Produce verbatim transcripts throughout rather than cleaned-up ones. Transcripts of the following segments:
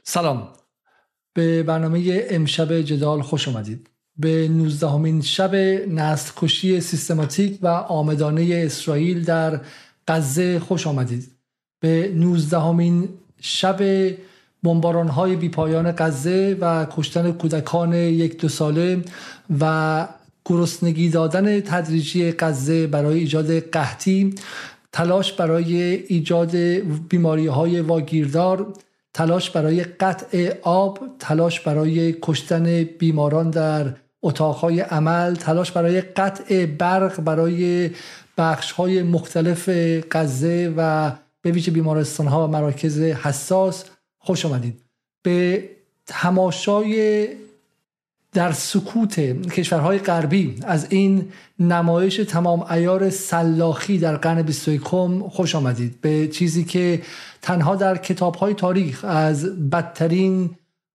سلام، به برنامه امشب جدال خوش آمدید. به نوزدهمین شب نسل کشی سیستماتیک و عامدانه اسرائیل در غزه خوش آمدید. به نوزدهمین شب بمباران‌های بیپایان غزه و کشتن کودکان یک دو ساله و گرسنگی دادن تدریجی غزه برای ایجاد قحطی، تلاش برای ایجاد بیماری‌های واگیردار، تلاش برای قطع آب، تلاش برای کشتن بیماران در اتاقهای عمل، تلاش برای قطع برق برای بخش‌های مختلف غزه و به ویژه بیمارستان‌ها و مراکز حساس خوش آمدید. به تماشای در سکوت کشورهای غربی از این نمایش تمام عیار سلاخی در قرن بیست و یکم خوش آمدید. به چیزی که تنها در کتاب‌های تاریخ از بدترین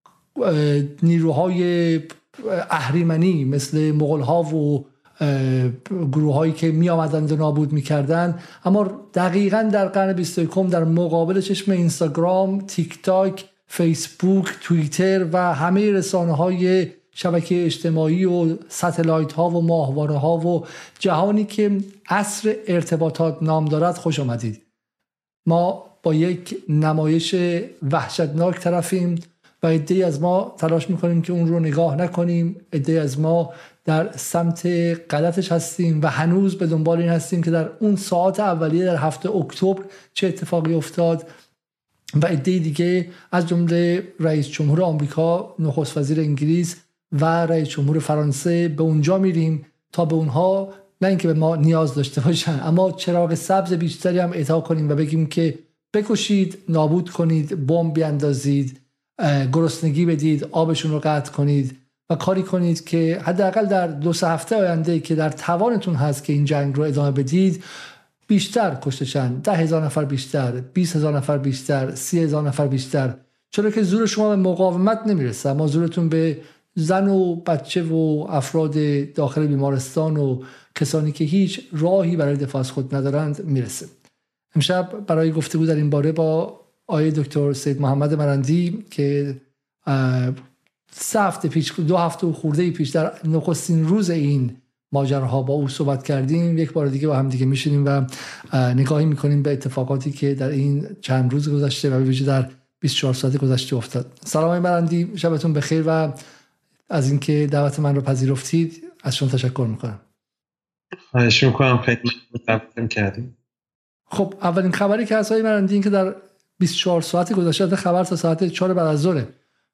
نیروهای اهریمنی مثل مغول‌ها و گروه‌هایی که می آمدند و نابود می‌کردند، اما دقیقاً در قرن بیست و یکم در مقابل چشم اینستاگرام، تیک تاک، فیسبوک، توییتر و همه رسانه‌های شبکه اجتماعی و ستلایت ها و ماهواره ها و جهانی که عصر ارتباطات نام دارد خوش آمدید. ما با یک نمایش وحشتناک طرفیم و عده‌ای از ما تلاش میکنیم که اون رو نگاه نکنیم. عده‌ای از ما در سمت غلطش هستیم و هنوز به دنبال این هستیم که در اون ساعات اولیه در هفته اکتبر چه اتفاقی افتاد و عده‌ای دیگه از جمله رئیس جمهور آمریکا، نخست وزیر انگلیس و رئیس جمهور فرانسه به اونجا میریم تا به اونها نه اینکه به ما نیاز داشته باشن، اما چراغ سبز بیشتری هم اعطا کنیم و بگیم که بکشید، نابود کنید، بمب بیاندازید، گرسنگی بدید، آبشون رو قطع کنید و کاری کنید که حداقل در دو سه هفته آینده که در توانتون هست که این جنگ رو ادامه بدید بیشتر کشته شن. ده هزار نفر بیشتر، بیست هزار نفر بیشتر، سی هزار نفر بیشتر، چرا که زور شما به مقاومت نمیرسه، اما زورتون به زن و بچه و افراد داخل بیمارستان و کسانی که هیچ راهی برای دفاع از خود ندارند میرسه. امشب برای گفتگو در این باره با آقای دکتر سید محمد مرندی که سه هفته پیش، دو هفته و خورده پیش در نخستین روز این ماجراها با او صحبت کردیم، یک بار دیگه با هم دیگه میشینیم و نگاهی میکنیم به اتفاقاتی که در این چند روز گذشته و به ویژه در بیست و چهار ساعت گذشته افتاد. سلام آقای مرندی، شبتون بخیر و از اینکه دعوت من رو پذیرفتید از شما تشکر میکنم. خواهش میکنم، خیلی ممنون کردیم. خب اولین خبری که از آقای مرندی این که در بیست و چهار ساعت گذشته، خبر تا ساعت چهار بعد از ظهر،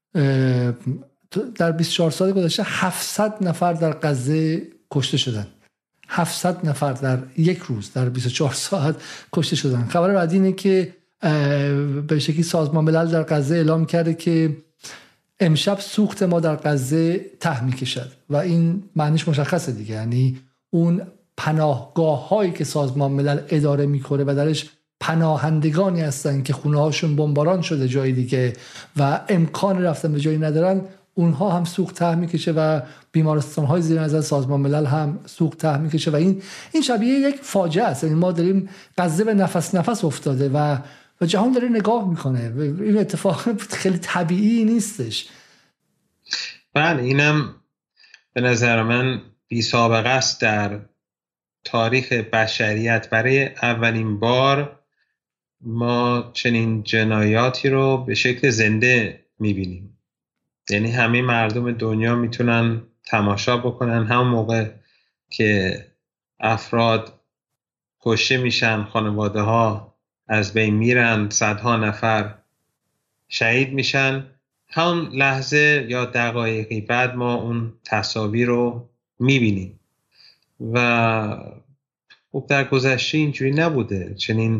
در بیست و چهار ساعت گذشته هفتصد نفر در غزه کشته شدن. هفتصد نفر در یک روز در بیست و چهار ساعت کشته شدن. خبر بعدی اینه که به شکلی سازمان ملل در غزه اعلام کرده که امشب سوخت ما در غزه ته می‌کشد و این معنیش مشخصه دیگه، یعنی اون پناهگاه هایی که سازمان ملل اداره میکنه و درش پناهندگانی هستن که خونه هاشون بمباران شده جای دیگه و امکان رفتن به جایی ندارن، اونها هم سوخت ته میکشه و بیمارستان های زیر نظر سازمان ملل هم سوخت ته میکشه و این این شبیه یک فاجعه است. یعنی ما داریم غزه به نفس نفس افتاده و و جهان داره نگاه میکنه. این اتفاق خیلی طبیعی نیستش. بله، اینم به نظر من بی سابقه است در تاریخ بشریت. برای اولین بار ما چنین جنایاتی رو به شکل زنده میبینیم. یعنی همه مردم دنیا میتونن تماشا بکنن همون موقع که افراد کشته میشن، خانواده ها از بین میرن، صدها نفر شهید میشن، همون لحظه یا دقایقی بعد ما اون تصاویر رو میبینیم. و خب در گذشته اینجوری نبوده. چنین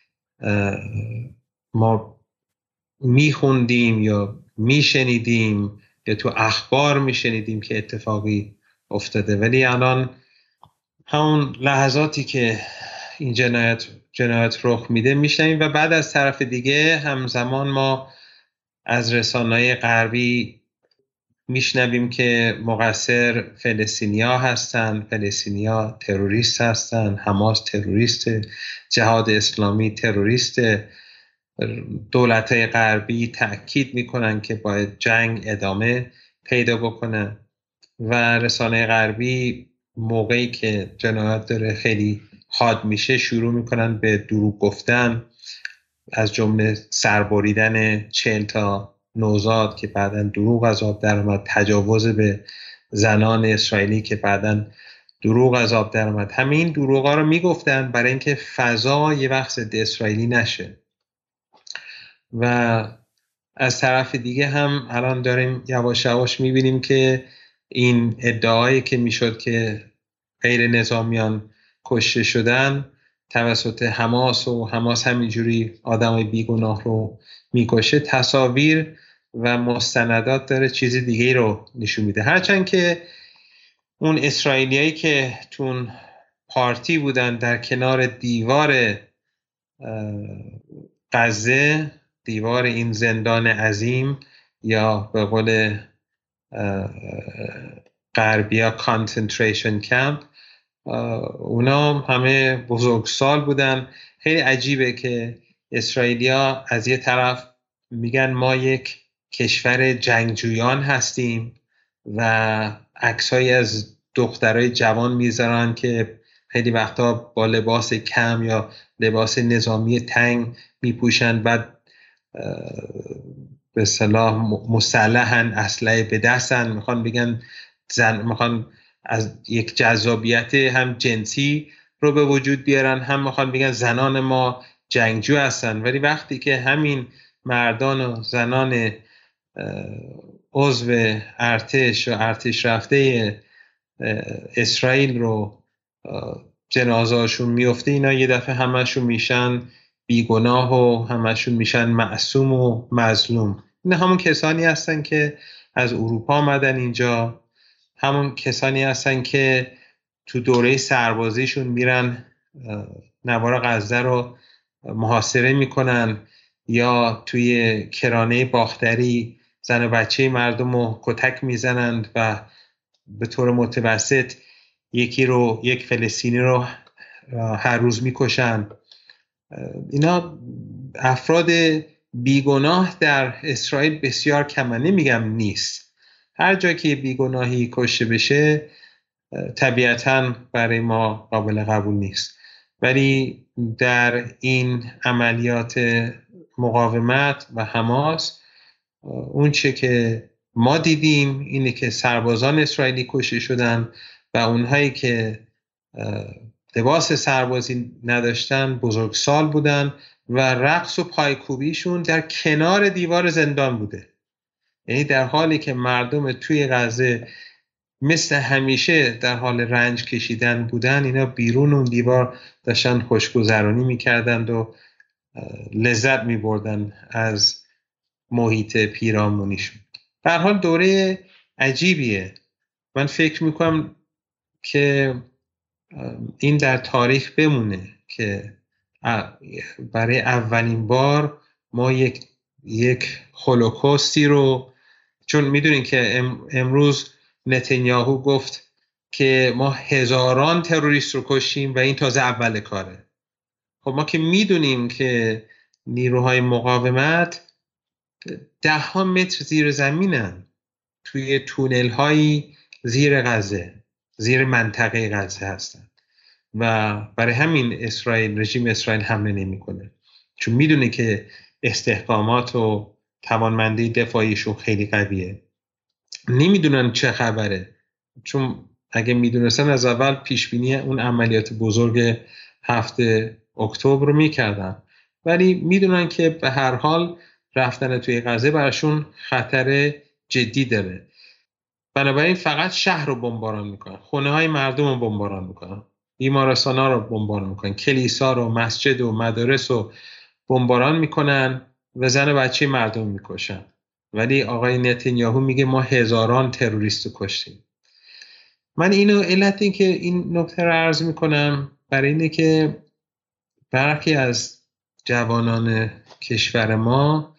ما میخوندیم یا میشنیدیم یا تو اخبار میشنیدیم که اتفاقی افتاده، ولی الان همون لحظاتی که این جنایت جنایت رخ میده میشنیم و بعد از طرف دیگه همزمان ما از رسانه‌های غربی میشنویم که مقصر فلسطینیا هستن، فلسطینیا تروریست هستن، حماس تروریست، جهاد اسلامی تروریست دولت‌های غربی تأکید میکنن که باید جنگ ادامه پیدا بکنه و رسانه غربی موقعی که جنایت داره خیلی حاد میشه شروع میکنن به دروغ گفتن، از جمله سربریدن چهل تا نوزاد که بعداً دروغ از آب در اومد، تجاوز به زنان اسرائیلی که بعداً دروغ از آب در اومد. همین دروغا رو میگفتن برای اینکه فضا یه وقت ضد اسرائیلی نشه. و از طرف دیگه هم الان داریم یواش یواش میبینیم که این ادعایی که میشد که غیر نظامیان کشته شدن توسط حماس و حماس همینجوری آدمای بیگناه رو میکشه، تصاویر و مستندات داره چیز دیگه رو نشون میده. هرچند که اون اسرائیلیایی که تون پارتی بودن در کنار دیوار غزه، دیوار این زندان عظیم یا به قول غربیا کانسنتریشن کمپ، اونا همه بزرگسال بودن. خیلی عجیبه که اسرائیلیا از یه طرف میگن ما یک کشور جنگجویان هستیم و عکسایی از دخترای جوان میذارن که خیلی وقتا با لباس کم یا لباس نظامی تنگ میپوشن، بعد به اصطلاح مسلحن، اسلحه به دستن، میخوان بگن زن، میخوان از یک جذابیت هم جنسی رو به وجود بیارن، هم میخوان بگن زنان ما جنگجو هستن. ولی وقتی که همین مردان و زنان عضو ارتش و ارتش رفته اسرائیل رو جنازه‌شون میفته، اینا یه دفعه همشون میشن بیگناه و همشون میشن معصوم و مظلوم. اینا همون کسانی هستن که از اروپا آمدن اینجا، همون کسانی هستن که تو دوره سربازیشون میرن نوار غزه رو محاصره میکنن یا توی کرانه باختری زن و بچه مردم رو کتک میزنند و به طور متوسط یکی رو یک فلسطینی رو هر روز میکشن. اینا افراد بیگناه در اسرائیل بسیار کمه، نمیگم نیست، هر جا که بیگناهی کشته بشه طبیعتاً برای ما قابل قبول نیست. ولی در این عملیات مقاومت و حماس اون چه که ما دیدیم اینه که سربازان اسرائیلی کشته شدن و اونهایی که لباس سربازی نداشتن بزرگسال بودن و رقص و پایکوبیشون در کنار دیوار زندان بوده. یعنی در حالی که مردم توی غزه مثل همیشه در حال رنج کشیدن بودن، اینا بیرون اون دیوار داشتن خوشگذرانی میکردند و لذت میبردن از محیط پیرامونیشون. به هر حال دوره عجیبیه. من فکر میکنم که این در تاریخ بمونه که برای اولین بار ما یک یک هولوکاستی رو، چون میدونین که امروز نتانیاهو گفت که ما هزاران تروریست رو کشیم و این تازه اول کاره. خب ما که میدونیم که نیروهای مقاومت ده ها متر زیر زمینن، توی تونل هایی زیر غزه، زیر منطقه غزه هستن و برای همین اسرائیل، رژیم اسرائیل حمله نمیکنه، چون میدونه که استحکامات و توانمندی دفاعیشون خیلی قویه. نمیدونن چه خبره، چون اگه میدونستن از اول پیشبینی اون عملیات بزرگ هفته اکتبر رو میکردن، ولی میدونن که به هر حال رفتن توی غزه براشون خطر جدی داره. بنابراین فقط شهر رو بمباران میکنن، خونه های مردم رو بمباران میکنن، بیمارستان ها رو بمباران میکنن، کلیسا رو، مسجد و مدارس رو بمباران میکنن و زن و بچه مردم میکشن. ولی آقای نتانیاهو میگه ما هزاران تروریست رو کشتیم. من اینو علت این که این نکته رو عرض میکنم برای اینه که برخی از جوانان کشور ما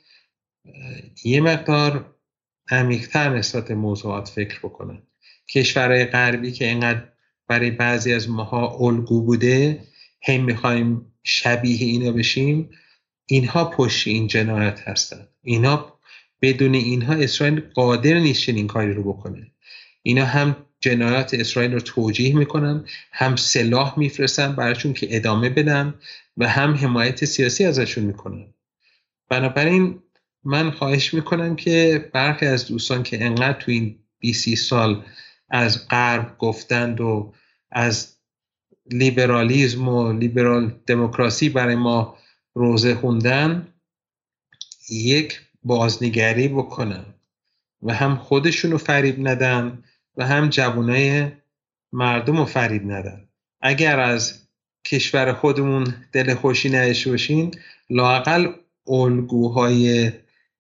یه مقدار عمیق‌تر نسبت موضوعات فکر بکنن. کشورهای غربی که اینقدر برای بعضی از ماها الگو بوده، هم میخوایم شبیه اینا بشیم، اینها پشت این جنایت هستند. اینها بدون اینها اسرائیل قادر نیست چنین کاری رو بکنه. اینا هم جنایات اسرائیل رو توجیه میکنن، هم سلاح میفرستن براشون که ادامه بدن و هم حمایت سیاسی ازشون میکنن. بنابراین من خواهش میکنم که برخی از دوستان که انقدر تو این بیست سال از غرب گفتند و از لیبرالیسم و لیبرال دموکراسی برای ما روزه خوندن، یک بازنگری بکنن و هم خودشون رو فریب ندن و هم جوانای مردم رو فریب ندن. اگر از کشور خودمون دل خوشی نداشته باشین، لااقل الگوهای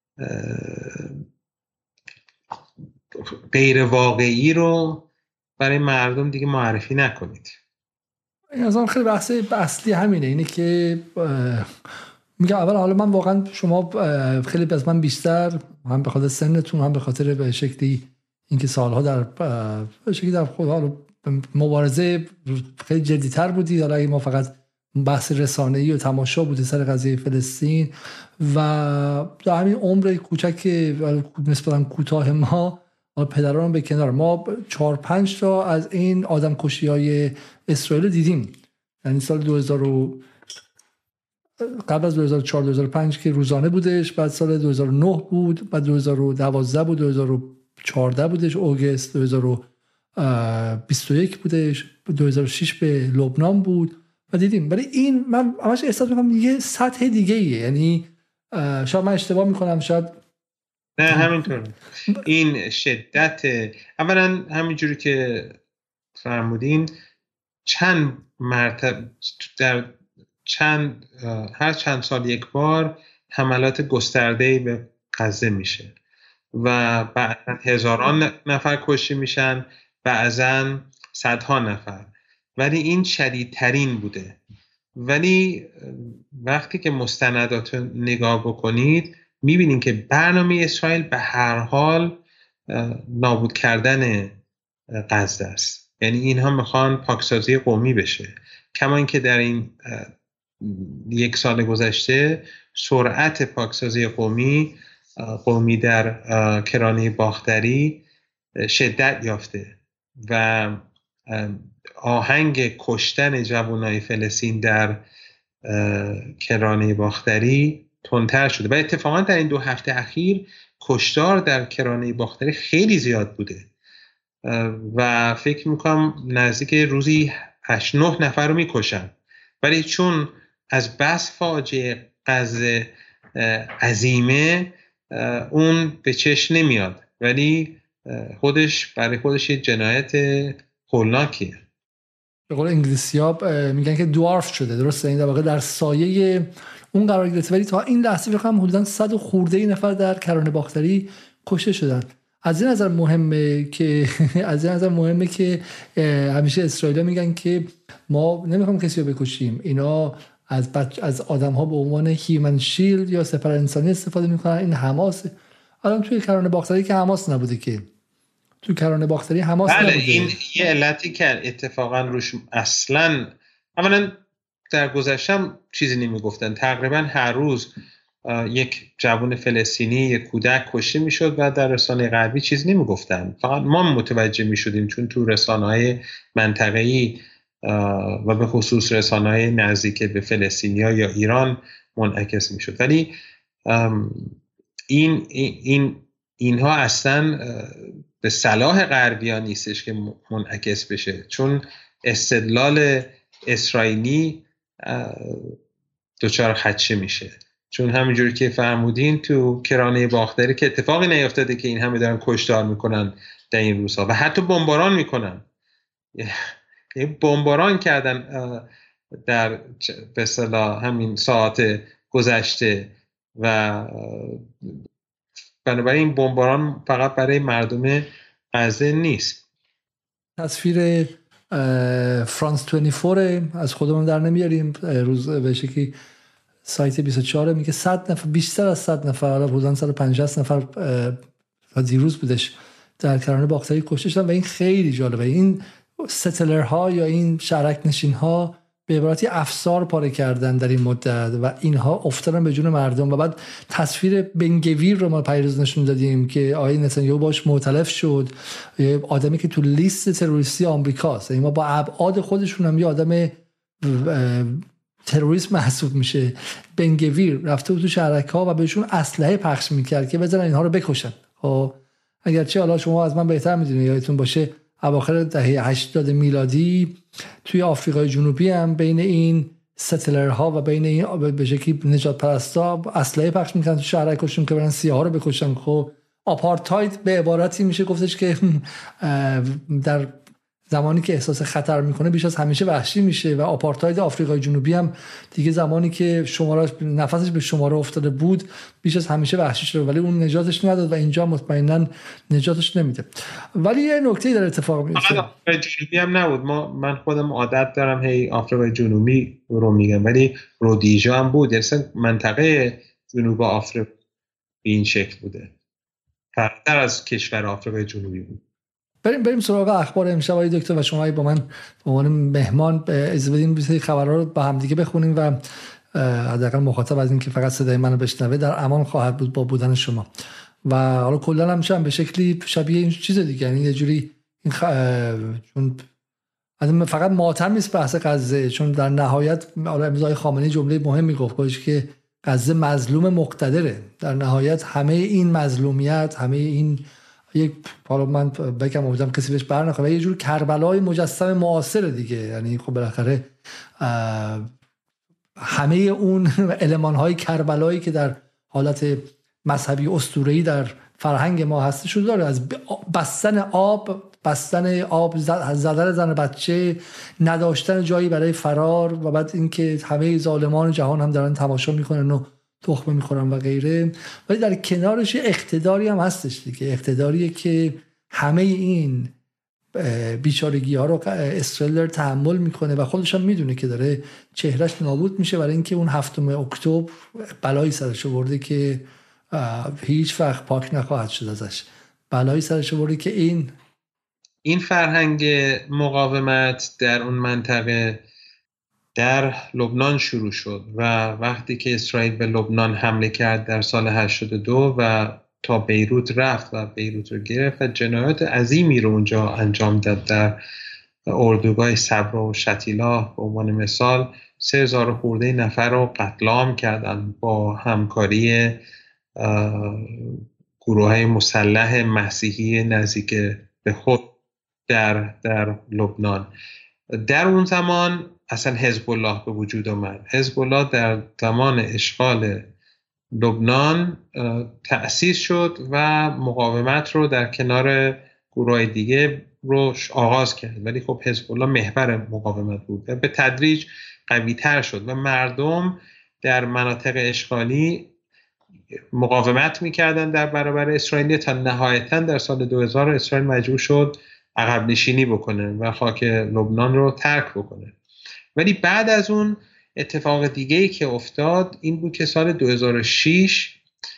غیر واقعی رو برای مردم دیگه معرفی نکنید. این از خیلی بحث اصلی همینه، اینه که میگم اول حالا من واقعا شما خیلی از من بیشتر، هم به خاطر سنتون هم به خاطر به شکلی اینکه سالها در به شکلی در خود مبارزه خیلی جدی‌تر بودید. حالا اگه ما فقط بحث رسانه‌ای و تماشا بوده سر قضیه فلسطین و در همین عمر کوچک نسبتاً کوتاه ما، پدران به کنار، ما چهار پنج تا از این آدم کشی های اسرائیل دیدیم. یعنی سال دو هزار قبل از دو هزار و چهار دو هزار و پنج که روزانه بودش، بعد سال دو هزار و نه بود، بعد دو هزار و دوازده بود، دو هزار و چهارده بودش اوگست، دو هزار و بیست و یک بودش، دو هزار و شش به لبنان بود و دیدیم. ولی این من همش احساس میکنم یه سطح دیگه ایه. یعنی شاید من اشتباه میکنم، شاید نه همینطور. این شدت اولا همینجوری که فرمودین چند مرتبه در چند هر چند سال یک بار حملات گسترده‌ای به غزه میشه و بعضا هزاران نفر کشته میشن، بعضا صدها نفر، ولی این شدیدترین بوده. ولی وقتی که مستندات نگاه بکنید میبینید که برنامه اسرائیل به هر حال نابود کردن غزه است. یعنی اینها میخوان پاکسازی قومی بشه، کما اینکه در این یک سال گذشته سرعت پاکسازی قومی قومی در کرانه باختری شدت یافته و آهنگ کشتن جوانای فلسطین در کرانه باختری تندتر شده و اتفاقا در این دو هفته اخیر کشتار در کرانه باختری خیلی زیاد بوده و فکر میکنم نزدیک روزی هشت نه نفر رو میکشن، ولی چون از بس فاجعه غزه عظیمه اون به چشم نمیاد، ولی خودش برای خودش یه جنایت هولناکیه. به قول انگلیسی‌ها میگن که دوارف شده، درسته؟ این در واقع در سایه اون قرار گرفته. ولی تا این لحظه فکر کنم حدوداً صد و خورده نفر در کرانه باختری کشته شدن. از این نظر مهمه که از این نظر مهمه که همیشه اسرائیلی‌ها میگن که ما نمیخوام کسی رو بکشیم، اینا از بچ... از آدم‌ها به عنوان هیومن شیلد یا سپر انسانی استفاده میکنن. این حماس الان توی کرانه باختری که حماس نبوده که تو کرانه باختری حماس بله نبوده. این یه علتی که اتفاقا روش اصلا اولا در گذشتم چیزی نمیگفتن. تقریبا هر روز یک جوان فلسطینی، یک کودک کشته میشد و در رسانه غربی چیزی نمیگفتن. فقط ما متوجه میشدیم چون تو رسانه‌های منطقه‌ای و به خصوص رسانه‌های نزدیک به فلسطینیا یا ایران منعکس میشد. ولی این این اینها اصلا به صلاح غربیان نیستش که منعکس بشه، چون استدلال اسرائیلی دچار خدشه میشه. چون همینجوری که فرمودین تو کرانه باختری که اتفاقی نیفتاده که این همه دارن کشتار میکنن در این روزها و حتی بمباران میکنن. یه بمباران کردن در به اصطلاح همین ساعت گذشته و بنابراین بمباران فقط برای مردم غزه نیست. تصویر فرانس بیست و چهار از خودمون در نمیاریم، روز به شکلی سایت بیست و چهار میگه صد نفر، بیشتر از صد نفر، حالا بودن صد و پنجاه نفر تا دیروز بودش در کرانه باختری کشته شدن و این خیلی جالبه. این ستلرها یا این شهرک نشین ها به عبارتی افسار پاره کردن در این مدت و اینها افتادن به جون مردم. و بعد تصویر بنگویر رو ما پیروز نشون دادیم که آقای نتانیاهو باش معتلف شد، آدمی که تو لیست تروریستی آمریکاست، یعنی ما با ابعاد خودشون هم یه آدم تروریست محسوب میشه. بنگویر رفته بود تو شهرک‌ها و بهشون اسلحه پخش میکرد که بزنن اینها رو بکشن. خب اگرچه حالا شما از من بهتر میدونید، یادتون باشه اواخر دهه هشتاد میلادی توی آفریقای جنوبی هم بین این ستلرها و بین این به شکلی نجات پرستا اسلحه پخش میکنن تو شهرکشون که برن سیاها رو بکشن. خب آپارتاید به عبارتی میشه گفتش که در زمانی که احساس خطر میکنه بیش از همیشه وحشی میشه و آپارتاید آفریقای جنوبی هم دیگه زمانی که شمارش نفسش به شماره افتاده بود بیش از همیشه وحشی شده، ولی اون نجاتش نداد و اینجا مطمئنا نجاتش نمیده. ولی یه نکته در اتفاق میفته. آفریقای جنوبی هم نبود، ما من خودم عادت دارم هی آفریقای جنوبی رو میگم، ولی رودیجا هم بود. اصلا منطقه جنوب آفریقا به این شکل بوده، فراتر از کشور آفریقای جنوبی بود. بریم بریم سراغ اخبار امشب آقای دکتر و شما با من به عنوان مهمان اجازه بدین بسیاری خبرها رو با هم دیگه بخونیم و حداقل مخاطب از این که فقط صدای منو بشنوه در امان خواهد بود با بودن شما. و حالا کلا هم شم به شکلی شبیه این چیز دیگه، یعنی یه جوری این خ... چون فقط ماتم نیست بحث غزه، چون در نهایت حالا امضای خامنه‌ای جمله مهمی گفت که غزه مظلوم مقتدره. در نهایت همه این مظلومیت، همه این یک حالا من بگم امیدوارم کسی بهش بر نخوره، یه جور کربلای مجسم معاصر دیگه. یعنی خب بالاخره همه اون المان‌های کربلایی که در حالت مذهبی اسطوره‌ای در فرهنگ ما هست شده داره، از بستن آب بستن آب زدن زن بچه، نداشتن جایی برای فرار و بعد اینکه همه ظالمان جهان هم دارن تماشا میکنن و تخمه میخورن و غیره. ولی در کنارش اقتداری هم هستش دیگه، اقتداریه که همه این بیچارگی ها رو اسرائیل داره تحمل میکنه و خودش هم میدونه که داره چهرش نابود میشه، برای اینکه اون هفتم اکتبر بلایی سرش آورده که هیچ وقت پاک نخواهد شد ازش. بلایی سرش آورده که این این فرهنگ مقاومت در اون منطقه در لبنان شروع شد و وقتی که اسرائیل به لبنان حمله کرد در سال هشتاد و دو و تا بیروت رفت و بیروت رو گرفت و جنایات عظیمی رو اونجا انجام داد. در اردوگاه صبرا و شتیلا به عنوان مثال سه هزار خورده نفر رو قتل عام کردن با همکاری گروه‌های مسلح مسیحی نزدیک به خود در در لبنان. در اون زمان اصلا حزب الله به وجود آمد. حزب الله در زمان اشغال لبنان تأسیس شد و مقاومت رو در کنار گروه دیگه رو آغاز کرد، ولی خب حزب الله محور مقاومت بود و به تدریج قوی تر شد و مردم در مناطق اشغالی مقاومت میکردن در برابر اسرائیل تا نهایتاً در سال دو هزار اسرائیل مجبور شد عقب نشینی بکنه و خاک لبنان رو ترک بکنه. ولی بعد از اون اتفاق دیگه‌ای که افتاد این بود که سال دو هزار و شش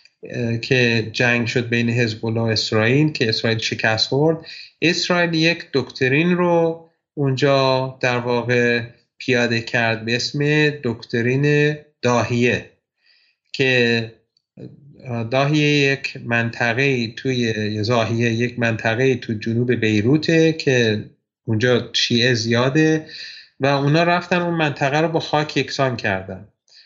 که جنگ شد بین حزب الله و اسرائیل که اسرائیل شکست خورد، اسرائیل یک دکترین رو اونجا در واقع پیاده کرد به اسم دکترین داهیه که داهیه یک منطقه توی زاهیه یک منطقه تو جنوب بیروته که اونجا شیعه زیاده و اونا رفتن اون منطقه رو با خاک یکسان کردن.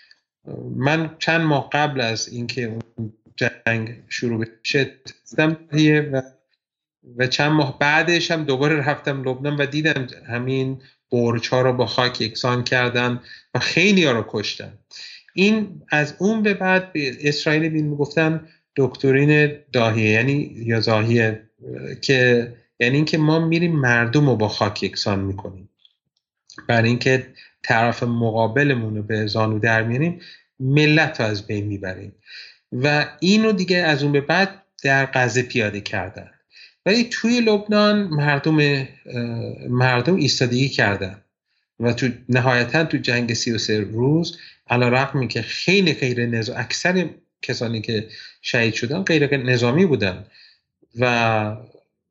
من چند ماه قبل از اینکه اون جنگ شروع بشه دیدم و و چند ماه بعدش هم دوباره رفتم لبنان و دیدم همین برج‌ها رو با خاک یکسان کردن و خیلی ها رو کشتن. این از اون به بعد به اسرائیل بین میگفتن دکترین داهیه یعنی یا زاهیه، که یعنی اینکه ما میریم مردم رو با خاک یکسان میکنیم برای اینکه طرف مقابلمون رو به زانو در میاریم، ملت رو از بین میبریم و اینو دیگه از اون به بعد در غزه پیاده کردن. ولی توی لبنان مردم مردم ایستادگی کردن و تو نهایتا تو جنگ سی و سه روز علیرغم که خیلی غیر نظامی، اکثر کسانی که شهید شدن غیر نظامی بودن و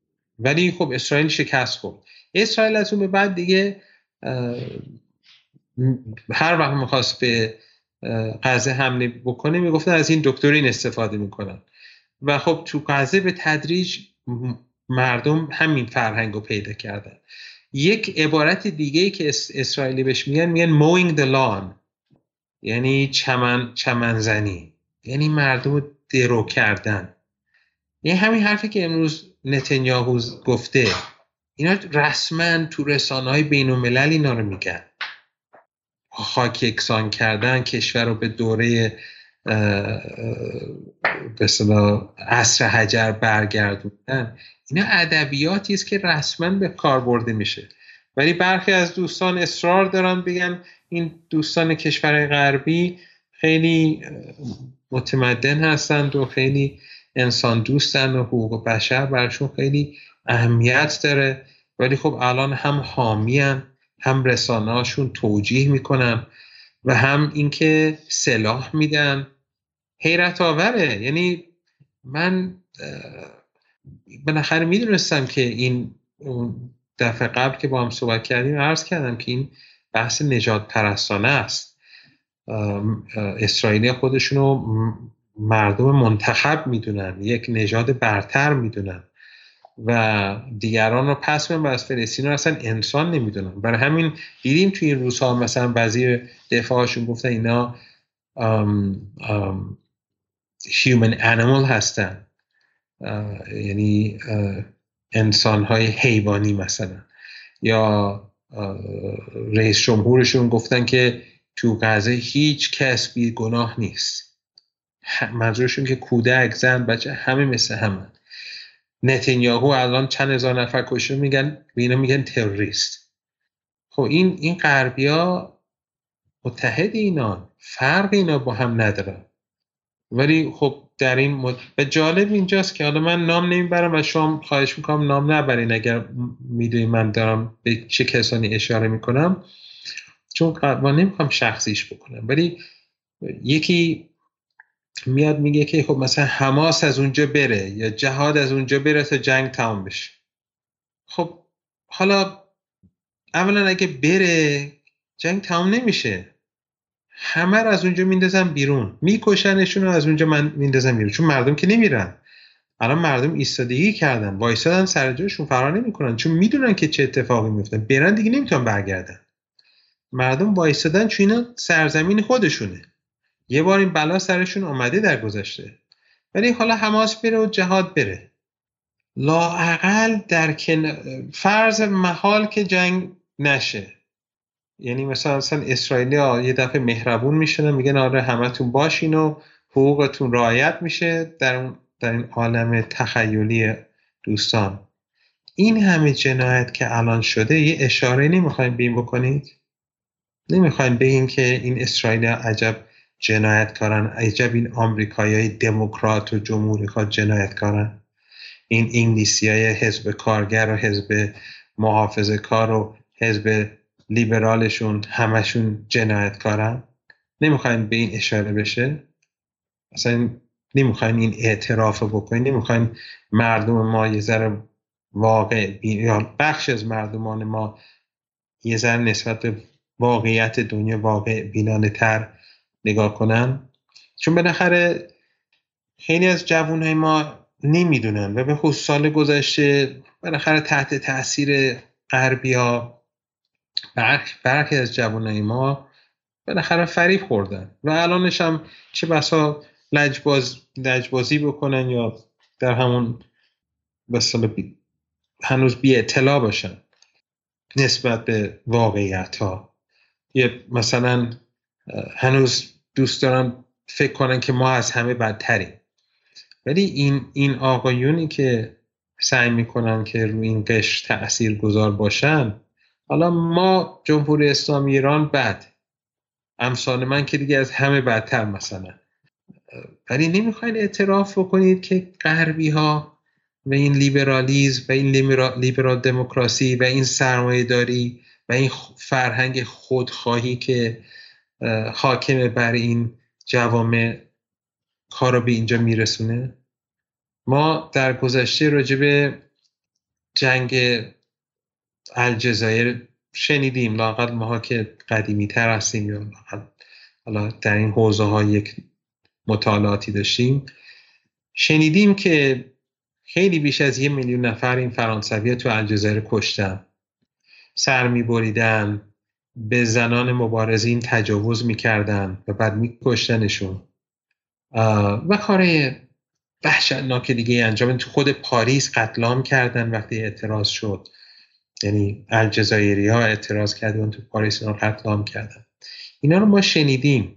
ولی خب اسرائیل شکست خورد. اسرائیل از اون به بعد دیگه هر وقت میخواست به غزه حمله بکنه میگفتن از این دکترین استفاده میکنن و خب تو غزه به تدریج مردم همین فرهنگ رو پیدا کردن. یک عبارت دیگه‌ای که اسرائیلی بهش میگن میگن mowing the lawn، یعنی چمن چمنزنی، یعنی مردم رو درو کردن. یعنی همین حرفی که امروز نتانیاهو گفته اینا رسما تو رسانه‌های بین‌الملل اینا رو میگن، خاک یکسان کردن، کشور رو به دوره به اصطلاح عصر حجر برگردوندن. اینا ادبیاتی است که رسما به کار برده میشه، ولی برخی از دوستان اصرار دارن بگن این دوستان کشورهای غربی خیلی متمدن هستند و خیلی انسان دوستن و حقوق بشر برشون خیلی اهمیت داره، ولی خب الان هم حامیان، هم رسانه‌هاشون توجیه میکنن و هم اینکه سلاح میدن. حیرت آوره. یعنی من بالاخره میدونستم که این دفعه قبل که با هم صحبت کردیم عرض کردم که این بحث نجات پرستانه است. اسرائیلی خودشونو مردم منتخب میدونن، یک نژاد برتر میدونن و دیگران رو پس من از فلسطین رو اصلا انسان نمیدونن. برای همین دیدیم توی این روزها مثلا وزیر دفاعشون گفتن اینا ام، ام، human animal هستن، یعنی انسان‌های حیوانی مثلا. یا رئیس جمهورشون گفتن که تو غزه هیچ کس بی گناه نیست، منظورشون که کودک، زن، بچه همه مثل همه. نتانیاهو الان چند هزار نفر کشته میگن، اینا میگن تروریست. خب این این غربیا متحد اینا، فرق اینا با هم نداره. ولی خب در این مد... به جالب اینجاست که حالا من نام نمیبرم و شما خواهش میکنم نام نبرین اگر میدونی من دارم به چه کسانی اشاره میکنم، چون من نمیخوام شخصیش بکنم. ولی یکی میاد میگه که خب مثلا حماس از اونجا بره یا جهاد از اونجا بره تا جنگ تمام بشه. خب حالا اولا اگه بره جنگ تمام نمیشه، همه رو از اونجا میندازن بیرون، میکشنشون رو از اونجا من میندازن بیرون، چون مردم که نمیرن. الان مردم ایستادگی کردن، وایسادن سر جاشون، فرار نمیکنن، چون میدونن که چه اتفاقی میفته. برن دیگه نمیتونن برگردن. مردم وایسادن چون اینا سرزمین خودشونه، یه بار این بلا سرشون اومده در گذشته. ولی حالا حماس بره و جهاد بره، لااقل در کن... فرض محال که جنگ نشه، یعنی مثلا مثلا اسرائیلی ها یه دفعه مهربون میشن میگن آره همتون باشین و حقوقتون رعایت میشه در در این عالم تخیلی دوستان. این همه جنایت که الان شده یه اشاره نمیخواین بین بکنید؟ نمیخواین بگین که این اسرائیلی ها عجب جنایتکارن، عجب این آمریکایی‌های دموکرات و جمهوری‌خواه جنایتکارن، این انگلیسی‌های حزب کارگر و حزب محافظه‌کار و حزب لیبرالشون همشون جنایتکارن؟ نمیخواین به این اشاره بشه؟ اصلا نمیخواین این اعتراف بکنین؟ نمیخواین مردم ما یه ذره واقع یا بخش از مردمان ما یه ذره نسبت به واقعیت دنیا واقع بینانه تر نگاه کنن؟ چون بالاخره خیلی از جوانای ما نمیدونن و به خصوص سال گذشته بالاخره تحت تاثیر غربی‌ها برخی از جوانای ما بالاخره فریب خوردن و الانش هم چه بسا لجباز لجبازی بکنن یا در همون مثلا بی هنوز بی اطلاع باشن نسبت به واقعیت ها، یه مثلا هنوز دوست دارن فکر کنن که ما از همه بدتریم. ولی این این آقایونی که سعی میکنن که روی این قشر تأثیر گذار باشن، حالا ما جمهوری اسلامی ایران بد، امثال من که دیگه از همه بدتر مثلا، ولی نمیخواین اعتراف بکنید که غربی ها و این لیبرالیسم و این لیبرال دموکراسی و این سرمایه داری و این فرهنگ خودخواهی که حاکم بر این جوامع کارو به اینجا میرسونه. ما در گذشته راجع به جنگ الجزایر شنیدیم، لااقل ماها که قدیمی تر هستیم یا حالا در این حوزه ها یک مطالعاتی داشتیم، شنیدیم که خیلی بیش از یه میلیون نفر این فرانسوی تو الجزایر کشتن، سر میبریدن، به زنان مبارزین تجاوز میکردن و بعد میکشتنشون و کار وحشتناک دیگه انجام. تو خود پاریس قتل عام کردن وقتی اعتراض شد، یعنی الجزایری ها اعتراض کردن تو پاریس اینا قتل عام کردن. اینا رو ما شنیدیم،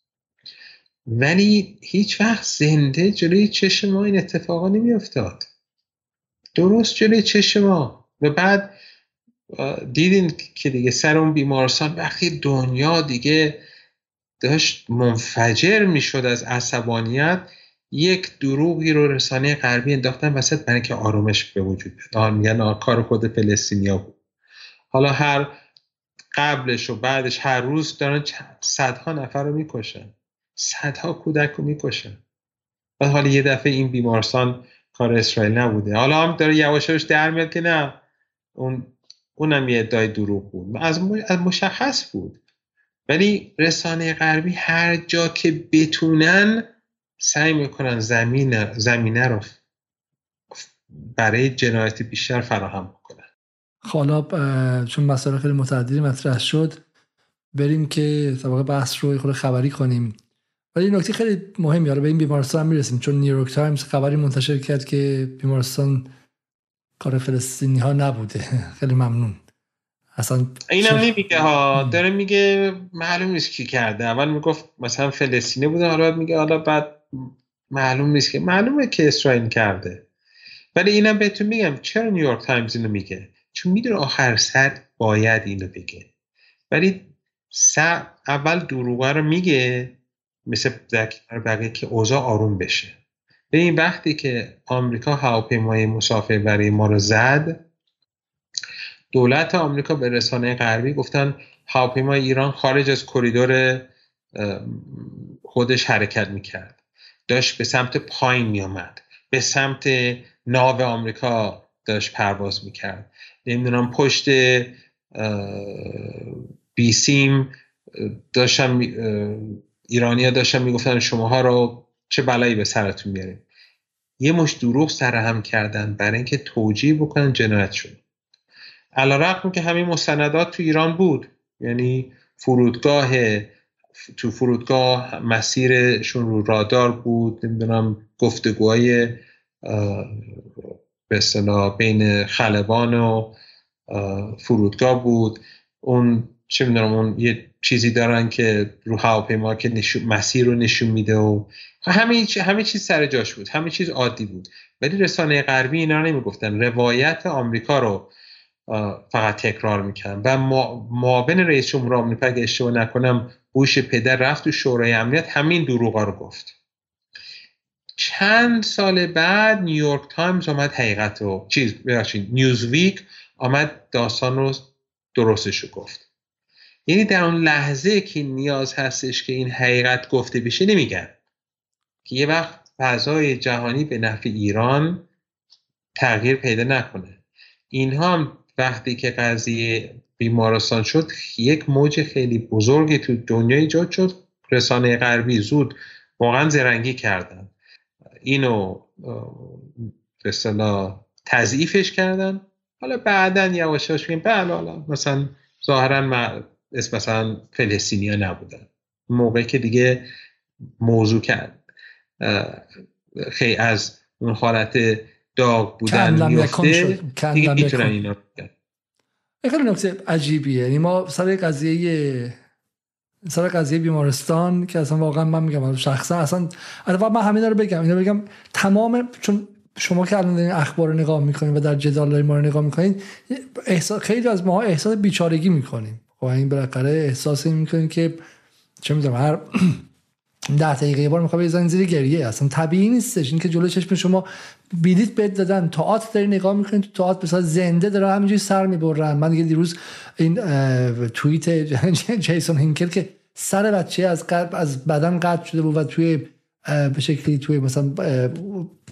ولی هیچ وقت زنده جلوی چشم ما این اتفاقا نمی افتاد، درست جلوی چشم ما. و بعد دیدین که دیگه سر اون بیمارستان وقتی دنیا دیگه داشت منفجر می شد از عصبانیت، یک دروغی رو رسانه غربی انداختن وسط برای که آرامش به وجود بیاد. میگن کار خود فلسطینیا بود. حالا هر قبلش و بعدش هر روز دارن صدها نفر رو میکشن، صدها کودک رو میکشن. و حالا یه دفعه این بیمارستان کار اسرائیل نبوده، حالا هم داره یواش یواش در میاد که نه، اون اونم یه ادعای دروغ بود، از مشخص بود. ولی رسانه غربی هر جا که بتونن سعی میکنن زمین زمینه رو برای جنایت بیشتر فراهم بکنن. حالا چون مسائل خیلی متعددی مطرح شد، بریم که طبقه بحث رو خود خبری کنیم. ولی نکته خیلی مهمی، حالا به این بیمارستان هم میرسیم، چون نیویورک تایمز خبری منتشر کرد که بیمارستان کار فلسطینی ها نبوده. خیلی ممنون. اصلا اینم نمیگه ها، داره میگه معلوم نیست کی کرده. اول میگفت مثلا فلسطینی بوده، حالا میگه حالا بعد معلوم نیست که، معلومه که اسرائیل کرده. ولی اینم بهتون میگم چرا نیویورک تایمز اینو میگه، چون میدونه آخر سر باید اینو بگه. ولی سع اول دروغه رو میگه مثل بقیه که اوضاع آروم بشه. به این وقتی که آمریکا هواپیمای مسافربری ما رو زد، دولت آمریکا به رسانه غربی گفتن هواپیمای ایران خارج از کریدور خودش حرکت میکرد، داشت به سمت پایین میامد، به سمت ناو آمریکا داشت پرواز میکرد. نمیدونم پشت بیسیم داشتم ایرانی‌ها داشتن میگفتن شماها رو چه بلایی به سرتون میاریم. یه مش دروغ سرهم کردن برای اینکه توجیه بکنن جنایت شد. علیرغم که همین مستندات تو ایران بود، یعنی فرودگاه تو فرودگاه مسیرشون رو رادار بود، نمیدونم گفتگوهای به اصطلاح بین خلبان و فرودگاه بود. اون چه میدونم اون یه چیزی دارن که رو هواپیما که نشون مسیر رو نشون میده و همه همه چیز سر جاش بود، همه چیز عادی بود. ولی رسانه غربی اینا نمیگفتن، روایت آمریکا رو فقط تکرار میکنن. و معاون رئیس جمهور آمریکا اگه اشتباه نکنم بوش پدر رفت تو شورای امنیت همین دروغا رو گفت. چند سال بعد نیویورک تایمز آمد حقیقت رو چیز ببخشید نیوزویک آمد داستان رو درستش رو گفت. یعنی در اون لحظه که نیاز هستش که این حقیقت گفته بشه نمیگن که یه وقت فضای جهانی به نفع ایران تغییر پیدا نکنه. اینها هم وقتی که قضیه بیمارستان شد یک موج خیلی بزرگی تو دنیا ایجاد شد. رسانه غربی زود واقعا زرنگی کردن، اینو به اصطلاح تضعیفش کردن. حالا بعداً یواش یواش میگن بله حالا مثلا ظاهراً اسم مثلا فلسطینیا نبودن، موقعی که دیگه موضوع کرد خیلی از اون حالت داغ بودن میفته دیگه میتونن اینا بگن. خیلی نکته عجیبیه. یعنی ما سر قضیه سر قضیه بیمارستان که اصلا واقعا من میگم شخصا اصلا البته من همین رو بگم اینو بگم تمام، چون شما که الان این اخبار رو نگاه میکنین و در جدال ما رو نگاه میکنین، احساس خیلی از ما احساس بیچارگی میکنیم و این بالاخره احساس این میکنیم که چه میدونم هر ده دقیقه یه بار میخوام بزنین زیر گریه. اصلا طبیعی نیستش این که جلوی چشم شما بلیط بد دادن، تئاتر داری نگاه میکنین، تو تئاتر مثلا زنده داره همینجوری سر میبرن. من دیگه دیروز این توییت جیسون هینکل که سر بچه از قلب از بدن قطع شده بود و توی به شکلی توی مثلا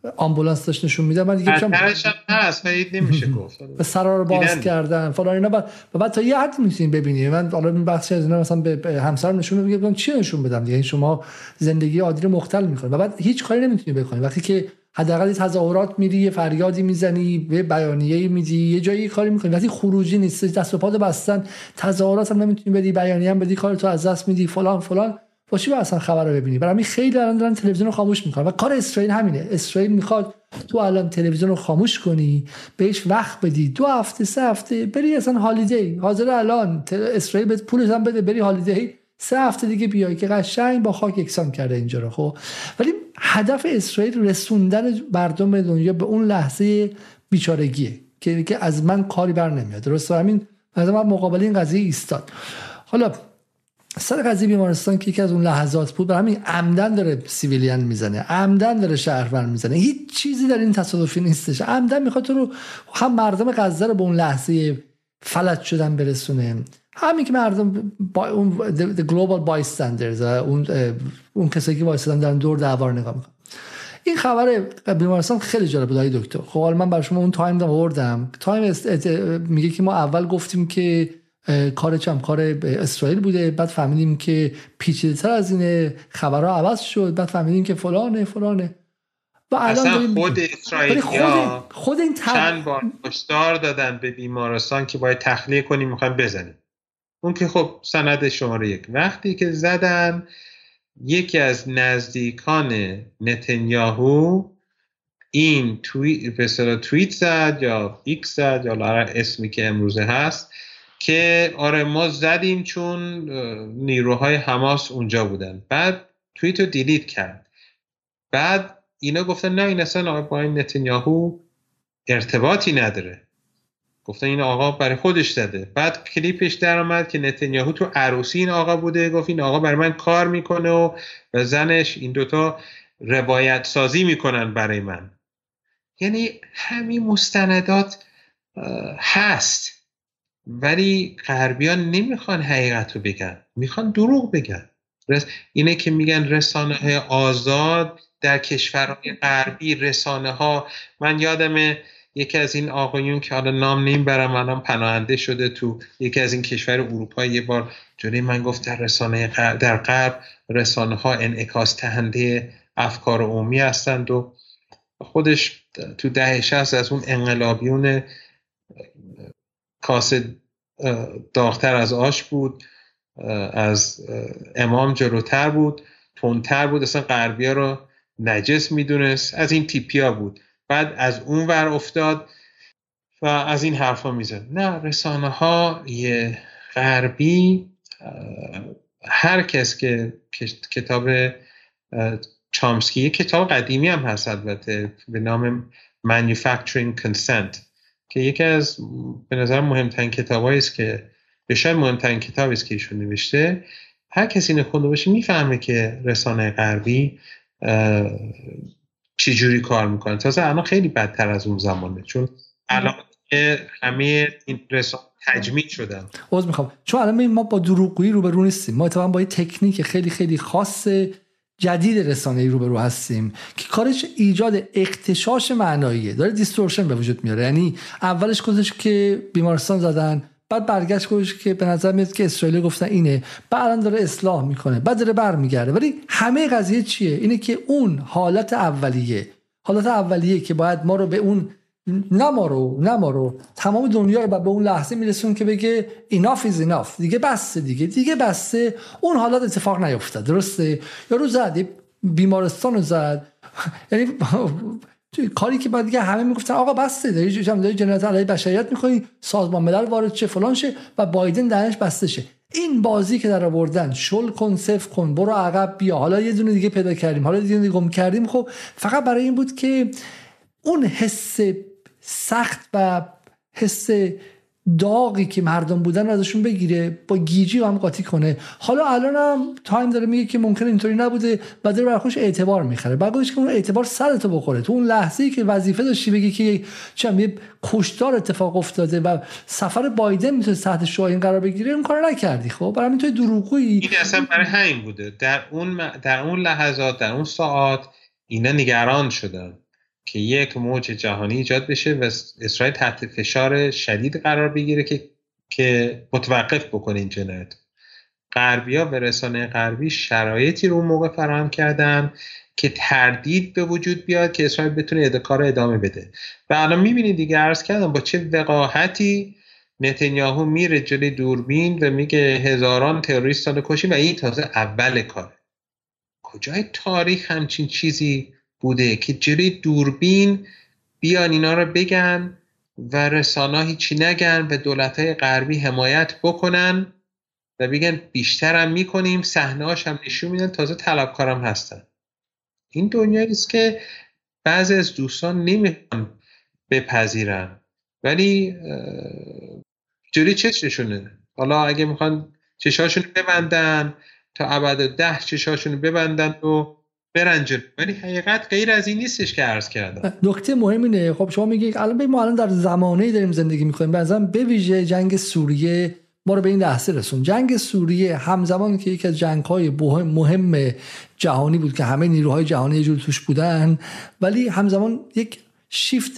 آمبولانس داشت نشون میده، من دیگه میشم هست نمیشه گفت به سرا رو باز کردن فلان اینا. بعد بعد تا یه حد میتونید ببینید. من حالا این بخشی از اینا مثلا به همسرم نشون میدم، چی نشون بدم دیگه، شما زندگی عادی رو مختل میکنید و بعد هیچ کاری نمیتونید بکنید. وقتی که حداقل تظاهرات میری، یه فریادی میزنی، به بیانیه‌ای میدی، یه جایی کاری میکنی، وقتی خروجی نیست، دست و پا بستن، تظاهرات هم نمیتونی بدی، بیانیه هم بدی، کارتو از دست میدی، فلان فلان، واسه چی اصلا خبر رو ببینی؟ برای همین خیلی الان دارن تلویزیون رو خاموش میکنن و کار اسرائیل همینه. اسرائیل میخواد تو الان تلویزیون رو خاموش کنی، بهش وقت بدی، دو هفته سه هفته بری اصلا هالیدی، حاضر الان اسرائیل بهت پولش هم بده بری هالیدی، سه هفته دیگه بیای که قشنگ با خاک یکسان کرده اینجا رو. خب ولی هدف اسرائیل رسوندن مردم دنیا به اون لحظه بیچارگیه که که از من کاری بر نمیاد. درسته؟ همین از من مقابل این قضیه ایستاد. حالا سر قضیه بیمارستان که یکی از اون لحظات بود، برای همین عمدن داره سیویلیان میزنه، عمدن داره شهروند میزنه، هیچ چیزی در این تصادفی نیستش، عمدن میخواد تو رو هم مردم غزه رو به اون لحظه فلج شدن برسونه، همین که مردم با اون the global bystanders، اون اون کسایی که وایسادن دارن دور دعوا رو نگاه میکنن. این خبر بیمارستان خیلی جالب بود دکتر. خب حالا من برای شما اون تایم رو آوردم. تایم میگه که ما اول گفتیم که کار چم کار اسرائیل بوده، بعد فهمیدیم که پیچیده‌تر از اینه، خبرها عوض شد، بعد فهمیدیم که فلانه فلانه و الان اصلا خود اسرائیلیا خود, خود این تب... چند بار هشدار دادن به بیمارستان که باید تخلیه کنیم، میخوایم بزنیم. اون که خب سند شماره یک. وقتی که زدن، یکی از نزدیکان نتانیاهو این توی... به اصطلاح توییت زد یا ایکس زد یا لاره اسمی که امروزه هست که آره ما زدیم چون نیروهای حماس اونجا بودن. بعد توییت رو دیلیت کرد. بعد اینا گفتن نه این اصلا با این نتانیاهو ارتباطی نداره، گفتن این آقا برای خودش زده. بعد کلیپش در آمد که نتانیاهو تو عروسی این آقا بوده، گفت این آقا برای من کار میکنه و و زنش، این دوتا روایت سازی میکنن برای من. یعنی همین مستندات هست، ولی غربیان نمیخوان حقیقت رو بگن، میخوان دروغ بگن. اینه که میگن رسانه های آزاد در کشورهای غربی، رسانه ها، من یادمه یکی از این آقایون که حالا نام نمیبرم، منم پناهنده شده تو یکی از این کشور اروپا، یه بار جوری من گفت در رسانه غرب، در غرب رسانه ها انعکاس دهنده افکار عمومی هستند و خودش تو دهه شصت از اون انقلابیون کاسه داغتر از آش بود، از امام جلوتر بود، تندتر بود، اصلا غربی‌ها رو نجس میدونست، از این تیپیا بود. بعد از اون ور افتاد و از این حرفا میزد. نه، رسانه ها یه غربی، هر کس که کتاب چامسکی، یه کتاب قدیمی هم هست البته به نام Manufacturing Consent که یکی از به نظر مهمترین کتابایی است که به شاید مهمترین کتابی است که ایشون نوشته، هر کسی اینو خونده باشه میفهمه که رسانه غربی چی جوری کار میکنه. تازه الان خیلی بدتر از اون زمانه، چون الان همه این رسانه تجمیع شدن. عذر میخوام، چون الان ما با دروغگویی روبرو نیستیم، ما اتفاقا با یه تکنیک خیلی خیلی خاص جدید رسانه‌ای روبرو هستیم که کارش ایجاد اغتشاش معناییه، داره دیستورشن به وجود میاره. یعنی اولش گفتش که بیمارستان زدن، بعد برگشت گفتش که به نظر میاد که اسرائیل گفتن اینه، بعد الان داره اصلاح میکنه، بعد داره برمیگرده. ولی همه قضیه چیه؟ اینه که اون حالت اولیه، حالت اولیه که باید ما رو به اون نه ما رو نه ما رو تمام دنیا رو به اون لحظه میرسون که بگه enough is enough، دیگه بسه، دیگه دیگه بسه. اون حالت اتفاق نیفتاد. درسته؟ یارو زد بیمارستان رو زد، یعنی کاری که بعد دیگه همه میگفتن آقا بسته، داری داری جنایت علیه بشریت میکنی، سازمان ملل وارد چه فلان شه و بایدن دهنش بسته شه. این بازی که در آوردن شل کن، صفر کن، برو عقب بیا، حالا یه دونه دیگه پیدا کردیم، حالا یه دونه دیگه گم کردیم، خب فقط برای این بود که اون حس سخت و حس داغی که مردم بودن ازشون بگیره، با گیجی هم قاطی کنه. حالا الان هم تایم داره میگه که ممکنه اینطوری نبوده و داره برای خودش اعتبار میخره. بعدش که اون اعتبار سرتو بخوره، تو اون لحظه‌ای که وظیفه داشتی بگی که چم یه کشتار اتفاق افتاده و سفر بایدن میتونه تحت شعاع قرار بگیره، اون کارو نکردی. خب برای همین توی دروغگویی این اصلا برای همین بوده. در اون در اون لحظات، در اون ساعات اینا نگران شدن که یک موج جهانی ایجاد بشه و اسرائیل تحت فشار شدید قرار بگیره که که متوقف بکنه این جنایت. غربی‌ها و رسانه غربی شرایطی رو اون موقع فراهم کردن که تردید به وجود بیاد که اسرائیل بتونه کار ادامه بده. و الان می‌بینید دیگه، عرض کردم با چه وقاحتی نتانیاهو میره جلوی دوربین و میگه هزاران تروریست رو کشیم و این تازه اول کاره. کجای تاریخ همچین چیزی بوده که جلوی دوربین بیان اینا رو بگن و رسانه‌ها هیچی نگن و دولت‌های غربی حمایت بکنن و بگن بیشترم میکنیم، صحنه‌هاش هم نشون میدن، تازه طلبکارم هستن. این دنیایی است که بعضی از دوستان نمیخوان بپذیرن، ولی جوری چشمشونه. حالا اگه میخوان چشاشون ببندن تا ابد چشاشون ببندن و برنجن، ولی حقیقت غیر از این نیستش که عرض کردم. نکته مهم اینه، خب شما میگید الان ما الان در زمانه‌ای داریم زندگی میکنیم، بعضا به ویژه جنگ سوریه ما رو به این لحظه رسون. جنگ سوریه همزمان که یکی از جنگ‌های مهم جهانی بود که همه نیروهای جهانی یه جور توش بودن، ولی همزمان یک شیفت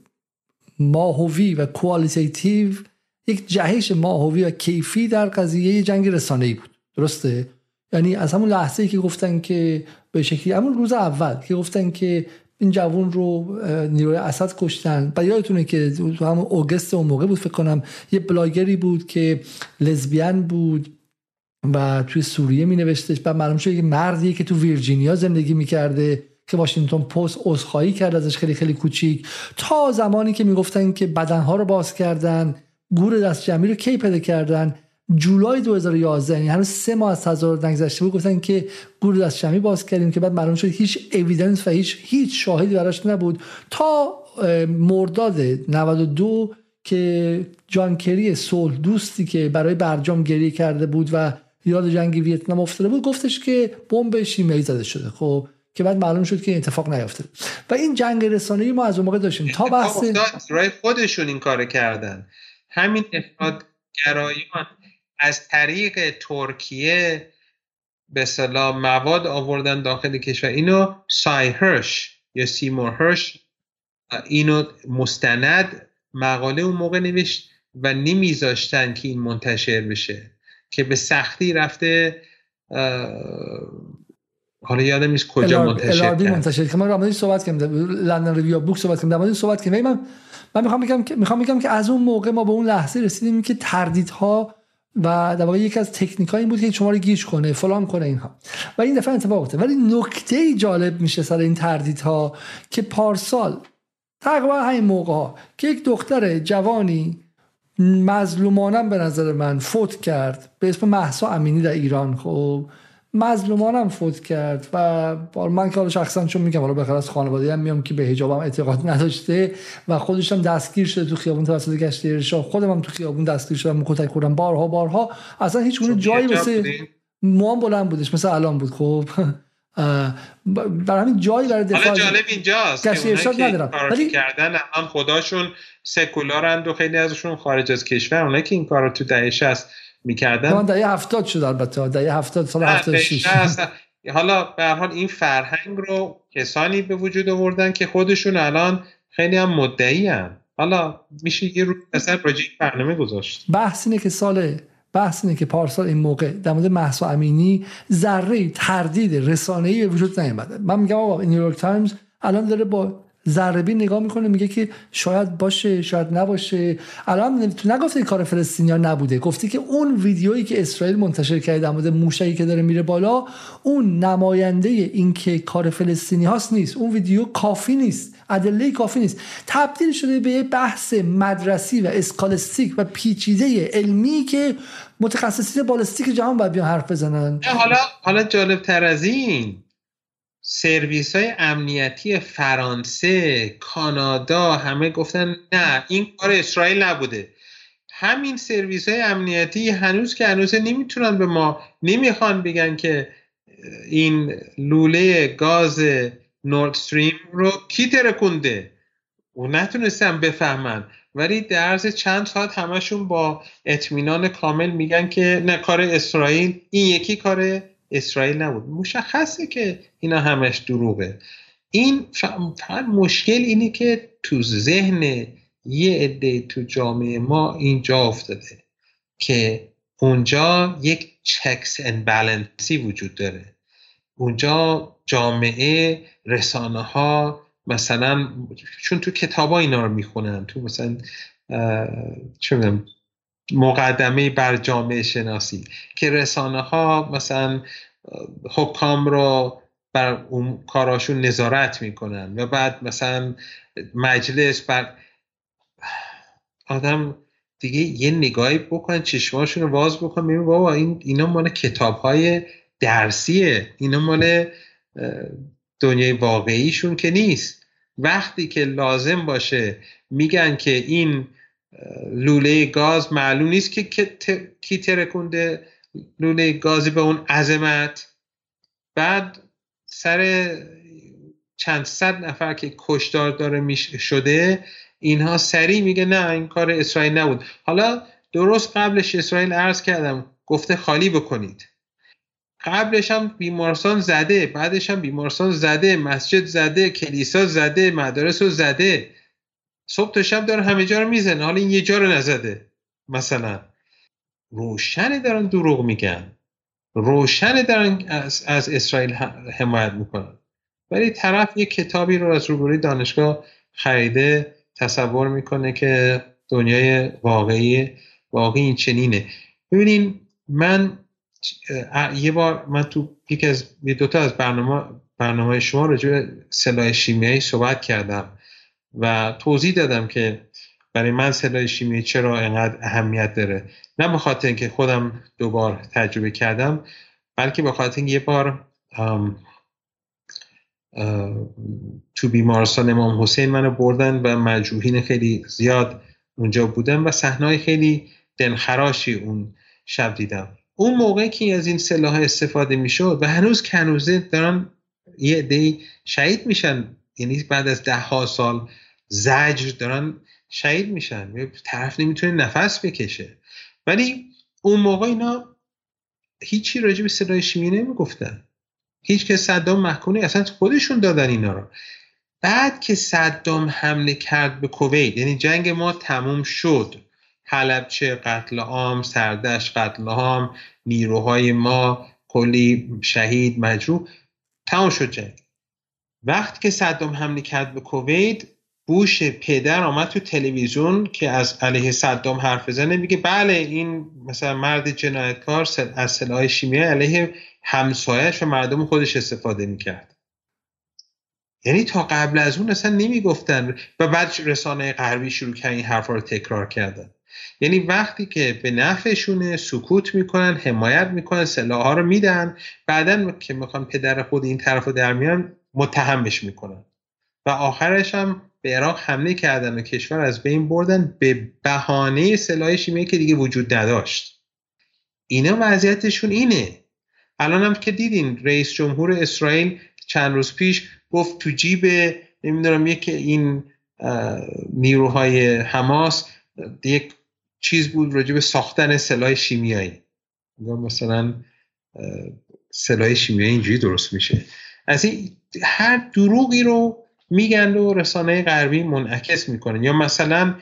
ماهوی و کوالیتیتیو، یک جهش ماهوی و کیفی در قضیه جنگ رسانه‌ای بود. درسته؟ یعنی از همون لحظه‌ای که گفتن که به شکلی همون روز اول که گفتن که این جوون رو نیروی اسد کشتن، و یادتونه که تو همون اوگست اون موقع بود فکر کنم یه بلاگری بود که لزبیان بود و توی سوریه می نوشتش، بعد معلوم شد یه مردیه که تو ویرجینیا زندگی میکرده که واشنگتن پست عذرخواهی کرد ازش خیلی خیلی کوچیک، تا زمانی که میگفتن که بدنها رو باز کردن، گور دست جمعی رو کی پیدا کردن، جولای دو هزار و یازده، یعنی هنوز سه ماه از تظاهرات نگذشته بود، گفتن که گور دست جمعی باز کردیم که بعد معلوم شد هیچ اوییدنس و هیچ هیچ شاهدی براش نبود، تا مرداد نود و دو که جان کری صلح دوستی که برای برجام گریه کرده بود و یاد جنگ ویتنام افتاده بود گفتش که بمب شیمیایی زده شده، خب که بعد معلوم شد که این اتفاق نیفتاد. و این جنگ رسانه‌ای ما از اون موقع داشتیم تا بحث رای خودشون این کارو کردن. همین افراد گرایان از طریق ترکیه به اصطلاح مواد آوردن داخل کشور. اینو سای هرش یا سیمور هرش اینو مستند مقاله اون موقع نوشت و نمیذاشتن که این منتشر بشه، که به سختی رفته حالا یادم نیست کجا منتشر کرد. منتشر که ما در موردش صحبت کردیم، لندن ریویو بوک صحبت کردیم، در موردش صحبت کردیم. من من میخوام بگم که میخوام بگم که از اون موقع ما به اون لحظه رسیدیم که تردیدها و در واقع یکی از تکنیک‌ها این بود که شما رو گیج کنه، فلان کنه اینها، و این دفعه اتفاق افتاد. ولی نکته جالب میشه سر این تردیدها که پارسال تقریبا همین موقع‌ها که یک دختر جوانی مظلومانه به نظر من فوت کرد به اسم مهسا امینی در ایران، خب مظلومانم فوت کرد و من که حالا شخصا چون میگم حالا بخاطر از خانواده‌ام میام که به حجابم اعتقاد نداشته و خودش هم دستگیر شده تو خیابون توسط گشت ارشاد، خودم هم تو خیابون دستگیر شدم، کتک خوردم بارها بارها، اصلا هیچ گونه جایی واسه موام بلند بودش مثل الان بود. خب برای همین جایی برای دفاع. حالا جالب اینجاست گشت ارشاد ندارم ولی کردن هم خداشون سکولارند و خیلی ازشون خارج از کشور، اونایی که این کارو تو دهه شصت میکردن. من دهه هفتاد شد البته، دهه هفتاد سال هفتاد و شش. حالا به هر حال این فرهنگ رو کسانی به وجود آوردن که خودشون الان خیلی هم مدعی ان. حالا میشه یه رو مثلا پروژه برنامه گذاشت. بحث اینه که سال بحث اینه که پارسال این موقع در مورد مهسا امینی ذره تردید رسانه‌ای به وجود نیامده. من میگم آقا نیویورک تایمز الان داره با ذره‌بین نگاه میکنه، میگه که شاید باشه شاید نباشه. الان تو نگفتی کار فلسطینیا نبوده، گفتی که اون ویدیویی که اسرائیل منتشر کرده در مورد موشکی که داره میره بالا اون نماینده این که کار فلسطینی هاست نیست، اون ویدیو کافی نیست، ادله کافی نیست، تبدیل شده به بحث مدرسی و اسکالستیک و پیچیده علمی که متخصصین بالستیک جهان باید بیان حرف بزنن. حالا حالا جالب تر از این، سرویس های امنیتی فرانسه، کانادا همه گفتن نه این کار اسرائیل نبوده. همین سرویس های امنیتی هنوز که هنوز نمیتونن به ما نمیخوان بگن که این لوله گاز نورد استریم رو کی ترکونده، و نتونستن بفهمن، ولی در عرض چند ساعت همشون با اطمینان کامل میگن که نه کار اسرائیل، این یکی کار اسرائیل نبود. مشخصه که اینا همش دروغه. این فقط مشکل اینه که تو ذهن یه عده تو جامعه ما اینجا افتاده که اونجا یک چکس اند بالانسی وجود داره. اونجا جامعه، رسانه ها مثلا، چون تو کتابا اینا رو میخونن، تو مثلا چون مقدمه بر جامعه شناسی که رسانه ها مثلا حکام رو بر اون کاراشون نظارت میکنن و بعد مثلا مجلس بر آدم دیگه یه نگاهی بکن، چشماشون رو باز بکن، ببین بابا این اینا مال کتاب‌های درسیه، اینا مال دنیای واقعیشون که نیست. وقتی که لازم باشه میگن که این لوله گاز معلوم نیست که کی ترکونده لوله گازی به اون عظمت، بعد سر چند صد نفر که کشتار داره میش شده اینها سریع میگه نه این کار اسرائیل نبود. حالا درست قبلش اسرائیل عرض کردم گفته خالی بکنید، قبلش هم بیمارستان زده، بعدش هم بیمارستان زده، مسجد زده، کلیسا زده، مدارس رو زده، صبح تا شب داره همه جا رو میزنه، حالا این یه جا رو نزده. مثلا روشنه دارن دروغ میگن، روشنه دارن از, از اسرائیل حمایت میکنن، ولی طرف یه کتابی رو از روبروی دانشگاه خریده، تصور میکنه که دنیای واقعی واقعی این چنینه. ببینین من یه بار من تو یکی از یه دوتا از برنامه برنامه شما راجع به سلاح شیمیایی صحبت کردم و توضیح دادم که برای من سلاح شیمیایی چرا اینقدر اهمیت داره. نه به خاطر اینکه خودم دوبار تجربه کردم، بلکه به خاطر اینکه یه بار تو بیمارستان امام حسین منو بردن و مجروحین خیلی زیاد اونجا بودن و صحنه‌های خیلی دلخراشی اون شب دیدم. اون موقعی که از این سلاح استفاده میشد و هنوز کنوزه دارن یه عده‌ای شهید میشن، یعنی بعد از ده ها سال زجر دارن شهید میشن، طرف نمیتونه نفس بکشه، ولی اون موقع اینا هیچی راجع به سلاح شیمیایی نمیگفتن. هیچ که صدام محکومی اصلا خودشون دادن اینا رو. بعد که صدام حمله کرد به کویت، یعنی جنگ ما تموم شد، حلبچه قتل عام، سردشت قتل عام، نیروهای ما کلی شهید مجروح، تموم شد جنگ. وقتی که صدام حمله کرد به کویت، بوش پدر آمد تو تلویزیون که از علیه صدام حرف بزنه، میگه بله این مثلا مرد جنایتکار از سلاح شیمیایی علیه همسایه‌اش و مردم خودش استفاده میکرد. یعنی تا قبل از اون اصلا نمیگفتن و بعد رسانه غربی شروع کردن این حرفا رو تکرار کردن. یعنی وقتی که به نفعشونه سکوت میکنن، حمایت میکنن، سلاح‌ها رو میدن، بعدن که میخوان پدر خود این طرفو در میان متهمش میکنن و آخرش هم به عراق حمله کردن و کشور از بین بردن به بهانه سلاح شیمیایی که دیگه وجود نداشت. اینا وضعیتشون اینه. الان هم که دیدین رئیس جمهور اسرائیل چند روز پیش گفت تو جیب نمیدونم یک این نیروهای حماس یک چیز بود راجع به ساختن سلاح شیمیایی. مثلا سلاح شیمیایی اینجوری درست میشه. از این هر دروغی رو میگن و رسانه غربی منعکس میکنن. یا مثلا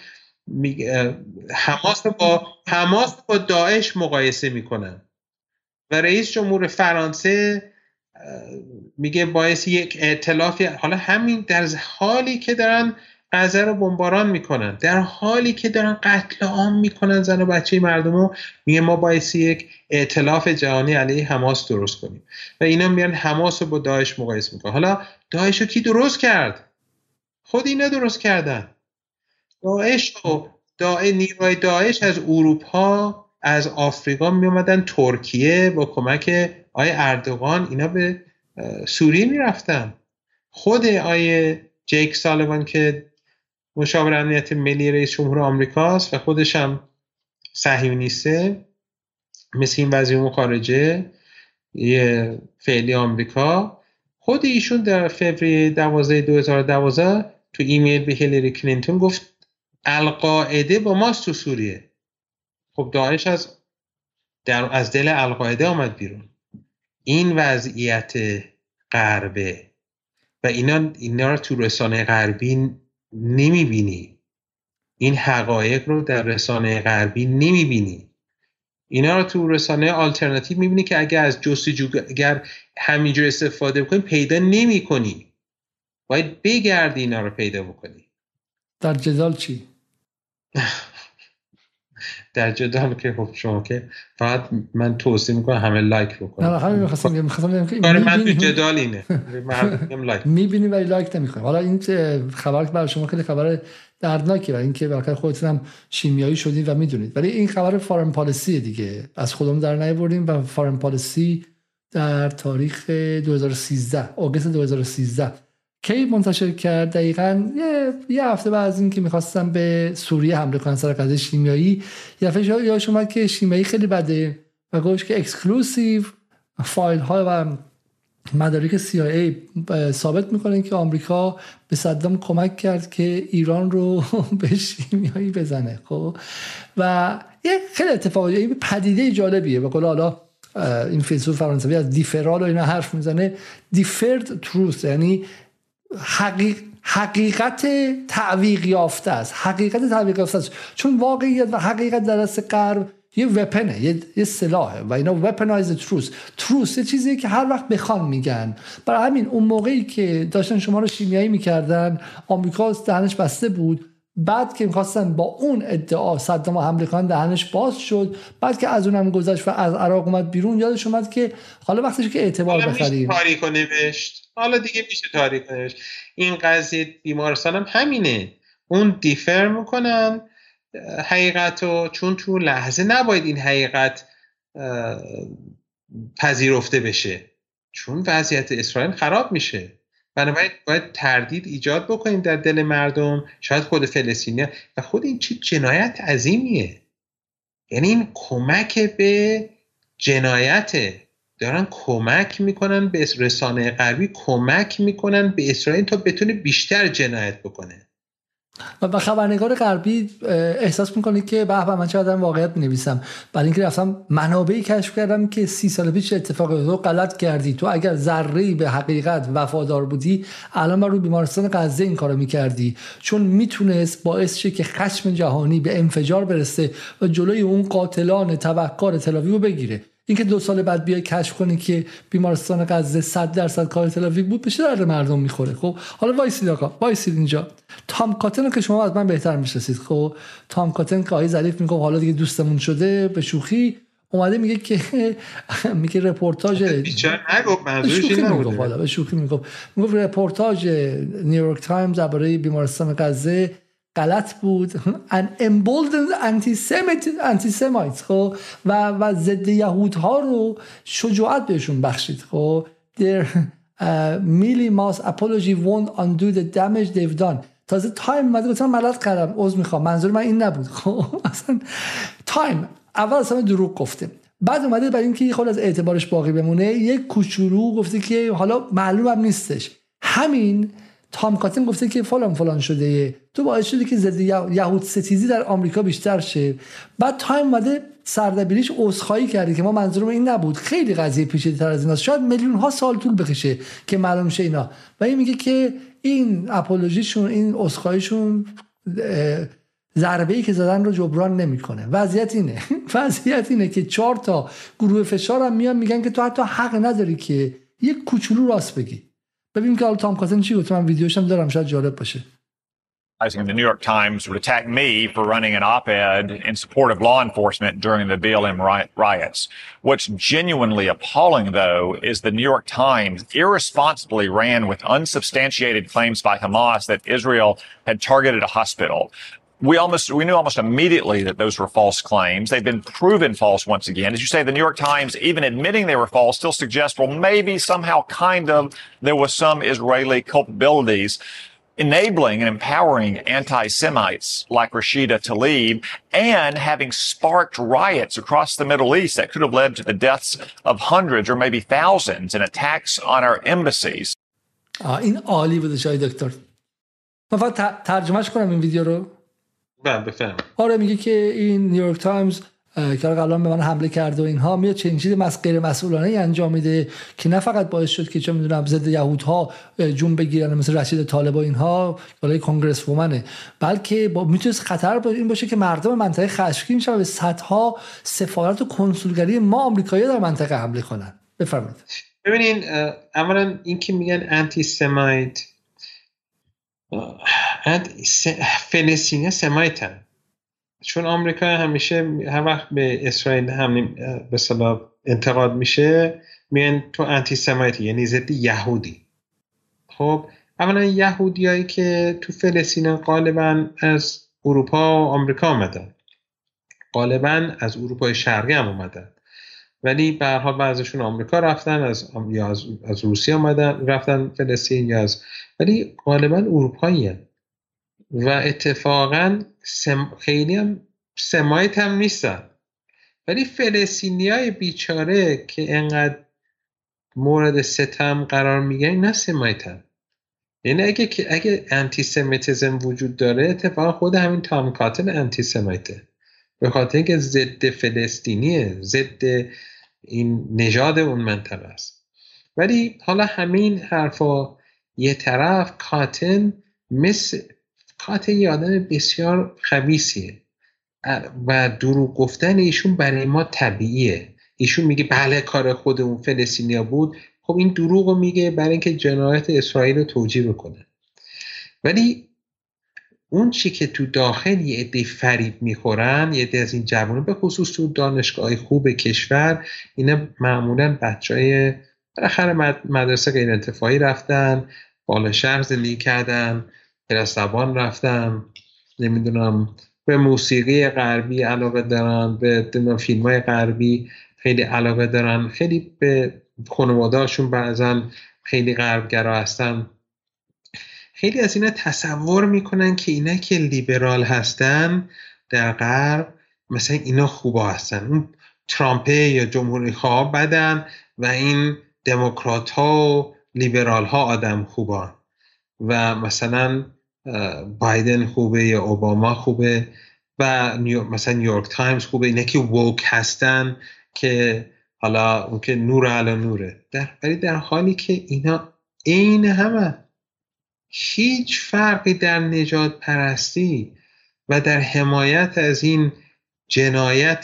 حماس با حماس با داعش مقایسه میکنن و رئیس جمهور فرانسه میگه باعث یک ائتلافی، حالا همین در حالی که دارن غزه رو بمباران میکنن، در حالی که دارن قتل عام میکنن زن و بچه مردم رو، میگه ما باعث یک ائتلاف جهانی علیه حماس درست کنیم و اینا میان حماس رو با داعش مقایسه میکنن. حالا داعش رو کی درست کرد؟ خود اینا درست کردن. داعش رو داعش نیروهای داعش از اروپا از آفریقا می اومدن ترکیه با کمک آیه اردوغان اینا به سوریه می رفتن. خود آیه جیک سالیوان که مشاور امنیت ملی رئیس جمهور آمریکاست و خودش هم صهیونیسته، مثل این وزیر امور خارجه یه فعلی آمریکا، خود ایشون در فوریه دوازده دو هزار و دوازده تو ایمیل به هیلاری کلینتون گفت القاعده با ماست تو سوریه. خب داعش از در از دل القاعده آمد بیرون. این وضعیت غربه. و اینا اینا رو تو رسانه غربی نمیبینی. این حقایق رو در رسانه غربی نمیبینی. اینا رو تو رسانه آلترناتیو میبینی که اگر از جستجوگر همینجور استفاده بکنی پیدا نمیکنی. باید بگردی اینا رو پیدا بکنی. در جدال چی؟ در جدال که خب شما که فقط من توصیه میکنم همه لایک بکنم. نه همین می‌خواستم می‌خواستم بگم که کار من تو جدال اینه. مردم لایک می‌بینی ولی لایک نمی‌کنی. حالا این خبر که برای شما خیلی خبر دردناکه و اینکه واقعا خودتون هم شیمیایی شدید و میدونید، ولی این خبر فارن پالیسی دیگه از خودمون در نیاوردیم و فارن پالیسی در تاریخ دو هزار و سیزده آگوست دو هزار و سیزده کی منتشر کرد؟ دقیقاً یه, یه هفته بعد از این که می‌خواستم به سوریه حمله کنن سر قضیه شیمیایی، یه دفعه یادش اومد که شیمیایی خیلی بده و گفت که اکسکلوسیو فایل ها و مدارک سی آی ای ثابت میکنه که آمریکا به صدام کمک کرد که ایران رو به شیمیایی بزنه. خب و یه خیلی اتفاقی این پدیده جالبیه. به قول حالا این فیلسوف فرانسوی از دیفرال و اینا حرف میزنه، دیفرد تروث، یعنی حقیق حقیقت تعویق یافته است. حقیقت تعویق یافته است چون واقعیت و حقیقت در دست غرب یه وپنه، یه, یه سلاحه و اینا وپنایز تروث. تروث یه چیزیه که هر وقت بخوان میگن. برای همین اون موقعی که داشتن شما رو شیمیایی میکردن آمریکا دهنش بسته بود، بعد که میخواستن با اون ادعا صدام حمله کنن دهنش باز شد، بعد که از اونم گذشت و از عراق اومد بیرون یادش اومد که حالا وقتش که اعتبار بخریم. حالا تاریخ نوشت، حالا دیگه میشه تاریخ نوشت. این قضیه بیمارستان هم همینه، اون دیفر میکنن حقیقتو، چون تو لحظه نباید این حقیقت پذیرفته بشه چون وضعیت اسرائیل خراب میشه. بنابراین باید تردید ایجاد بکنیم در دل مردم، شاید خود فلسطینی‌ها، و خود این چه جنایت عظیمیه. یعنی این کمک به جنایته، دارن کمک میکنن به رسانه غربی، کمک میکنن به اسرائیل تا بتونه بیشتر جنایت بکنه. و خبرنگار غربی احساس میکنه که به به من چقدر واقعیت مینویسم، برای اینکه رفتم منابعی کشف کردم که سی سال پیش اتفاقی تو غلط کردی، تو اگر ذره‌ای به حقیقت وفادار بودی الان رو بیمارستان غزه این کارو میکردی، چون میتونست باعث شه که خشم جهانی به انفجار برسه و جلوی اون قاتلان تبهکار تل آویو بگیره. اینکه دو سال بعد بیای کشف کنی که بیمارستان غزه صد درصد کار تل آویو بود، به چه درد مردم میخوره؟ خب حالا وایسید آقا، وایسید اینجا. تام کاتن که شما از من بهتر میشناسید، خب تام کاتن که آقای ظریف میگه حالا دیگه دوستمون شده، به شوخی اومده میگه که میگه رپورتاج بیچاره نگفت، منظورش این نبود، حالا به شوخی میگه میگه رپورتاج نیویورک تایمز درباره بیمارستان غزه غلط بود، ان امبولدند انتی سمیت انتی سمیت خب و و ضد یهودها رو شجاعت بهشون بخشید. خب their میلی ماس apology won't undo the damage they've done. تازه تایم اومده گفتم غلط کردم، عذر میخوام، منظور من این نبود. خب اصلا تایم اول اصلا دروغ گفته، بعد اومده برای اینکه خود از اعتبارش باقی بمونه یک کوچولو گفته که حالا معلومم نیستش. همین تام کاتن گفته که فلان فلان شده، تو باعث شدی که ضد یهود ستیزی در آمریکا بیشتر شه. بعد تایم اومده سردبیریش عذرخواهی کرده که ما منظورم این نبود، خیلی قضیه پیچیده‌تر از ایناست، شاید میلیون ها سال طول بکشه که معلوم شه اینا. و این میگه که این اپولوژیشون، این عذرخواهیشون ضربه‌ای که زدن رو جبران نمیکنه. وضعیت اینه وضعیت اینه که چهار تا گروه فشار هم میان میگن که تو حتی حق نداری که یک کوچولو راست بگی. ببینیم که حالا تام کاتن چی گفت، من ویدیوشم دارم شاید جالب باشه. The New York Times would attack me for running an op-ed in support of law enforcement during the B L M riots. What's genuinely appalling, though, is the New York Times irresponsibly ran with unsubstantiated claims by Hamas that Israel had targeted a hospital. We almost, we knew almost immediately that those were false claims. They've been proven false once again. As you say, the New York Times, even admitting they were false, still suggests, well, maybe somehow kind of there was some Israeli culpabilities, enabling and empowering anti-Semites like Rashida Tlaib and having sparked riots across the Middle East that could have led to the deaths of hundreds or maybe thousands and attacks on our embassies. آه این عالی بوده شای دکتر. من فقط ترجمهش کنم این ویدیو رو. بله بفهم. آره میگه که این نیویورک تایمز که الان به من حمله کرده و اینها، میاد چنین چیز مس غیر مسئولانه انجام میده که نه فقط باعث شد که چه میدونم ضد یهودها جون بگیرن مثل رشید طالب و اینها بالای کنگرس وومنه، بلکه با میتونه خطر با این باشه که مردم منطقه خشمگین شون و به صدها سفارت و کنسولگری ما آمریکایی‌ها در منطقه حمله کنن. بفرمایید. ببینین اولا این که میگن آنتی سمایت، فلسطینی سمایتن، چون آمریکا همیشه هر وقت به اسرائیل هم به اصطلاح انتقاد میشه میگن تو آنتی سمایتی، یعنی ضد یهودی. خب اولا یهودیایی که تو فلسطین غالبا از اروپا و آمریکا آمدن، غالبا از اروپای شرقی هم اومدن، ولی به هر حال بعضیشون آمریکا رفتن، از یا از, از روسیه آمدن رفتن فلسطین، یا از ولی غالبا اروپایی‌ان و اتفاقا سم... خیلی هم سمایت هم نیستن. ولی فلسطینیای بیچاره که انقدر مورد ستم قرار میگیرن نه سمایتن. یعنی اگه اگه آنتی سمیتیسم وجود داره، اتفاقا خود همین تام کاتن آنتی سمیته، به خاطر اینکه ضد فلسطینیه، ضد این نژاد اون منطقه است. ولی حالا همین حرفا یه طرف، کاتن مثل کاتن یه آدم بسیار خبیثیه و دروغ گفتن ایشون برای ما طبیعیه. ایشون میگه بله کار خودمون فلسطینیا بود، خب این دروغو میگه برای اینکه جنایت اسرائیل رو توجیه بکنه. ولی اون چی که تو داخل یه عده فریب میخورن، یه عده از این جوانان به خصوص تو دانشگاه خوب کشور، اینا معمولا بچهای بالاخره مدرسه غیر انتفاعی رفتن، بالا شهر زندگی کردن، پرستوان رفتن، نمیدونم به موسیقی غربی علاقه دارن، به فیلم‌های غربی خیلی علاقه دارن، خیلی به خانواده‌هاشون بعضا خیلی غربگرا هستن. خیلی از اینا تصور میکنن که اینا که لیبرال هستن در غرب مثلا اینا خوبا هستن، اون ترامپ یا جمهوری خواه بدن و این دموکرات ها و لیبرال ها آدم خوبان و مثلا بایدن خوبه یا اوباما خوبه و مثلا نیویورک تایمز خوبه، اینا که ووک هستن که حالا اون که نور علی نوره، در ولی در حالی که اینا عین همه، هیچ فرقی در نژاد پرستی و در حمایت از این جنایت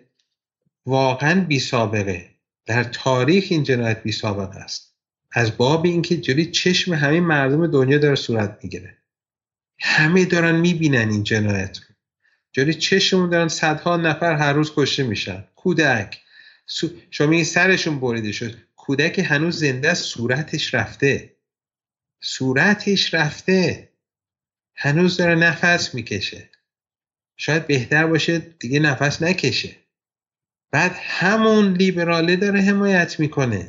واقعا بی سابقه در تاریخ، این جنایت بی سابقه است، از باب اینکه جلوی چشم همه مردم دنیا داره صورت میگیره، همه دارن میبینن این جنایت، جلوی چشمون دارن صدها نفر هر روز کشته میشن، کودک شما این سرشون بریده شد، کودک هنوز زنده است، صورتش رفته صورتش رفته هنوز داره نفس میکشه، شاید بهتر باشه دیگه نفس نکشه. بعد همون لیبراله داره حمایت میکنه،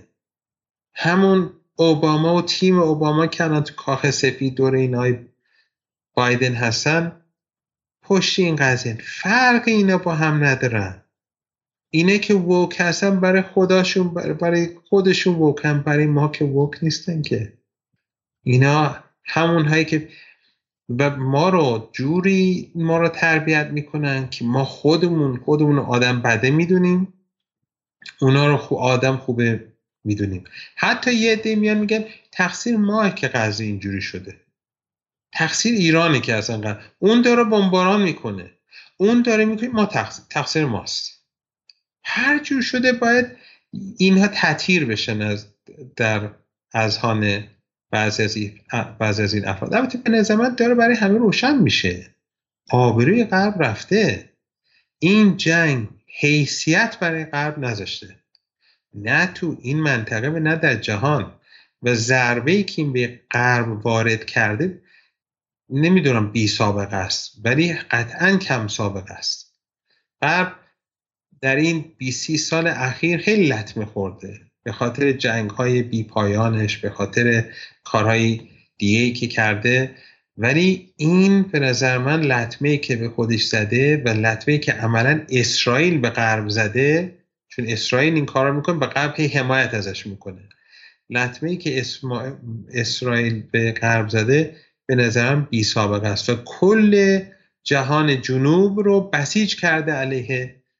همون اوباما و تیم اوباما که الان تو کاخ سفید دور اینای بایدن هستن پشت این قضیه، فرق اینا با هم ندارن. اینه که ووک هستن برای خودشون، برای خودشون ووکن، برای ما که ووک نیستن که. اینا همون هایی که و ما رو جوری ما رو تربیت میکنن که ما خودمون خودمون آدم بده میدونیم، اونا رو خو آدم خوبه میدونیم. حتی یه عده میان میگن تقصیر ماه که قضیه اینجوری شده، تقصیر ایرانه که اصلا اون داره بمباران میکنه، اون داره میکنه، ما تقصیر, تقصیر ماست. هر جور شده باید اینها تطهیر بشن از در اذهان بعضی از این بعضی از این افراد. البته به نظر من داره برای همه روشن میشه، آبروی غرب رفته، این جنگ حیثیت برای غرب نذاشته، نه تو این منطقه و نه در جهان، و ضربه‌ای که این به غرب وارد کرده نمیدونم بی سابقه است ولی قطعاً کم سابقه است. غرب در این بیست سال اخیر خیلی لطمه خورده به خاطر جنگ‌های بی پایانش، به خاطر کارهای دیگه‌ای که کرده، ولی این به نظر من لطمه‌ای که به خودش زده و لطمه‌ای که عملاً اسرائیل به غرب زده، چون اسرائیل این کارا میکنه به غرب حمایت ازش میکنه، لطمه‌ای که اسما... اسرائیل به غرب زده به نظرم بی سابقه است و کل جهان جنوب رو بسیج کرده علیه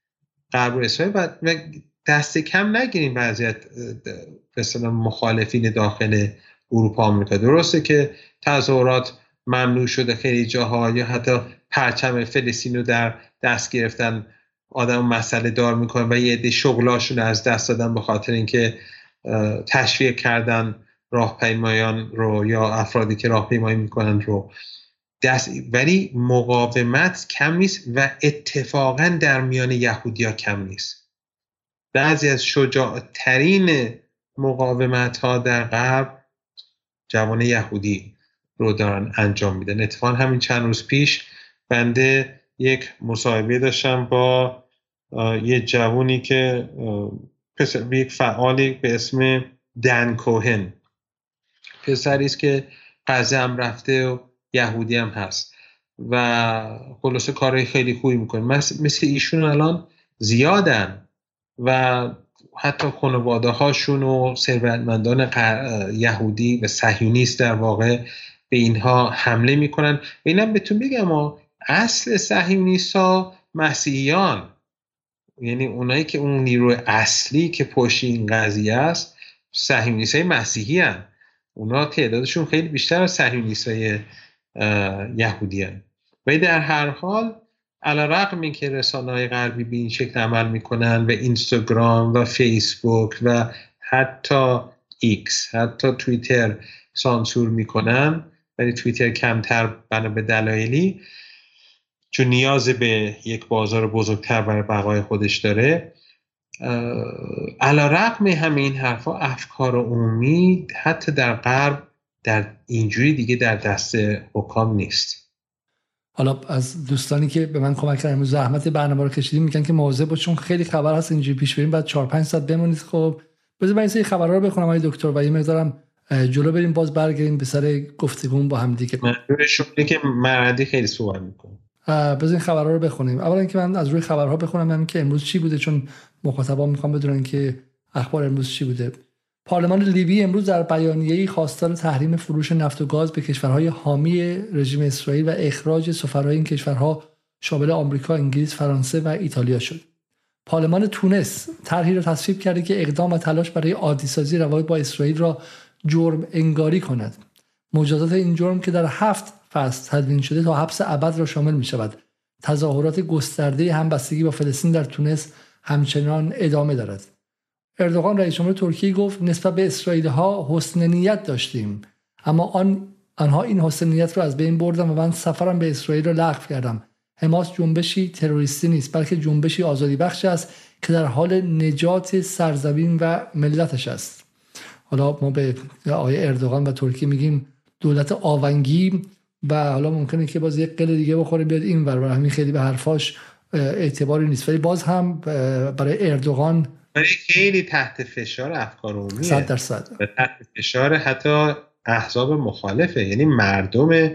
غرب و اسرائیل و دست کم نگیریم وضعیت مثلا مخالفین داخل اروپا آمریکا. درسته که تظاهرات ممنوع شده خیلی جاها، یا حتی پرچم فلسطین رو در دست گرفتن آدم مسئله دار میکنن و یه عده شغلاشون از دست دادن به خاطر اینکه تشویق کردن راهپیمایان رو یا افرادی که راهپیمایی میکنن رو دست. ولی مقاومت کم نیست و اتفاقا در میان یهودی‌ها کم نیست. بعضی از شجاعترین مقاومت ها در غرب جوان یهودی رو دارن انجام میدن. اتفاقا همین چند روز پیش بنده یک مصاحبه داشتم با یه جوانی که یک فعالی به اسم دن کوهن، پسری است که غزه هم رفته و یهودی هم هست و خلاصه کارهای خیلی خوبی میکنه. مثل, مثل ایشون الان زیادن و حتی خانواده هاشون و ثروتمندان یهودی و صهیونیست در واقع به اینها حمله میکنن. و اینم بهتون بگم اصل صهیونیست ها مسیحیان، یعنی اونایی که اون نیروی اصلی که پشت این قضیه است صهیونیست های مسیحی هن. اونا تعدادشون خیلی بیشتر از صهیونیست های یهودی هن. و در هر حال علیرغم این که رسانه‌های غربی به این شکل عمل میکنن و اینستاگرام و فیسبوک و حتی ایکس حتی توییتر سانسور میکنن، ولی توییتر کمتر بنا به دلایلی چون نیاز به یک بازار بزرگتر برای بقای خودش داره. علیرغم همه این حرفا افکار عمومی حتی در غرب در اینجوری دیگه در دست حکام نیست. حالا از دوستانی که به من کمک کردن امروز زحمت برنامه رو کشیدیم میگن که مواظب باش چون خیلی خبر هست اینجوری پیش بریم بعد چهار پنج ساعت بمونید. خب بذار من این سری خبرها رو بخونم آقای دکتر و یه مقدارم جلو بریم باز برگردیم به سر گفتگومون با هم دیگه. منظورشون اینه که مردی خیلی سوال میکنه. بذار این خبرها رو بخونیم. اولا اینکه من از روی خبرها بخونم من که امروز چی بوده چون مخاطبان میخوام بدونن که اخبار امروز چی بوده. پارلمان لیبی امروز در بیانیه‌ای خواستار تحریم فروش نفت و گاز به کشورهای حامی رژیم اسرائیل و اخراج سفرای این کشورها شامل آمریکا، انگلیس، فرانسه و ایتالیا شد. پارلمان تونس طرحی را تصویب کرده که اقدام و تلاش برای عادی‌سازی روابط با اسرائیل را جرم انگاری کند. مجازات این جرم که در هفت فصل تدوین شده تا حبس ابد را شامل می شود. تظاهرات گسترده همبستگی با فلسطین در تونس همچنان ادامه دارد. اردوغان رئیس جمهور ترکیه گفت نسبت به اسرائیل ها حسن نیت داشتیم اما آن آنها این حسن نیت را از بین بردن و من سفرم به اسرائیل را لغو کردم. حماس جنبشی تروریستی نیست بلکه جنبشی آزادی بخش است که در حال نجات سرزمین و ملتش است. حالا ما به آقای اردوغان و ترکیه میگیم دولت آونگی و حالا ممکنه که باز یک قله دیگه بخوره بیاد این ور، برای همین خیلی به حرفاش اعتباری نیست، ولی باز هم برای اردوغان ولی خیلی تحت فشار افکار عمومیه، صد درصد تحت فشار حتی احزاب مخالفه. یعنی مردم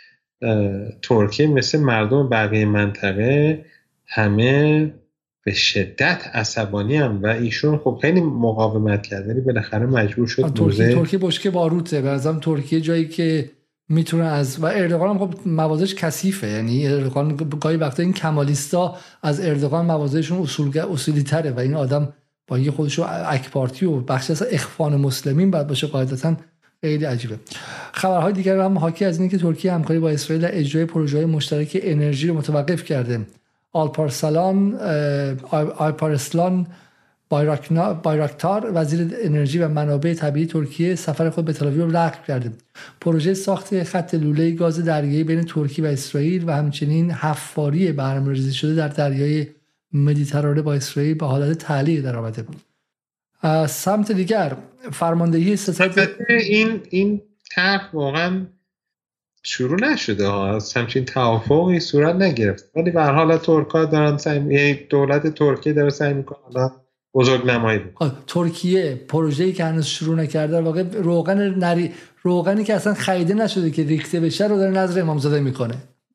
ترکیه مثل مردم بقیه منطقه همه به شدت عصبانی هم و ایشون خب خیلی مقاومت کرد ولی بالاخره مجبور شد. ترکیه ترکیه بشکه باروته به نظرم. ترکیه جایی که میتونه از و اردوغان هم خب موازش کثیفه، یعنی اردوغان گاهی وقتا این کمالیستا از اردوغان موازشون اصول اصولی تره و این آدم با اینکه خودشو اکپارتی و بخشی از اخوان مسلمین بعد باشه قاعدتا خیلی عجیبه. خبرهای دیگر هم حاکی از اینه که ترکیه همکاری با اسرائیل در اجرای پروژه‌های مشترک انرژی رو متوقف کرده. آلپارسلان آلپارسلان بایراکتار وزیر انرژی و منابع طبیعی ترکیه سفر خود به تل‌آویو رو لغو کرده. پروژه ساخت خط لوله گاز دریایی بین ترکیه و اسرائیل و همچنین حفاری برنامه‌ریزی شده در دریای مدیترانه با اسرائیل به حالت تعلیق درآمده بود. از سمت دیگر فرماندهی ستاد این این طرح واقعا شروع نشده ها، همچین توافقی صورت نگرفت، ولی به هر حال ترک‌ها دارن سعی، یعنی دولت ترکیه داره سعی میکنه الان بزرگ نمایی بکنه. ترکیه پروژه‌ای که هنوز شروع نکرده در واقع روغن نری روغنی که اصلا خریده نشده که ریخته بشه رو داره نظر امامزاده میکنه.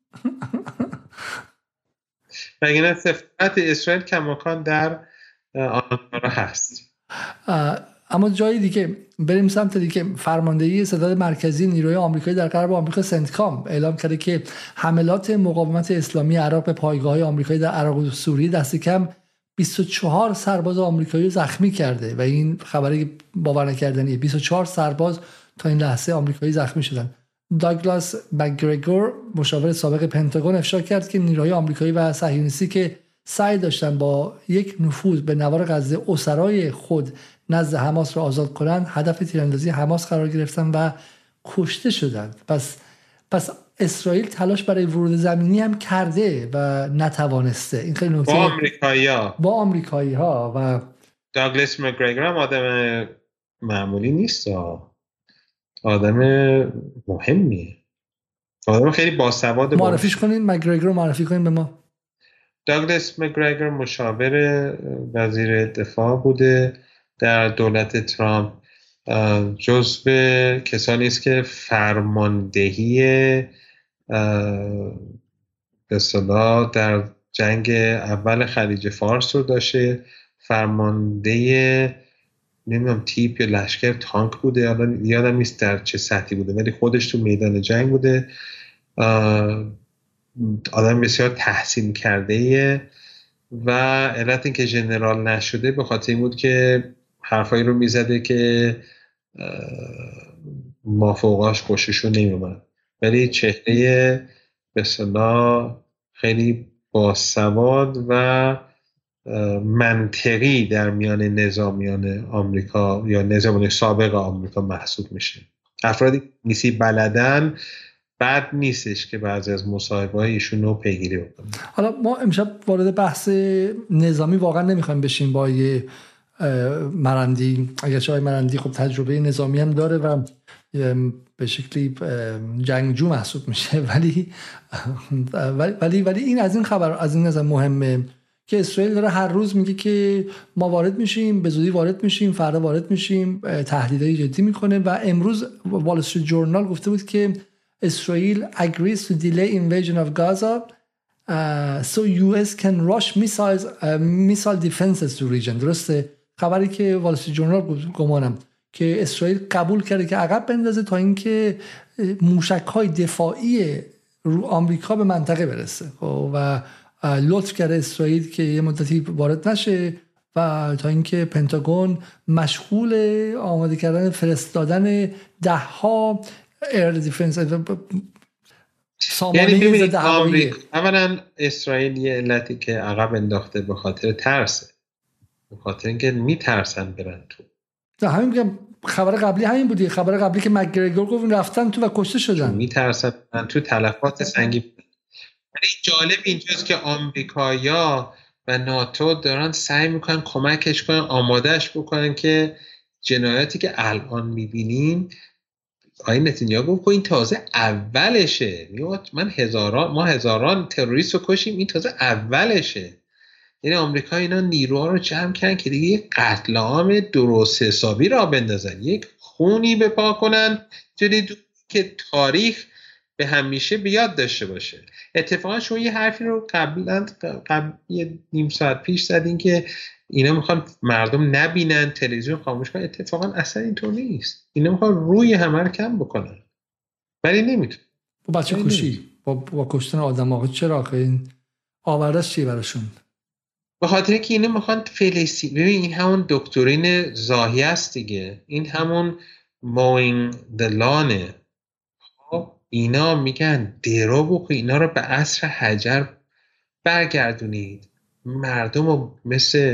مگه سفارت اسرائیل کماکان در آنکارا هست. اما جای دیگه بریم سمت دیگه. فرماندهی ستاد مرکزی نیروی آمریکایی در غرب آمریکا سنتکام اعلام کرده که حملات مقاومت اسلامی عراق به پایگاه‌های آمریکایی در عراق و سوریه دست کم بیست و چهار سرباز آمریکایی زخمی کرده و این خبری باور نکردنیه. بیست و چهار سرباز تا این لحظه آمریکایی زخمی شدن. داگلاس مکگرگور مشاور سابق پنتاگون افشا کرد که نیروهای آمریکایی و صهیونیستی که سعی داشتن با یک نفوذ به نوار غزه اسرای خود نزد حماس را آزاد کنند، هدف تیراندازی حماس قرار گرفتن و کشته شدند. پس پس اسرائیل تلاش برای ورود زمینی هم کرده و نتوانسته. این خیلی نکته با آمریکایی‌ها با آمریکایی‌ها و داگلاس مکگرگور هم آدم معمولی نیست، آدم مهمیه، آدم خیلی باسواد. معرفیش کنین، مکگرگور معرفی کنین به ما. داگلاس مکگرگور مشاور وزیر دفاع بوده در دولت ترامپ، جزو کسانی است که فرماندهی به اصطلاح در جنگ اول خلیج فارس رو داشته، فرمانده نمیدونم تیپ یا لشکر تانک بوده، یادم نیست در چه سطحی بوده، ولی خودش تو میدان جنگ بوده. آدم بسیار تحسین کرده و علت این که ژنرال نشده به خاطر این بود که حرفایی رو میزده که ما فوقاش خوششون نمیومد، ولی چهره به اصطلاح خیلی باسواد و منطقی در میان نظامیان آمریکا یا نظامیان سابق آمریکا محسوب میشه. افرادی نیستی بلدن، بد نیستش که بعضی از مصاحبه‌های ایشون رو پیگیری بکنیم. حالا ما امشب وارد بحث نظامی واقعا نمیخوایم بشیم با یه مرندی، اگرچه آقای مرندی خب تجربه نظامی هم داره و به شکلی جنگجو محسوب میشه، ولی ولی ولی این از این خبر از این نظر مهمه که اسرائیل داره هر روز میگه که ما وارد میشیم، به زودی وارد میشیم، فردا وارد میشیم، تهدیدهای جدی میکنه و امروز وال استریت جورنال گفته بود که اسرائیل agrees to delay invasion of Gaza uh, so یو اس can rush missiles uh, missile defenses to region. درسته؟ خبری که وال استریت جورنال گمانم که اسرائیل قبول کرده که عقب بندازه تا اینکه موشک‌های دفاعی رو آمریکا به منطقه برسه و لطف کرده اسرائیل که یه مدتی وارد نشه و تا اینکه پنتاگون مشغول آماده کردن فرستادن ده ها ایر دیفنس یعنی ببینید آمریکا اولا اسرائیل یه علتی که عقب انداخته به خاطر ترسه، به خاطر اینکه میترسن برن تو. همین میگم خبر قبلی همین بودی، خبر قبلی که مکگرگور گفت رفتن تو و کشته شدن، میترسن تو، تلفات سنگین. ولی جالب اینجاست که آمریکایا و ناتو دارن سعی میکنن کمکش کنن، آمادهش بکنن که جنایاتی که الان میبینیم، آقای نتانیاهو گفت این تازه اولشه، من هزاران ما هزاران تروریست رو کشیم، این تازه اولشه. یعنی آمریکا اینا نیروها رو جمع کردن که دیگه یک قتل عام درست حسابی را بندازن، یک خونی بپا کنن جدی که تاریخ به همیشه بیاد داشته باشه. اتفاقا شما یه حرفی رو قبلا قبل یه نیم ساعت پیش زدین که اینا میخوان مردم نبینن، تلویزیون خاموش کنن. اتفاقا اصلا اینطور نیست، اینا میخوان روی همه رو کم بکنن ولی نمیتون. با بچه کشی با, با کشتن آدم ها چرا که این آوردش چیه براشون؟ به خاطر که اینا میخوان فلسطین، ببین این همون دکترین زاهی است دیگه، این همون mowing the lawn. اینا میگن درو بخو اینا رو به عصر حجر برگردونید، مردم رو مثل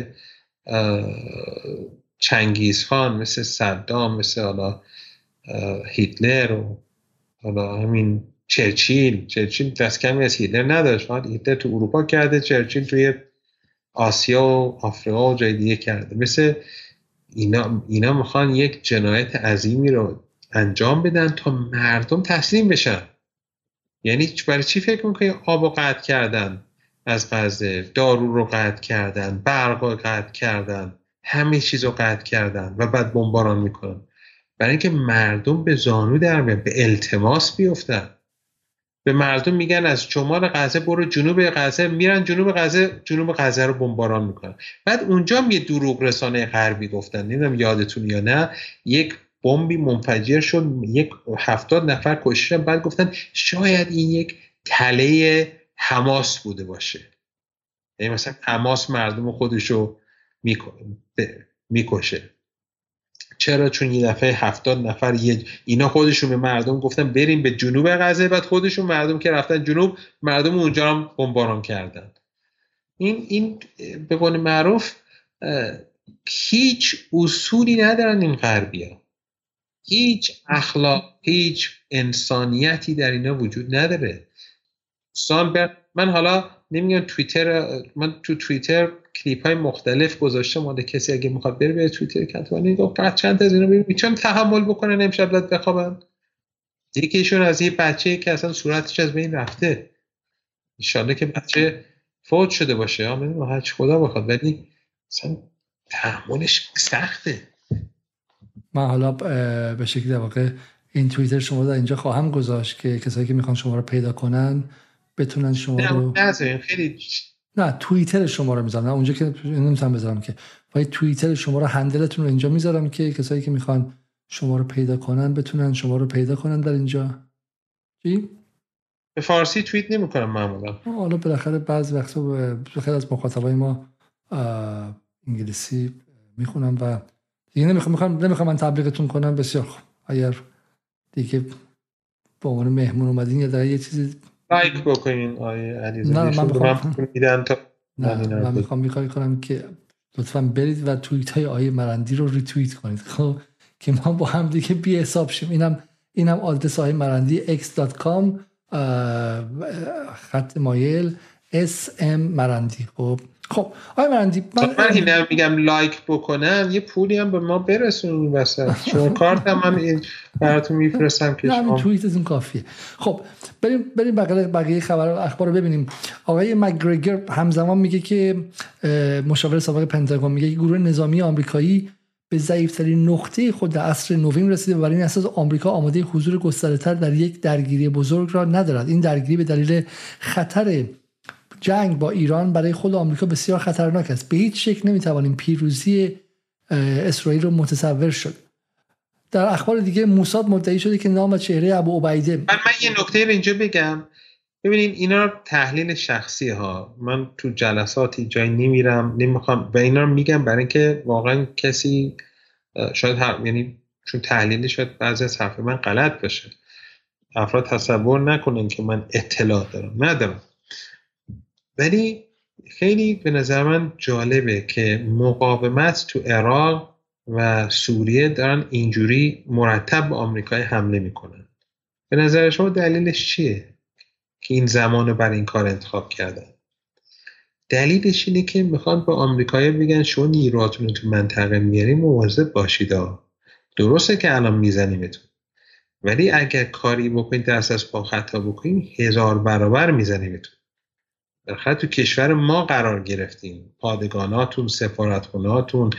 چنگیز خان، مثل صدام، مثل حالا هیتلر و حالا همین چرچیل چرچیل دست کمی از هیتلر نداشت، هیتلر تو اروپا کرده، چرچیل توی آسیا و آفریقا و جای دیگه کرده. مثل اینا اینا میخوان یک جنایت عظیمی رو انجام بدن تا مردم تسلیم بشن. یعنی برای چی فکر میکنی آب رو قطع کردن از غزه، دارو رو قطع کردن، برق رو قطع کردن، همه چیز رو قطع کردن و بعد بمباران میکنن؟ برای اینکه مردم به زانو در میان، به التماس بیفتن. به مردم میگن از شمال غزه برو جنوب غزه، میرن جنوب غزه، جنوب غزه رو بمباران میکنن. بعد اونجا هم یه دروغ رسانه غربی گفتن، نمیدونم یادتون یا نه، یک بمبی منفجر شد، یک هفتاد نفر کشته، بعد گفتن شاید این یک تله حماس بوده باشه. یعنی مثلا حماس مردم خودشو میکشه. چرا؟ چون یه دفعه هفتاد نفر یه اینا خودشون به مردم گفتن بریم به جنوب غزه، بعد خودشون مردم که رفتن جنوب مردم اونجا هم بمباران کردن. این این به قول معروف هیچ اصولی ندارن این غربی‌ها، هیچ اخلاق، هیچ انسانیتی در اینا وجود نداره. من حالا نمیگم توییتر، من تو توییتر کلیپ های مختلف گذاشته ماده کسی اگه میخواد بره به توییتر کتوانی گفت چند تا از اینا ببین چون تحمل بکنن امشب بعد بخوابن. یکیشون از یه بچه که اصلا صورتش از بین رفته، ان شاءالله که بچه فوت شده باشه، آمین هر چی خدا بخواد، ولی اصلا تحملش سخته. من حالا به شکلی در واقع این توییتر شما در اینجا خواهم گذاشت که کسایی که میخوان شما رو پیدا کنن بتونن شما رو نه خیلی نه توییتر شما رو میذارم، نه اونجا که نمیتونم بذارم که، ولی توییتر شما رو هندلتون رو اینجا میذارم که کسایی که میخوان شما رو پیدا کنن بتونن شما رو پیدا کنن در اینجا. چی؟ به فارسی توییت نمی‌کنم معمولا. حالا بالاخره بعضی وقتا خیلی از مخاطبای ما انگلیسی میخونم و دیگه نمیخوام میخوام نمیخوام من تبلیغتون کنم. بسیار خوب، اگر دیگه با عنوان مهمون اومدین یا در یه چیزی لایک بکنین آیه علیزاده. نه من میخوام میدن تا نه من میخوام میخوام کنم که لطفاً برید و توییت های آیه مرندی رو ریتوییت کنید، خب که ما با هم دیگه بی حساب شیم. اینم اینم آدرس آیه مرندی ایکس دات کام خط مایل اس ام مرندی. خب خب آقای مرندی من, من اینم میگم لایک بکنن یه پولی هم به ما برسونین وسط. شما کارت هم من براتون میفرستم که شما نه توییت از این کافیه. خب بریم بریم بقیه بقیه خبر اخبار رو ببینیم. آقای مکگریگر همزمان میگه که مشاور سابق پنتاگون میگه که گروه نظامی آمریکایی به ضعیف‌ترین نقطه خود در عصر نوین رسیده و بر این اساس آمریکا آماده حضور گسترده‌تر در یک درگیری بزرگ را ندارد. این درگیری به دلیل خطر جنگ با ایران برای خود آمریکا بسیار خطرناک است. به هیچ شکل نمیتوانیم پیروزی اسرائیل رو متصور شد. در اخبار دیگه موساد مدعی شده که نام و چهره ابو عبیده. من, من یه نکته رو اینجا بگم. ببینین اینا تحلیل شخصی ها، من تو جلساتی جای نمیرم نمیخوام و اینا رو میگم برای اینکه واقعا کسی شاید هم یعنی چون تحلیلی شاید بعضی از حرف من غلط باشه، افراد تصور نکنن که من اطلاع دارم، ندارم. ولی خیلی به نظر من جالبه که مقاومت تو عراق و سوریه دارن اینجوری مرتب به آمریکای حمله میکنن. به نظر شما دلیلش چیه که این زمانو برای این کار انتخاب کردن؟ دلیلش اینه که میخوان به آمریکایی بگن شما نیروهاتون رو تو منطقه میاریم مواظب باشید. درسته که الان میزنیمتون، ولی اگر کاری بکنید در اساس با خطا بکنید هزار برابر میزنیمتون. بالاخره تو کشور ما قرار گرفتیم، پادگاناتون، سفارتخونهاتون،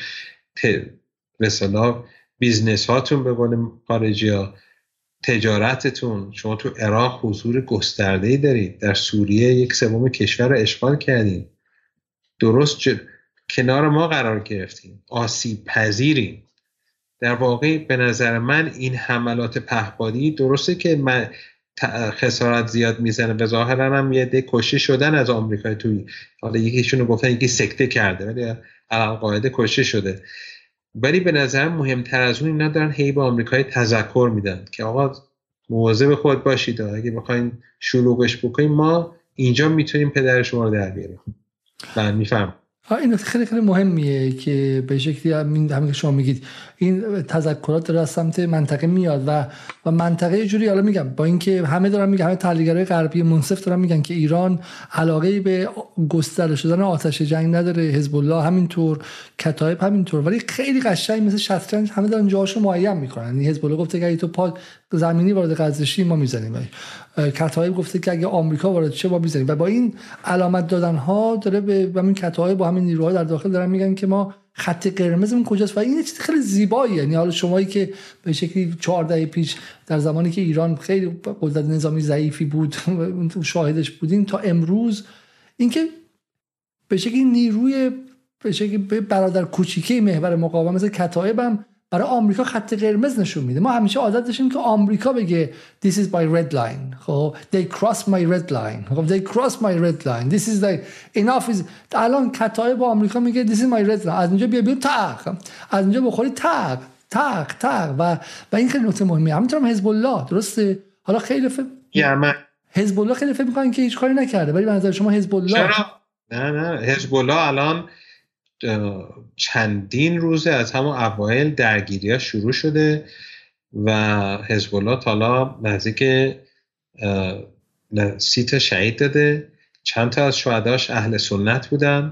مثلا بیزنس هاتون به قول خارجی ها، تجارتتون. شما تو عراق حضور گسترده‌ای دارید، در سوریه یک سوم کشور رو اشغال کردیم، درست ج... کنار ما قرار گرفتیم، آسیب پذیریم. در واقع به نظر من این حملات پهپادی درسته که من خسارت زیاد میزنه، به ظاهرا هم یه ده کشته شدن از آمریکا توی، حالا یکیشون رو گفتن یکی سکته کرده ولی القاعده کشته شده، ولی به نظر مهمتر از اون اینا دارن هی به آمریکای تذکر میدن که آقا مواظب خود باشید، اگه بخواین شلوغش بکنین ما اینجا میتونیم پدر شما رو در بیاریم. من میفهم این خیلی خیلی مهمیه که به شکلی همین که شما میگید این تذکرات داره از سمت منطقه میاد و و منطقه جوری، حالا میگم با اینکه همه دارن میگن، همه تحلیلگرای غربی منصف دارن میگن که ایران علاقه به گسترده شدن آتش جنگ نداره، حزب الله همینطور، کتایب همینطور، ولی خیلی قشنگ مثل شطرنج همه دارن جاهاشو معین میکنن. یعنی حزب الله گفته که اگه تو پا زمینی وارد غزه شی ما میزنیم، کتایب گفته که اگه آمریکا وارد شه ما میزنیم، و با این علامت دادن ها داره به همین کتایب با همین نیروها در داخل دارن میگن که ما خط قرمزمون کجاست. و این یه چیز خیلی زیباییه. یعنی حالا شمایی که به شکلی چهار دهه پیش در زمانی که ایران خیلی قدرت نظامی ضعیفی بود شاهدش بودین تا امروز، اینکه به شکلی نیروی به شکلی برادر کوچیکه محور مقاومت مثل کتایب هم برای آمریکا خط قرمز نشون میده. ما همیشه عادت داشتیم که آمریکا بگه this is my red line. خب they cross my red line. خب they cross my red line. this is the enough is. الان کتایب با آمریکا میگه this is my red line. از اینجا بیا بیا تق، از اینجا بخوری تق تق تق و و این خیلی نکته مهمه. همینطور هم حزب الله درسته. حالا خیلی ف... یمن حزب الله خیلی فکر می‌کنن که هیچ کاری نکرده، ولی به نظر شما حزب الله چرا؟ نه نه حزب الله الان چندین روزه از همون اوایل درگیری‌ها شروع شده و حزب الله تالا نزدیک سی تا شهید داده. چند تا از شهداش اهل سنت بودن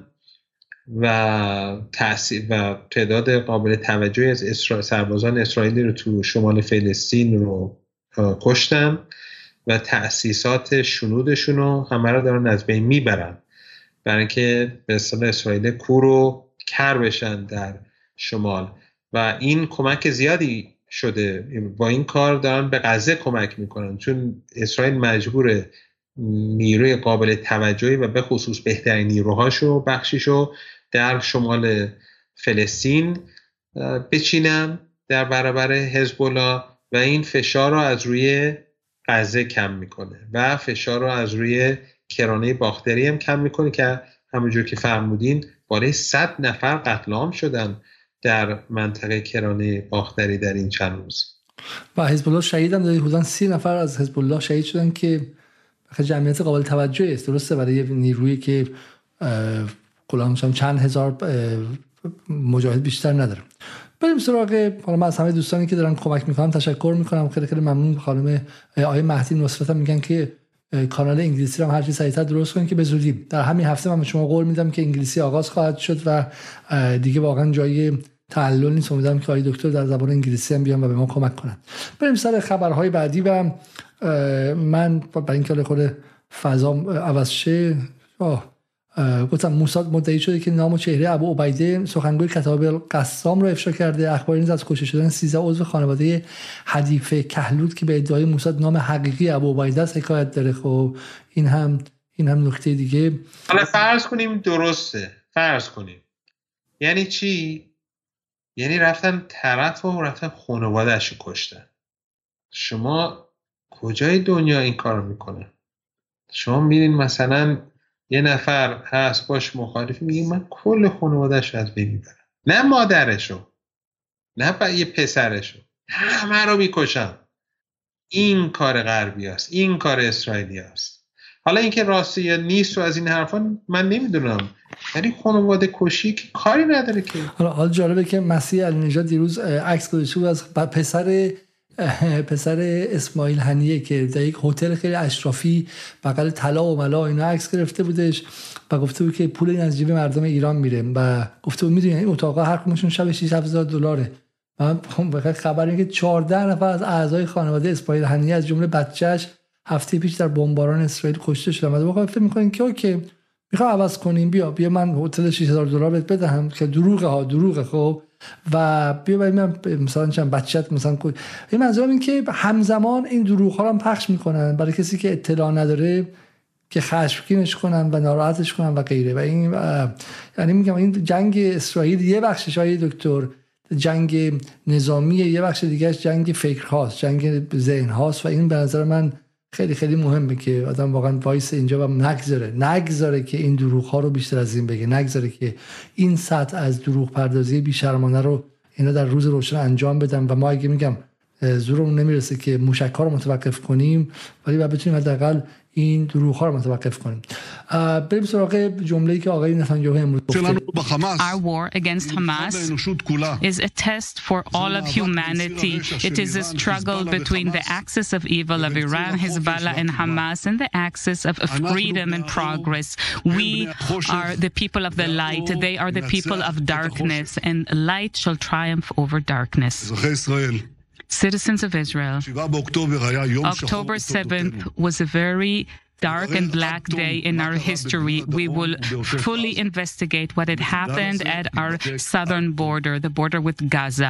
و تأثیر و تعداد قابل توجهی از اسرا... سربازان اسرائیلی رو تو شمال فلسطین رو کشتن و تأسیسات شنودشون رو همه رو دارن از بین میبرن برای اینکه به اصطلاح اسرائیل کور و کر بشن در شمال و این کمک زیادی شده. با این کار دارن به غزه کمک میکنن چون اسرائیل مجبوره نیروی قابل توجهی و به خصوص بهترین نیروهاشو بخشیشو در شمال فلسطین بچینن در برابر حزب الله و این فشار رو از روی غزه کم میکنه و فشار رو از روی کرانه باختری هم کم میکنه که همونجور که فرمودین بالای صد نفر قتل عام شدن در منطقه کرانه باختری در این چند روز و حزب الله شهید هم داره. حدوداً سی نفر از حزب الله شهید شدن که جمعیت قابل توجهی است درسته برای نیرویی که کلا چند هزار مجاهد بیشتر نداره. بریم سراغ حالا من از همه دوستانی که دارن کمک میکنم تشکر میکنم. خیلی خیلی ممنون. خانم آقای مهدی نصرت هم میگن که کانال انگلیسی رو هم هر چی سریعتر درست کنین که به زودی در همین هفته من به شما قول میدم که انگلیسی آغاز خواهد شد و دیگه واقعا جای تعلل نیست. امیدوارم که آقای دکتر در زبان انگلیسی هم بیان و به ما کمک کنن. بریم سر خبرهای بعدی و من برای اینکه خود فضا عوض شه گفتم موساد مدعی شده که نام و چهره ابو عبیده سخنگوی کتاب قسام رو افشا کرده. اخبار این از کشته شدن سیزده عضو خانواده حدیث کهلوت که به ادعای موساد نام حقیقی ابو عبیده است حکایت داره. خب این هم این هم نکته دیگه. حالا فرض کنیم درسته، فرض کنیم یعنی چی؟ یعنی رفتن طرف و رفتن خانواده‌اش رو کشتن. شما کجای دنیا این کار میکنه؟ شما میرین مثلا یه نفر هست باش مخالفی میگه من کل خانواده‌اش از بین میبرم، نه مادرشو نه با یه پسرشو، همه رو میکشم. این کار غربی است، این کار اسرائیلی است. حالا اینکه راسته یا نیست و از این حرفا من نمیدونم، ولی خانواده کشی که کاری نداره که. حالا حال جالبه که مسیح علی نژاد دیروز عکس گذاشته بود از پسر پسر اسماعیل هنیه که در یک هتل خیلی اشرافی بغل طلا و ملا اینا عکس گرفته بودش و گفته بود که پول این از جیب مردم ایران میره و گفته بود میدونید این اتاقا هر کدومشون شب شش هزار دلاره. من خبر اینه که چهارده نفر از اعضای خانواده اسماعیل هنیه از جمله بچه‌اش هفته پیش در بمباران اسرائیل کشته شدن. و واقعا فکر می‌کنین که اوکی میخوام عوض کنیم، بیا بیا من هتل شش هزار دلار بهت بدم که دروغه ها دروغه. خب و بیا من مثلا چند بچت مثلا این منظورم این که همزمان این دروغ ها رو پخش میکنن برای کسی که اطلاع نداره که خشمگینش کنن و ناراحتش کنن و غیره. و این یعنی میگم این جنگ اسرائیل یه بخشش های دکتر جنگ نظامیه، یه بخش دیگهش جنگ فکر هاست، جنگ ذهن هاست و این به نظر من خیلی خیلی مهمه که آدم واقعا وایس اینجا و نگذاره نگذاره که این دروغ ها رو بیشتر از این بگه، نگذاره که این سطح از دروغ پردازی بی‌شرمانه رو اینا در روز روشن انجام بدن. و ما اگه میگم زورمون نمیرسه که موشک ها رو متوقف کنیم، ولی باید بتونیم حداقل این دروغ ها رو متوقف کنیم. بریم سراغ جمله‌ای که آقای نتانیاهو امروز گفته. Our war against Hamas is a test for all of humanity. It is a struggle between the axis of evil of Iran, Hezbollah and Hamas and the axis of freedom and progress. We are the people of the light. They are the people of darkness, and light shall triumph over darkness. Citizens of Israel, October seventh was a very dark and black day in our history. We will fully investigate what had happened at our southern border, the border with Gaza.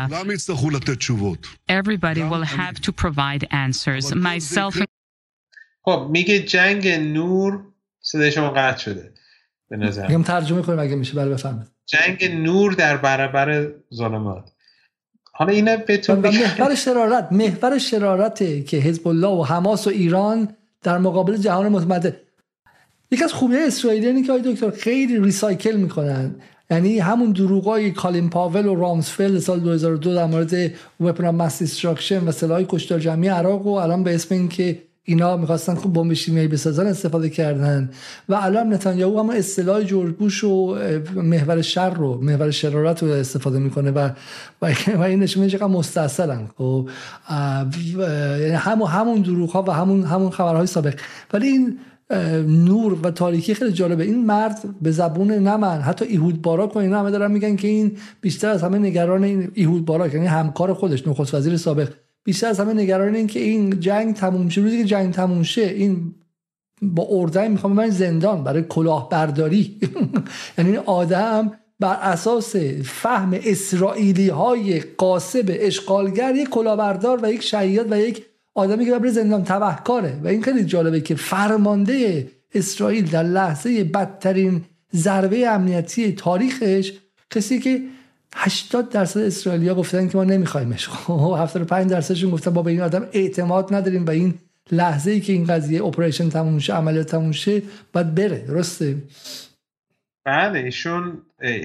Everybody will have to provide answers. Myself. خب میگه جنگ نور، صدای شما قطع شده به نظر. میگم ترجمه کنیم اگه میشه. بله بفرمایید. جنگ نور در برابر ظلمات. حالا اینا بهتون بگم محور شرارت محور شرارته که حزب الله و حماس و ایران در مقابل جهان متمدد. یکی از خوبی‌های اسرائیلیه که آقای دکتر خیلی ریسایکل میکنن، یعنی همون دروغای کالین پاول و رامسفلد سال دو هزار و دو در مورد وپن اف ماس دیستراکشن و سلاح کشتار جمعی عراق و الان به اسم این که اینا می‌خواستن خوب بمب شیمیایی بسازن استفاده کردن، و الان نتانیاهو هم اصطلاح جورج بوش و محور شر رو محور شرارت رو استفاده میکنه و و این نشون میده چقدر مستعصلن. خب یعنی همون همون دروغ‌ها و همون همون خبرهای سابق. ولی این نور و تاریکی خیلی جالبه. این مرد به زبون نه من، حتی ایهود باراک و اینا همه دارن میگن که این بیشتر از همه نگران این ایهود باراک، یعنی همکار خودش نخست وزیر سابق، بیشتر از همه نگران این که این جنگ تموم شه. روزی که جنگ تموم شه این با اردن میخوام ببرن زندان برای کلاهبرداری. یعنی این آدم بر اساس فهم اسرائیلی های قاصب اشغالگر یک کلاهبردار و یک شیاد و یک آدمی که بره زندان تبهکاره. و این خیلی جالبه که فرمانده اسرائیل در لحظه بدترین ضربه امنیتی تاریخش کسی که هشتاد درصد اسرائیلیا گفتن که ما نمیخوایمش، هفتاد و پنج درصدشون گفتن با به این آدم اعتماد نداریم و این لحظه ای که این قضیه اپریشن تموم شه، عملیات تموم شه، باید بره. درسته؟ بله، ایشون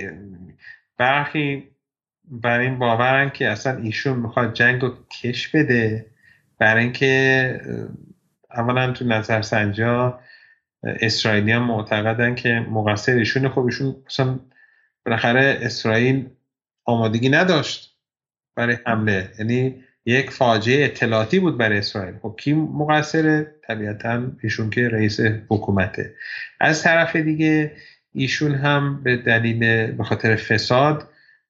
برخی بر این باورن که اصلا ایشون میخواد جنگ رو کش بده، برای اینکه اولا تو نظرسنجی‌ها اسرائیلیان معتقدن که مقصر ایشونه. خب ایشون مثلا بالاخره اسرائیل آمادگی نداشت برای حمله، یعنی یک فاجعه اطلاعاتی بود برای اسرائیل. خب کی مقصره؟ طبیعتاً ایشون که رئیس حکومته. از طرف دیگه ایشون هم به دلیل به خاطر فساد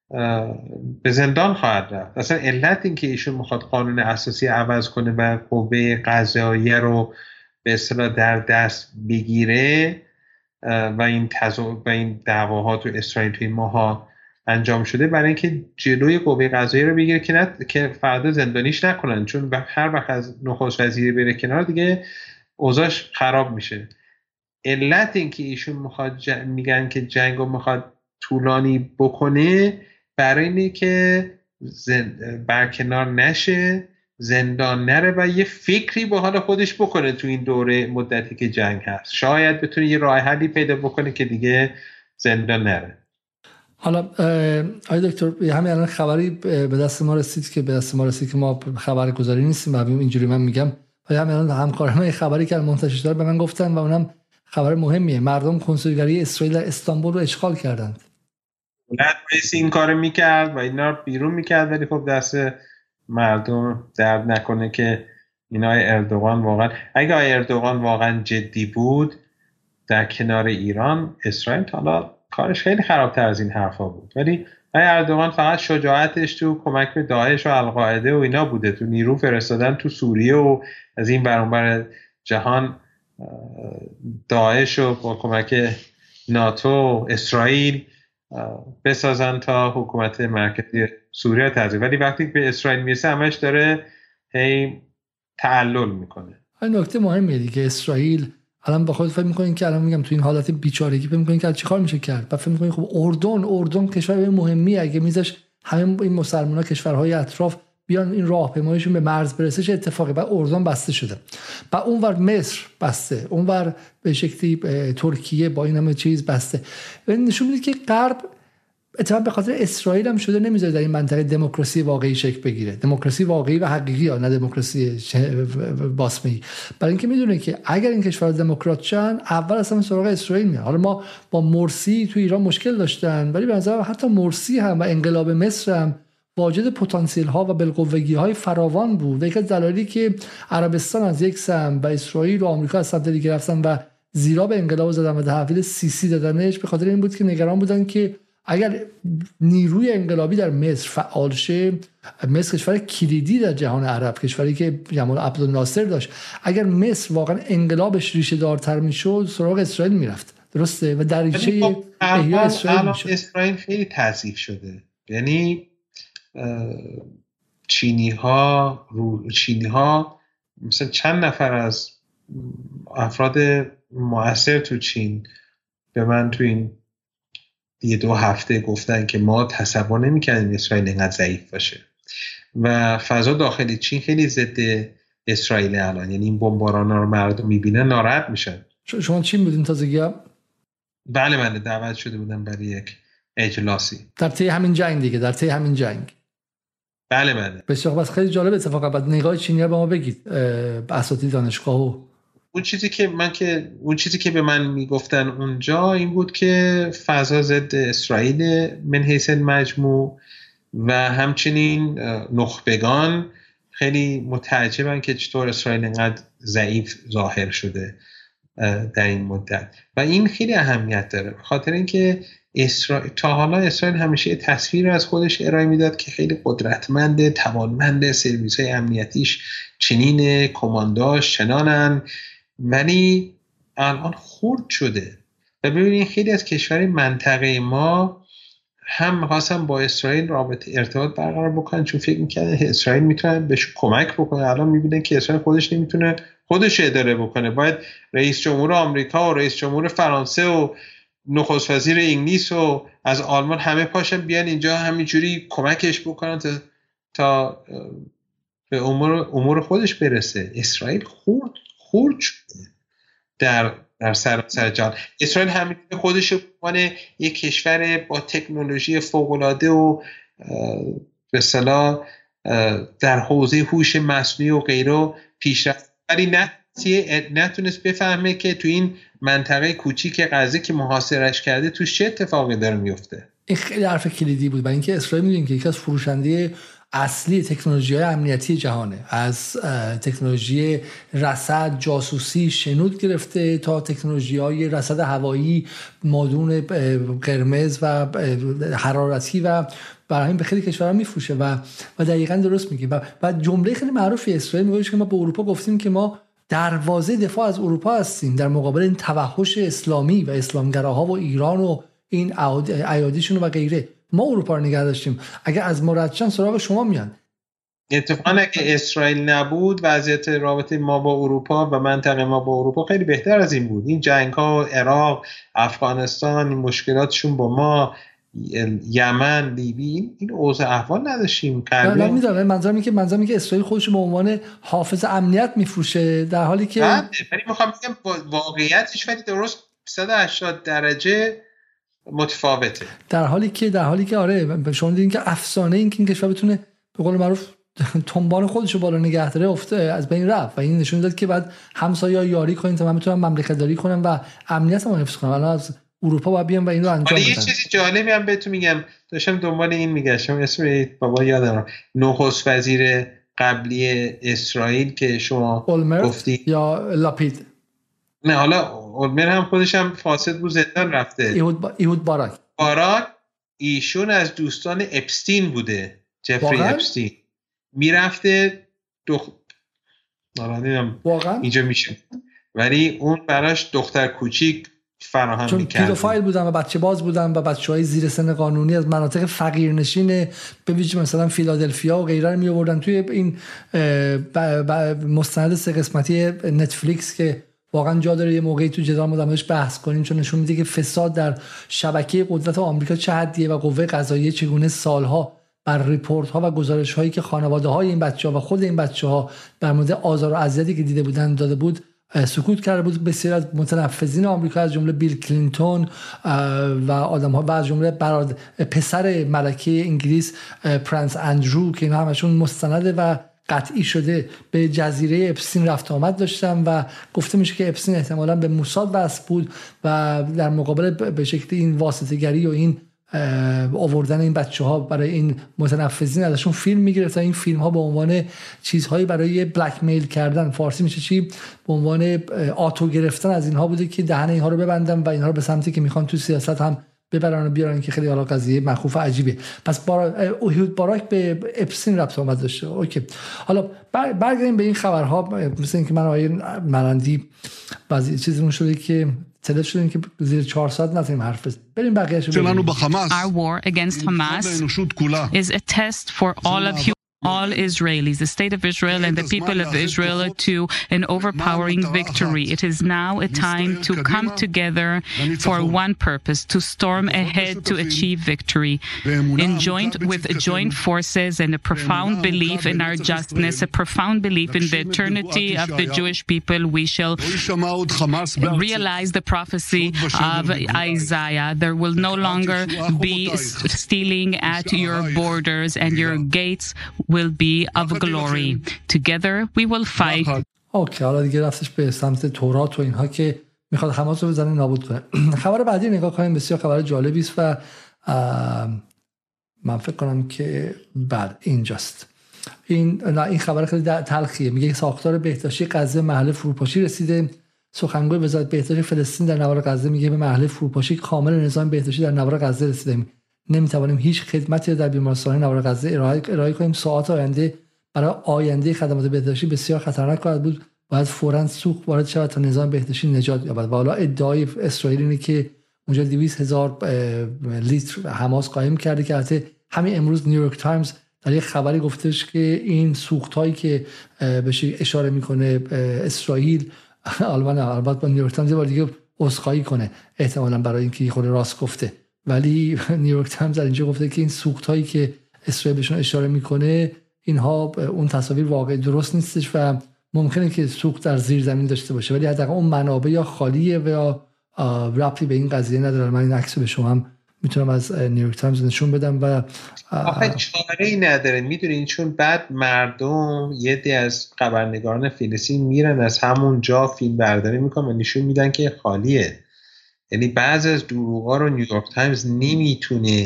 به زندان خواهد رفت. اصلا علت این که ایشون میخواد قانون اساسی عوض کنه و قوه قضاییه رو به اصطلاح در دست بگیره و این تزو... و این دعواها تو اسرائیل توی ماها انجام شده برای اینکه جلوی قوه قضاییه رو بگیره که نه که فردا زندانیش نکنن، چون هر وقت از نخست وزیر بره کنار دیگه اوضاعش خراب میشه. علت این که ایشون میخواد ج... میگن که جنگ رو میخواد طولانی بکنه برای اینه که زن... برکنار نشه، زندان نره و یه فکری به حال خودش بکنه تو این دوره مدتی که جنگ هست. شاید بتونه یه راه حلی پیدا بکنه که دیگه زندان نره. حالا آقای دکتر همین الان خبری به دست ما رسید که به دست ما رسید که ما خبرگزاری نیستیم، بعد اینجوری من میگم، ولی همین الان همکاران خبری که منتشر شده به من گفتن و اونم خبر مهمیه. مردم کنسولگری اسرائیل در استانبول رو اشغال کردند. دولت رئیس این کارو میکرد و اینا رو بیرون میکرد، ولی خب دست مردم درد نکنه که اینای اردوغان واقعا، اگه آقای اردوغان واقعا جدی بود در کنار ایران، اسرائیل حالا کارش خیلی خرابتر از این حرفا بود. ولی آقای اردوغان فقط شجاعتش تو کمک به داعش و القاعده و اینا بوده، تو نیرو فرستادن تو سوریه و از این بر اون بر جهان داعش رو با کمک ناتو اسرائیل بسازن تا حکومت مرکزی سوریه تضعیف. ولی وقتی به اسرائیل میرسه همش داره هی تعلل میکنه. این نکته مهمیه دیگه. اسرائیل الان با خود فکر میکنین که الان میگم تو این حالت بیچارگی فکر میکنین که چه کار میشه کرد. بعد فکر میکنین خب اردن اردن کشور مهمیه، اگه میذاش همه این مسلمان‌ها کشورهای اطراف بیان این راهپیماییشون به مرز برسه چه اتفاقی؟ بعد اردن بسته شده، بعد اونور مصر بسته، اونور به شکلی ترکیه با این همه چیز بسته. نشون میده که غرب اتفاقا به خاطر اسرائیل هم شده نمیذاره در این منطقه دموکراسی واقعی شکل بگیره، دموکراسی واقعی و حقیقی ها، نه دموکراسی باسمه‌ای. برای اینکه میدونه که اگر این کشورها دموکرات شن اول اصلا سراغ اسرائیل میاد. حالا ما با مرسی تو ایران مشکل داشتن، ولی به نظر حتی مرسی هم و انقلاب مصر هم واجد پتانسیل ها و بالقوگی های فراوان بود. یک از دلایلی که عربستان از یک سمت و اسرائیل و آمریکا از سمت دیگه رفتن و زیرا به انقلاب زدن و تحویل سیسی دادنش به خاطر این بود که نگران بودن که اگر نیروی انقلابی در مصر فعال شه، مصر کشور کلیدی در جهان عرب، کشوری که جمال عبدالناصر داشت، اگر مصر واقعا انقلابش ریشه دارتر میشد سراغ اسرائیل میرفت. درسته؟ و در ریشه احیای اسرائیل میشد. اسرائیل خیلی تضعیف شده. یعنی چینی ها رو چینی ها مثلا چند نفر از افراد مؤثر تو چین به من تو این یه دو هفته گفتن که ما تصور نمی‌کردیم اسرائیل اینقدر ضعیف باشه. و فضا داخلی چین خیلی ضد اسرائیل الان، یعنی این بمبارانا رو مردم میبینن ناراحت میشن. شما چین بودین تازگی ها؟ بله بله دعوت شده بودم برای یک اجلاسی در طی همین جنگ دیگه، در طی همین جنگ. بله بله بسیار بس خیلی جالب اتفاقا. بعد نگاه چینی‌ها به ما بگید، اساتید دانشگاه و اون چیزی که من که اون چیزی که به من میگفتن اونجا این بود که فضا ضد اسرائیل من حیث المجموع و همچنین نخبگان خیلی متعجبن که چطور اسرائیل اینقدر ضعیف ظاهر شده در این مدت و این خیلی اهمیت داره، خاطر اینکه اسرائیل تا حالا اسرائیل همیشه تصویر از خودش ارائه میداد که خیلی قدرتمنده، توانمنده، سرویس‌های امنیتیش چنین، کمانداش چنانن، ولی الان خرد شده و ببینید خیلی از کشورهای منطقه ما هم می‌خواستن با اسرائیل رابطه ارتباط برقرار بکنن چون فکر می‌کردن اسرائیل میتونه بهش کمک بکنه. الان می‌بینن که اسرائیل خودش نمیتونه خودش اداره بکنه، باید رئیس جمهور آمریکا و رئیس جمهور فرانسه و نخست وزیر انگلیس و از آلمان همه پاشن بیان اینجا همینجوری کمکش بکنن تا تا به امور امور خودش برسه. اسرائیل خورد خورد شده در در سراسر جهان. اسرائیل همین خودش بکنه یک کشور با تکنولوژی فوق‌العاده و به اصطلاح در حوزه هوش مصنوعی و غیره پیشرفت، ولی نه نتونست بفهمه که تو این منطقه کوچیک غزه که محاصرش کرده توش چه اتفاقی داره میفته. این خیلی حرف کلیدی بود، برای اینکه اسرائیل میدونید که یکی از فروشنده اصلی تکنولوژی‌های امنیتی جهانه، از تکنولوژی رصد، جاسوسی، شنود گرفته تا تکنولوژی‌های رصد هوایی، مادون قرمز و حرارتی و برای همین به خیلی کشورها میفروشه و و دقیقاً درست میگه. و و جمله خیلی معروفی اسرائیل میگه که ما به اروپا گفتیم که ما دروازه دفاع از اروپا هستیم در مقابل این توحش اسلامی و اسلامگراها و ایران و این ایادیشون و غیره. ما اروپا رو نگه داشتیم، اگه از ما رد شدن سراغ شما میان. اتفاقا اگه اسرائیل نبود وضعیت رابطه ما با اروپا و منطقه ما با اروپا خیلی بهتر از این بود. این جنگ ها، عراق، افغانستان، این مشکلاتشون با ما، یمن، لیبی، این اوضاع احوال نداشتیم. من میدونم منظورم اینه که منظورم اینه که اسرائیل خودش به عنوان حافظ امنیت میفروشه در حالی که بله، ولی میخوام بگم واقعیتش ولی درست صد و هشتاد درجه متفاوته. در حالی که در حالی که آره شما دیدین که افسانه این که این کشور بتونه به قول معروف تنبان خودشو بالا نگه داره افته از بین رفت و این نشون داد که بعد همسایه‌ها یاری کنن تا من بتونم مملکت داری کنم و امنیتمو حفظ کنم. الان از اروپا باید بیام و این رو انجام بدم. یه چیزی جالبی هم بهتون میگم، داشتم دنبال این میگشتم، اسم بابا یادم نخست وزیر قبلی اسرائیل که شما گفتی یا لاپید، نه حالا اولمر هم خودش هم فاسد بود، زندان رفته، ایهود با... ایهود باراک باراک ایشون از دوستان اپستین بوده، جفری اپستین میرفته دخ... واقعا اینجا میشه، ولی اون براش دختر کوچیک فراهم چون می‌کرد، پیدوفایل بودن و بچه باز بودن و بچه‌های زیر سن قانونی از مناطق فقیرنشین به ویژه مثلا فیلادلفیا و غیره رو می‌آوردن توی این مستند سه قسمتی نتفلیکس که واقعا جا داره یه موقعی تو جدال مدامش بحث کنیم، چون نشون میده که فساد در شبکه قدرت آمریکا چه حدیه و قوه قضاییه چگونه سالها بر ریپورت ها و گزارش هایی که خانواده های این بچه ها و خود این بچه ها در مورد آزار و اذیتی که دیده بودن داده بود سکوت کرده بود. بسیار از متنفذین آمریکا از جمله بیل کلینتون و آدم ها و از جمله برادر پسر ملکه انگلیس پرنس اندرو که اینا همشون مستنده و قطعی شده به جزیره اپستین رفت آمد داشتن و گفته میشه که اپستین احتمالاً به موساد وصل بود و در مقابل به شکلی این واسطه‌گری و این آوردن این بچه ها برای این متنفذین ازشون فیلم میگرفت. این فیلم ها به عنوان چیزهایی برای بلک میل کردن، فارسی میشه چی، به عنوان آتو گرفتن از اینها بوده که دهن اینها رو ببندن و اینها رو به سمتی که میخوان تو سیاست هم ببرن و بیارن که خیلی حالا قضیه مخوف عجیبه. پس بارا... ایهود باراک به اپستین ربط آمد داشته. اوکی، حالا بر... برگردیم به این خبرها. مثل اینکه من آقای مرندی بعضی چیزمون شده که تلف شدیم که زیر چهار ساعت نتونیم حرف بزنیم. بریم بقیه‌اشو ببینیم. Our war against Hamas is a test for all of you. all Israelis, the state of Israel and the people of Israel, to an overpowering victory. It is now a time to come together for one purpose, to storm ahead to achieve victory. In joint with joint forces and a profound belief in our justness, a profound belief in the eternity of the Jewish people, we shall realize the prophecy of Isaiah. There will no longer be stealing at your borders, and your gates will be of glory. Together we will fight. اوکی، حالا دیگه رفتش به سمت تورات و اینها که میخواد حماس رو بزنه نابود کنه. خبر بعدی نگاه کنیم، بسیار خبر جالبی است و من فکر کنم که بعد اینجاست. این نه این خبر خیلی تلخیه. میگه ساختار بهداشتی غزه محل فروپاشی رسیده. سخنگوی وزارت بهداشت فلسطین در نوار غزه میگه به محل فروپاشی کامل نظام بهداشتی در نوار غزه رسیده. نمیتوانیم هیچ خدمتی در بیمارستان نوار غزه ارائه ارائه کنیم. ساعات آینده برای آینده خدمات بهداشتی بسیار خطرناک خواهد بود. باید فوراً سوخت وارد شود تا نظام بهداشتی نجات یابد. و حالا ادعای اسرائیل اینه که اونجا دویست هزار لیتر حماس قایم کرده که البته همین امروز نیویورک تایمز در یک خبری گفتش که این سوختایی که بهش اشاره میکنه اسرائیل، آلمان البته با نیویورک تایمز بار دیگه عذرخواهی کنه احتمالاً برای اینکه خود راست گفته، ولی نیویورک تایمز در اینجا گفته که این سوختایی که اسرائیل بهشون اشاره میکنه اینها اون تصاویر واقعی درست نیستش و ممکنه که سوخت در زیر زمین داشته باشه، ولی حداقل اون منابع یا خالیه و یا ربطی به این قضیه نداره. من این عکس به شما هم میتونم از نیویورک تایمز نشون بدم و آخه چاره‌ای نداره. میدونین چون بعد مردم یه دی از خبرنگاران فلسطین میرن از همون جا فیلم برداری میکنن و نشون میدن که خالیه. یعنی بعضی از دروغا رو نیویورک تایمز نمیتونه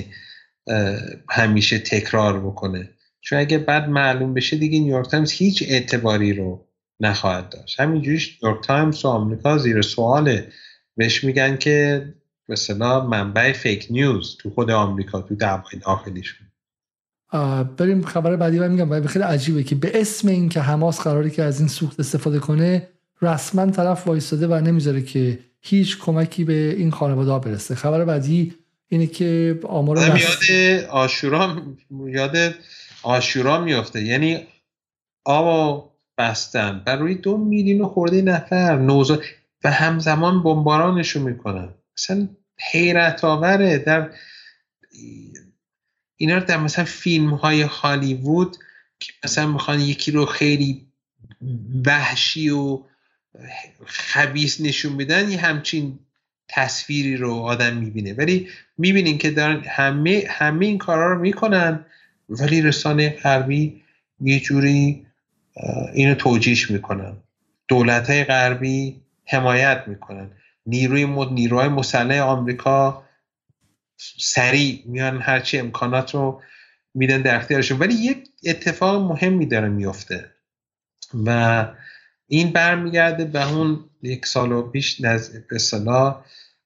همیشه تکرار بکنه، چون اگه بعد معلوم بشه دیگه نیویورک تایمز هیچ اعتباری رو نخواهد داشت. همینجوریش نیویورک تایمز و آمریکا زیر سواله. بهش میگن که مثلا منبع فیک نیوز تو خود آمریکا، تو دعوای داخلیشون. بریم خبر بعدی و میگم خیلی عجیبه که به اسم این که حماس قراره که از این سوخت استفاده کنه رسما طرف وایستاده و نمیذاره که هیچ کمکی به این خانواده برسه. خبر بعدی اینه که آمار یاد عاشورا یاد عاشورا میفته. یعنی آب بستن بر روی دو میلیون خورده نفر نوزاد و همزمان بمبارانشون میکنن. مثلا حیرت آوره. در اینا رو در مثلا فیلم های هالیوود که مثلا میخوان یکی رو خیلی وحشی و خبیث نشون میدن، یه همچین تصویری رو آدم میبینه، ولی میبینین که در همه همه این کارا رو میکنن ولی رسانه غربی یه جوری اینو توجیهش میکنن. دولت‌های غربی حمایت میکنن. نیروی مد نیروهای مسلح آمریکا سریع میان هرچی امکانات رو میدن در اختیارشون، ولی یک اتفاق مهمی داره میفته و این برمیگرده به اون یک سال و بیش نزد به اصطلاح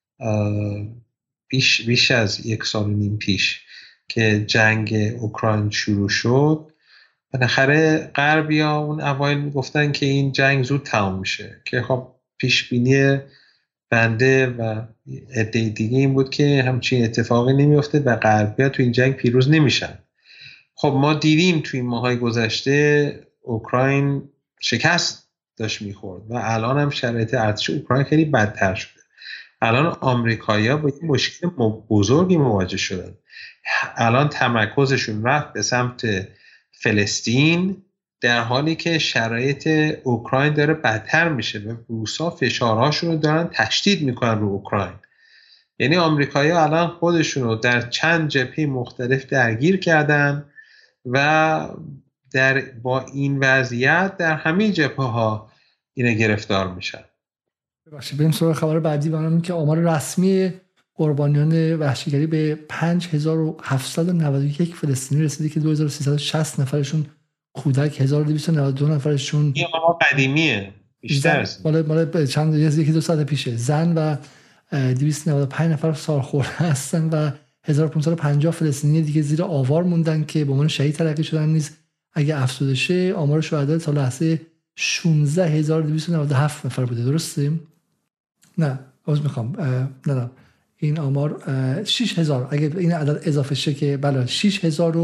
بیش بیش از یک سال و نیم پیش که جنگ اوکراین شروع شد. بالاخره غربی‌ها اون اوایل میگفتن که این جنگ زود تمام میشه، که خب پیش بینی بنده و عده دیگه این بود که همچین اتفاقی نمیفته و غربی‌ها تو این جنگ پیروز نمیشن. خب ما دیدیم توی ماهای گذشته اوکراین شکست داشت میخورد و الان هم شرایط ارتش اوکراین خیلی بدتر شده. الان آمریکایی‌ها با این مشکل بزرگی مواجه شدن. الان تمرکزشون رفت به سمت فلسطین در حالی که شرایط اوکراین داره بدتر میشه و روسا فشارهاشون رو دارن تشدید میکنن رو اوکراین. یعنی آمریکایی‌ها الان خودشون رو در چند جبهه مختلف درگیر کردن و در با این وضعیت در همه جبهه‌ها اینا گرفتار میشن. باشه بریم سراغ خبر بعدی. برام که آمار رسمی قربانیان وحشیگری به پنج هزار و هفتصد و نود و یک فلسطینی رسیده که دو هزار و سیصد و شصت نفرشون کودک، هزار و دویست و نود و دو نفرشون این آمار قدیمیه، بیشتر است. مال مال چند یکی دو ساعت پیشه. زن و دویست و نود و پنج نفر سالخورده هستن و هزار و پانصد و پنجاه فلسطینی دیگه زیر آوار موندن که به عنوان شهید تلقی شدن. نیز اگه افزوده شه آمار شهدا تا لحظه شانزده هزار و دویست و نود و هفت نفر بوده. درسته؟ نه عذر میخوام، نه نه این آمار شش هزار، اگه این عدد اضافه شه که بله شش هزار و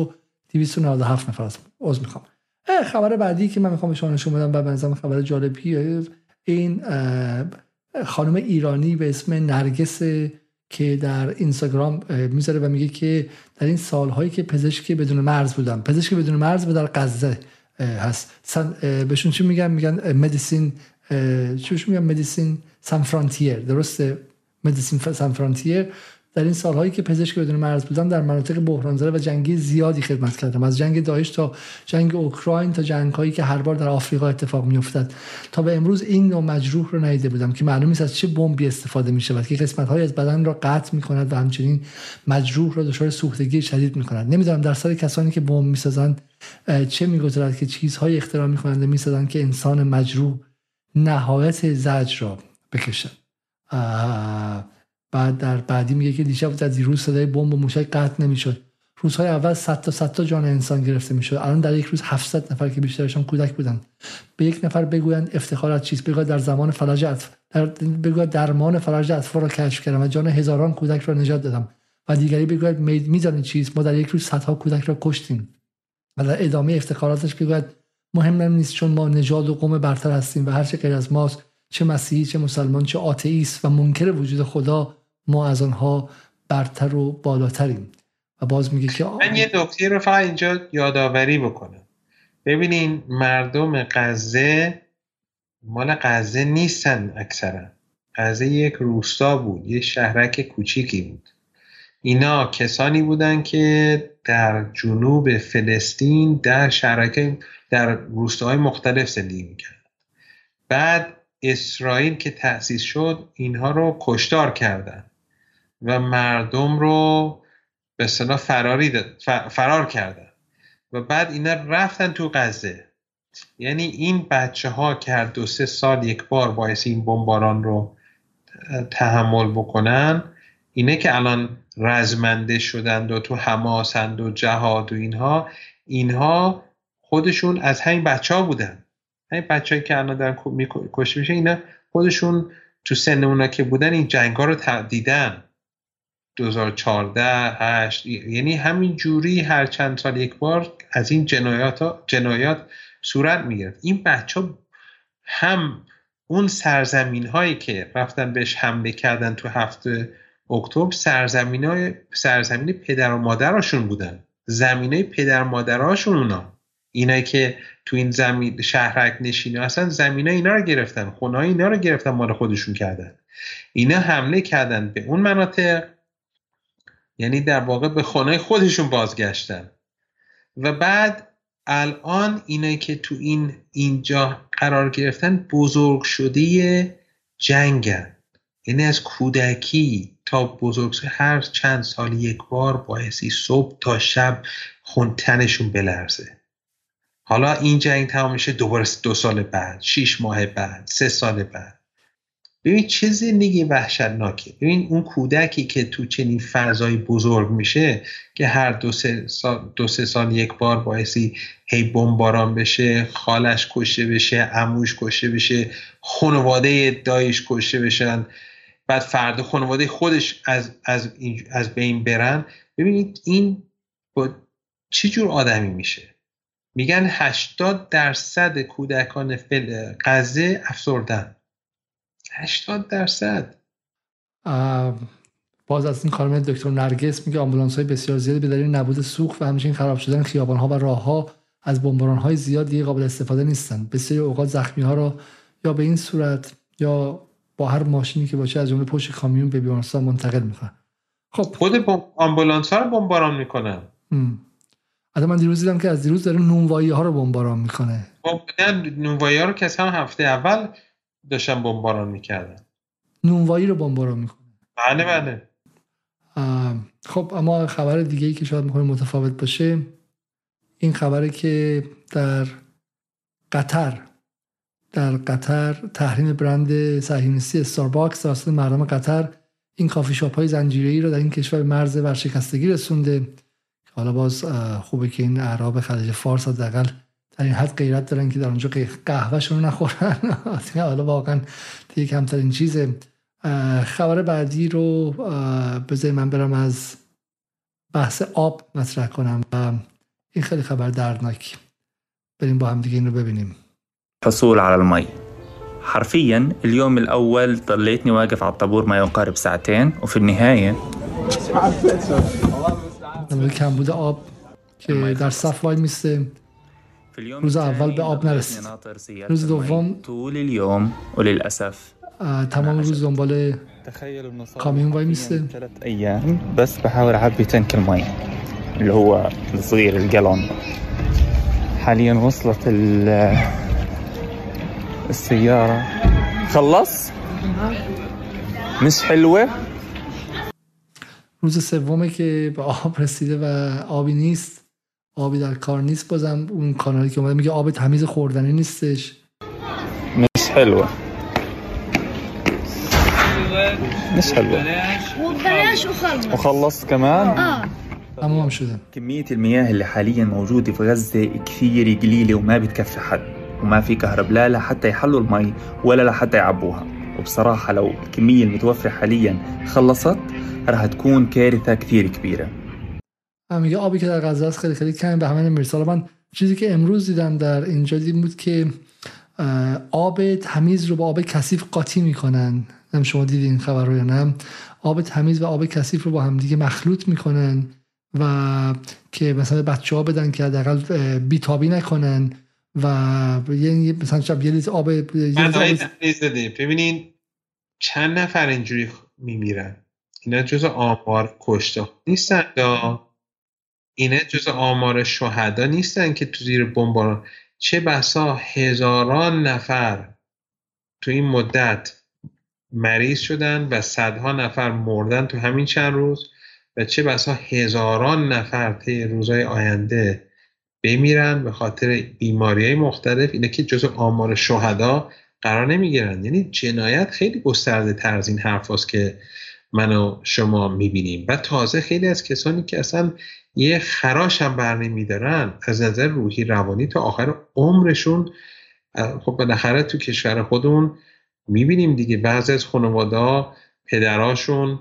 دویست و نود و هفت نفر است. عذر میخوام. خبر بعدی که من میخوام به شما نشون بدم و به نظرم خبر جالبیه، این خانم ایرانی به اسم نرگس که در اینستاگرام میذاره و میگه که در این سالهایی که پزشک بدون مرز بودم، پزشک بدون مرز به در غزه هست، بهشون چی میگن؟ میگن مدیسین، چیش میگن؟ مدیسین سان فرانتیر، درسته؟ مدیسین سان فرانتیر. در این سالهایی که پزشک بدون مرز بودم در مناطق بحران‌زده و جنگی زیادی خدمت کردم، از جنگ داعش تا جنگ اوکراین تا جنگ‌هایی که هر بار در آفریقا اتفاق می‌افتاد. تا به امروز این نوع مجروح رو ندیده بودم که معلوم نیست از چه بمبی استفاده می‌شود که قسمت‌هایی از بدن را قطع می‌کند و همچنین مجروح را دچار سوختگی شدید می‌کند. نمی‌دونم در سر کسانی که بمب می‌سازند چه می‌گذرد که چیزهای اختراع می‌کنند و می‌سازند که انسان مجروح نهایت زجر را بکشد. بعد در بعدی میگه که دیشب در دیروز صدای بمب و موشک قطع نمیشد. روزهای اول صد تا صد تا جان انسان گرفته میشد. الان در یک روز هفتصد نفر که بیشترشون کودک بودن. به یک نفر بگویند افتخار از چیست، بگوید در زمان فلج اطفال، در بگوید درمان فلج اطفال را کشف کردم و جان هزاران کودک را نجات دادم، و دیگری بگوید میدانید چیست، ما در یک روز صدها کودک را کشتیم. و در ادامه افتخاراتش بگوید مهم نیست چون ما نژاد و قوم برتر هستیم و هر چه غیر از ماست، چه مسیحی چه مسلمان چه آتئیست و منکر وجود خدا، ما از آنها برتر و بالاتریم. و باز میگه که من یه نکته رو فقط اینجا یادآوری بکنم. ببینین مردم غزه مال غزه نیستن، اکثرا غزه یک روستا بود، یه شهرک کوچیکی بود. اینا کسانی بودن که در جنوب فلسطین در شهرک در روستاهای مختلف زندگی میکردن. بعد اسرائیل که تأسیس شد اینها رو کشتار کردن و مردم رو به اصطلاح فراری فرار کردن و بعد اینا رفتن تو غزه. یعنی این بچه ها که هر دو سه سال یک بار باعث این بمباران رو تحمل بکنن، اینه که الان رزمنده شدند و تو حماسند و جهاد و اینها اینها خودشون از همین بچه ها بودن. همین بچه هایی که الان دارن کشته میشه اینا خودشون تو سن اونا که بودن این جنگ ها رو دیدن. دو هزار و چهارده هشت یعنی همین جوری هر چند سال یک بار از این جنایات جنایات صورت میگرفت. این بچه هم اون سرزمین هایی که رفتن بهش حمله کردن تو هفته اکتبر سرزمین های سرزمین پدر و مادرشون بودن، زمینای پدر و مادرشون. اونا اینایی که تو این زمین شهرک نشینه اصلا زمینای اینا رو گرفتن، خونه‌های اینا رو گرفتن، مال خودشون کردن. اینا حمله کردن به اون مناطق، یعنی در واقع به خانه خودشون بازگشتن. و بعد الان اینایی که تو این اینجا قرار گرفتن بزرگ شده جنگن، یعنی از کودکی تا بزرگ هر چند سال یک بار بایستی صبح تا شب خونتنشون بلرزه. حالا این جنگ تمام میشه دوباره دو سال بعد، شش ماه بعد، سه سال بعد. ببین چه زندگی وحشتناکه. ببین اون کودکی که تو چنین فضای بزرگ میشه که هر دو سه سال, دو سه سال یک بار باعثی هی بمباران بشه، خالش کشته بشه، عموش کشته بشه، خانواده دایش کشته بشن، بعد فردا خانواده خودش از از از بین برن. ببینید این با چه جور آدمی میشه. میگن هشتاد درصد کودکان غزه افسردن. هشتاد درصد. باز از این خانم دکتر نرگس میگه آمبولانس‌های بسیار زیادی به دلیل نبود سوخت و همچنین خراب شدن خیابان‌ها و راه‌ها از بمباران‌های زیاد دیگه قابل استفاده نیستن. بسیاری اوقات زخمی‌ها را یا به این صورت یا با هر ماشینی که باشه از جمله پشت کامیون به بیمارستان منتقل می‌کنن. خب خود آمبولانس‌ها رو بمباران می‌کنن. حتی من دیروز دیدم که از دیروز داره نونوایی‌ها رو بمباران می‌کنه. خب نونوایی‌ها رو که هم هفته اول داشتن بمباران می‌کردن. نونوایی رو بمباران می‌کنه. بله بله. خب اما خبر دیگه‌ای که شاید می‌خواد متفاوت باشه این خبره که در قطر در قطر تحریم برند صهیونیستی استارباکس توسط مردم قطر این کافی شاپ‌های زنجیره‌ای رو در این کشور مرز ورشکستگی رسونده. حالا باز خوبه که این اعراب خلیج فارس حداقل در این حد غیرت دارن که در اونجا قهوه‌شون رو نخورن. حالا واقعا دیگه کمترین چیزه. خبر بعدی رو بذاری من برم از بحث آب مطرح کنم و این خیلی خبر دردناکی. بریم با هم دیگه این رو ببینیم. حصول على المي حرفيا اليوم الأول ضليتني واقف على الطابور ما يقارب ساعتين وفي النهاية کمبود آب که در صف وای میسته. روز اول به آب نرسید، روز دوم طول اليوم وللأسف تمام روز دنبال کامیون وای میسته. ثلاث أيام بس بحاول أعبي تنك المي اللي هو الصغير الجالون. حاليا وصلت السيارة خلص مش حلوة. روز سومه که به آب رسیده و آبی نیست، آبی در کار نیست. بازم اون کانالی که اومده میگه آب تمیز خوردنی نیستش. مش حلوة مش حلوة وبلاش وخلص وخلص كمان. اه تمام شده. كمية المياه اللي حاليا موجودة في غزة كثير قليلة وما بتكفي حد، وما في كهرباء لا لحتى يحلوا المي ولا لحتى يعبوها. وبصراحة لو الكمية المتوفرة حاليا خلصت راح تكون كارثة كثير كبيرة. میگه آبی که در غزه است خیلی خیلی کم به همه نمیرسه. من چیزی که امروز دیدم در اینجا دیدم بود که آب تمیز رو با آب کثیف قاطی میکنن. هم شما دیدین خبر رو یا نه؟ آب تمیز و آب کثیف رو با هم دیگه مخلوط میکنن و که مثلا بچه‌ها بدن که حداقل بیتابی نکنن و یعنی مثلا شب یه لیتر آب زدیم. ببینین چند نفر اینجوری میمیرن. اینا جزء آمار کشته نیستن، اینا جزء آمار شهدا نیستن که تو زیر بمباران. چه بسا هزاران نفر تو این مدت مریض شدن و صدها نفر مردن تو همین چند روز و چه بسا هزاران نفر طی روزهای آینده بمیرن به خاطر بیماری‌های مختلف. اینا که جزء آمار شهدا قرار نمیگیرن. یعنی جنایت خیلی گسترده تر از این حرف هست که من و شما میبینیم. و تازه خیلی از کسانی که اصلا یه خراش هم بر نمیدارن از نظر روحی روانی تا آخر عمرشون، خب بالاخره تو کشور خودمون میبینیم دیگه بعضی از خانواده‌ها پدراشون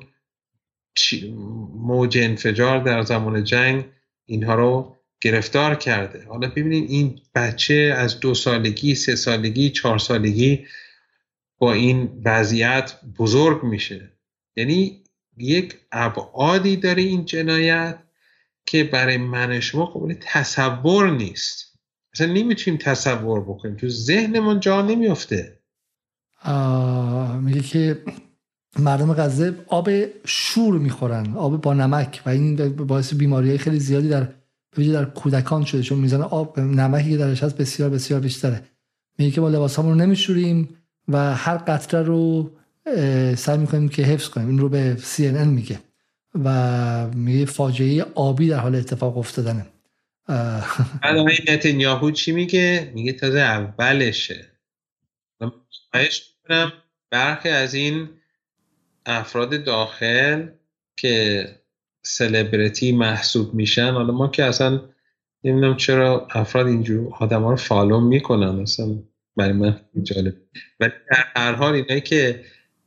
موج انفجار در زمان جنگ اینها رو گرفتار کرده. حالا ببینید این بچه از دو سالگی، سه سالگی، چهار سالگی با این وضعیت بزرگ میشه. یعنی یک ابعادی داره این جنایت که برای من شما قابل تصور نیست. اصلا نمیتونیم تصور بکنیم، تو ذهنمون جا نمیفته. میگه که مردم غزه آب شور میخورن، آب با نمک، و این باعث بیماری‌های خیلی زیادی در بویژه در کودکان شده چون میزان آب نمکی که درش هست بسیار بسیار بیشتره. میگه که ما لباسامون رو نمیشوریم و هر قطره رو سعی میکنیم که حفظ کنیم. این رو به سی ان ان میگه و میگه فاجعه آبی در حال اتفاق افتادنه. بعد آقای نتانیاهو چی میگه؟ میگه تازه اولشه. من خواهش میکنم برخی از این افراد داخل که سلبریتی محسوب میشن، حالا ما که اصلا نمیدونم چرا افراد اینجور آدم ها رو فالو میکنن، اصلا برای من جالب. ولی در هر حال اینایی که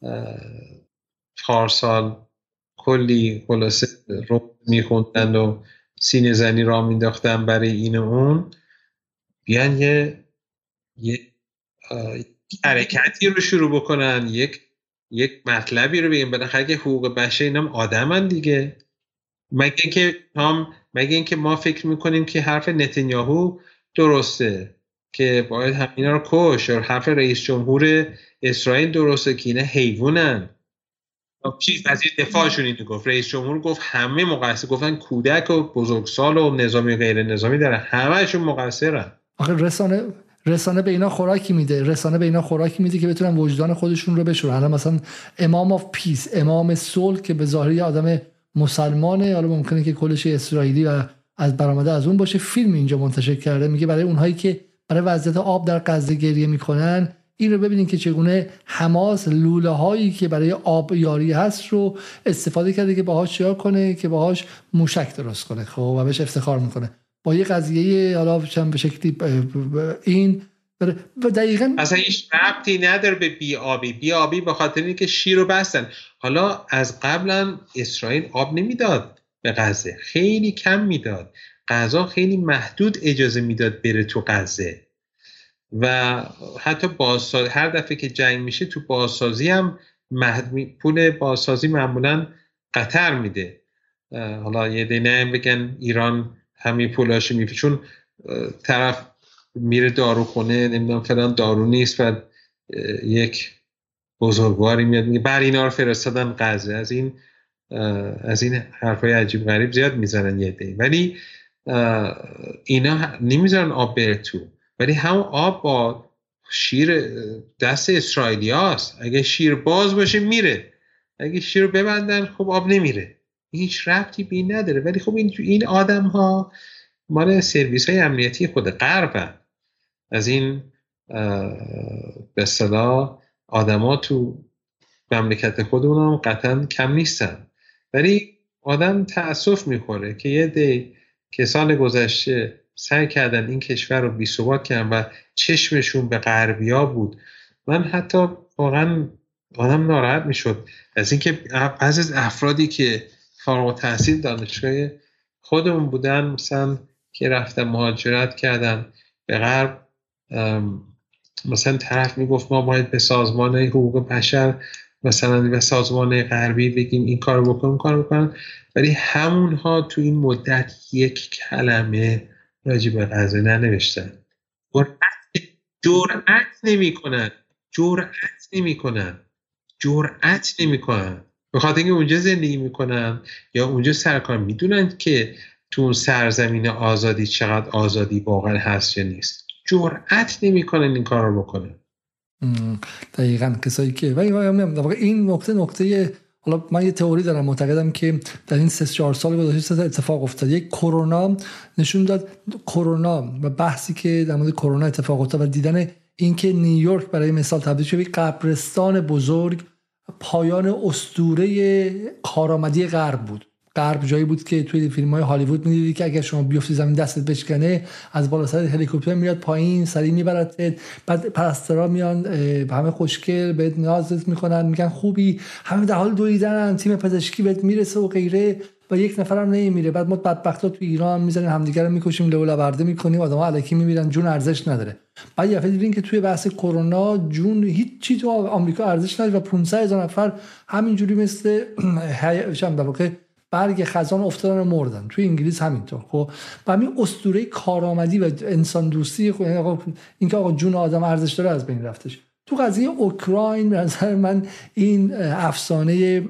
پارسال کلی خلاصه رو میخوندن و سینه زنی را مینداختن برای این و اون، بیان یه یه حرکتی رو شروع بکنن، یک یک مطلبی رو بگیم. بالاخره که حقوق بشر اینم آدمن دیگه. مگه اینکه هم مگه اینکه ما فکر میکنیم که حرف نتانیاهو درسته که باید همینا رو کش، یا حرف رئیس جمهور اسرائیل درسته که اینا حیوانن. چیز وزیر دفاعشون اینو گفت، رئیس جمهور گفت همه مقصر، گفتن کودک و بزرگسال و نظامی غیر نظامی دارن، همه‌شون مقصرن. آخه رسانه رسانه به اینا خوراکی میده، رسانه به اینا خوراکی میده که بتونن وجدان خودشون رو بشورن. الان مثلا امام آف پیس، امام صلح که به ظاهری آدم مسلمانه، حالا ممکنه که کلش اسرائیلی و از برآمده از اون باشه، فیلم اینجا منتشر کرده. میگه برای اونهایی که برای وضعیت آب در غزه گریه میکنن، این رو ببینین که چگونه حماس لوله هایی که برای آب یاری هست رو استفاده کرده که باهاش چیکار کنه، که باهاش موشک درست کنه. خب و بهش افتخار میکنه با یه قضیه حالا چند به شکلی این و دقیقاً اصلا هیچ ربطی نداره به بی آبی. بی آبی به خاطر اینکه شیر رو بستن. حالا از قبلا اسرائیل آب نمیداد به غزه، خیلی کم میداد غذا خیلی محدود اجازه میداد بره تو غزه و حتی بازسازی هر دفعه که جنگ میشه تو بازسازی هم محدود، پول بازسازی معمولا قطر میده. حالا یه دینه هم بگن ایران همین پولاشو میفته، چون طرف میره داروخونه نمیدونم فلان دارو نیست و یک بزرگواری میاد میگه بر اینا رو فرستادن غزه. از این از این حرفای عجیب غریب زیاد میزنن یه دی، ولی اینا نمیذارن آب بره تو، ولی همون آب با شیر دست اسرائیلی هاست. اگه شیر باز باشه میره، اگه شیر رو ببندن خب آب نمیره، هیچ ربطی به این نداره. ولی خب این این آدم ها مال سرویس های امنیتی خود غربن. از این به اصطلاح آدم ها تو مملکت خودمون هم قطعا کم نیستن، ولی آدم تأسف میخوره که یه دی که سال گذشته سعی کردن این کشور رو بی‌ثبات کردن و چشمشون به غربیا بود. من حتی واقعا آدم ناراحت میشد از اینکه بعضی از افرادی که فارغ التحصیل دانشگاه خودمون بودن، مثلا که رفتن مهاجرت کردن به غرب، مثلا طرف میگفت ما باید به سازمان حقوق بشر مثلا به سازمان غربی بگیم این کار بکنم این کار بکنن، ولی همونها تو این مدت یک کلمه راجع به غزه ننوشتن. جرأت نمی‌کنن جرأت نمی‌کنن جرأت نمی‌کنن به خاطر اینکه اونجا زندگی میکنن یا اونجا سرکار، میدونن که تو اون سرزمین آزادی چقدر آزادی واقعا هست یا نیست. جرأت نمی‌کنن این کار رو بکنن. دقیقاً کسایی که ولی واقعا این نکته نکته حالا من یه تئوری دارم، معتقدم که در این سه چهار سال گذشته سه اتفاق افتاد. یک کرونا نشون داد، کرونا و بحثی که در مورد کرونا اتفاق افتاد و دیدن اینکه نیویورک برای مثال تبدیل شد به قبرستان بزرگ، پایان اسطوره کارآمدی غرب بود. غرب جایی بود که توی فیلم‌های هالیوود می‌دیدی که اگر شما بیفتی زمین دستت بشکنه، از بالا سر هلیکوپتر میاد پایین سری میبرد، بعد پرستارا میان همه خوشگل بهت نازت میکنن، میگن خوبی، همه در حال دویدن، تیم پزشکی بهت میرسه و غیره و یک نفرم نمیره. بعد ما بدبختا تو ایران میزنیم همدیگه رو میکشیم، لولا برده میکنیم، آدم‌ها الکی میمیرن، جون ارزش نداره. بعد یه دفعه دیدین که توی بحث کرونا جون هیچ چیزی تو آمریکا ارزش نداره و پانصد هزار نفر همینجوری مثل چند در واقع برگ خزان افتادن و مردن. توی انگلیس همینطور. خب و همین اسطوره کارآمدی و انسان دوستی خب آقا اینکه آقا جون آدم ارزش داره از بین رفتش. تو قضیه اوکراین به نظر من این افسانه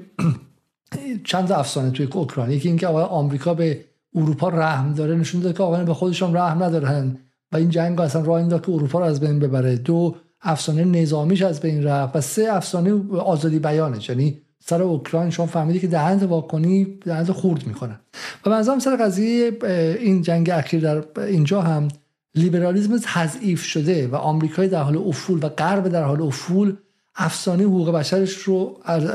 چند افسانه توی اوکراین، یکی اینکه آقا آمریکا به اروپا رحم داره نشون داده که آقا به خودشون رحم ندارن و این جنگ اصلا راه انداخت که اروپا رو از بین ببره. دو افسانه نظامیش از بین رفت و سه افسانه آزادی بیانش، یعنی سر اوکراین شما فهمیدی که دهنت واکنی دهنت خورد میکنن. و منظورم سر قضیه این جنگ اخیر در اینجا هم لیبرالیسم تضعیف شده و آمریکای در حال افول و غرب در حال افول افسانه حقوق بشرش رو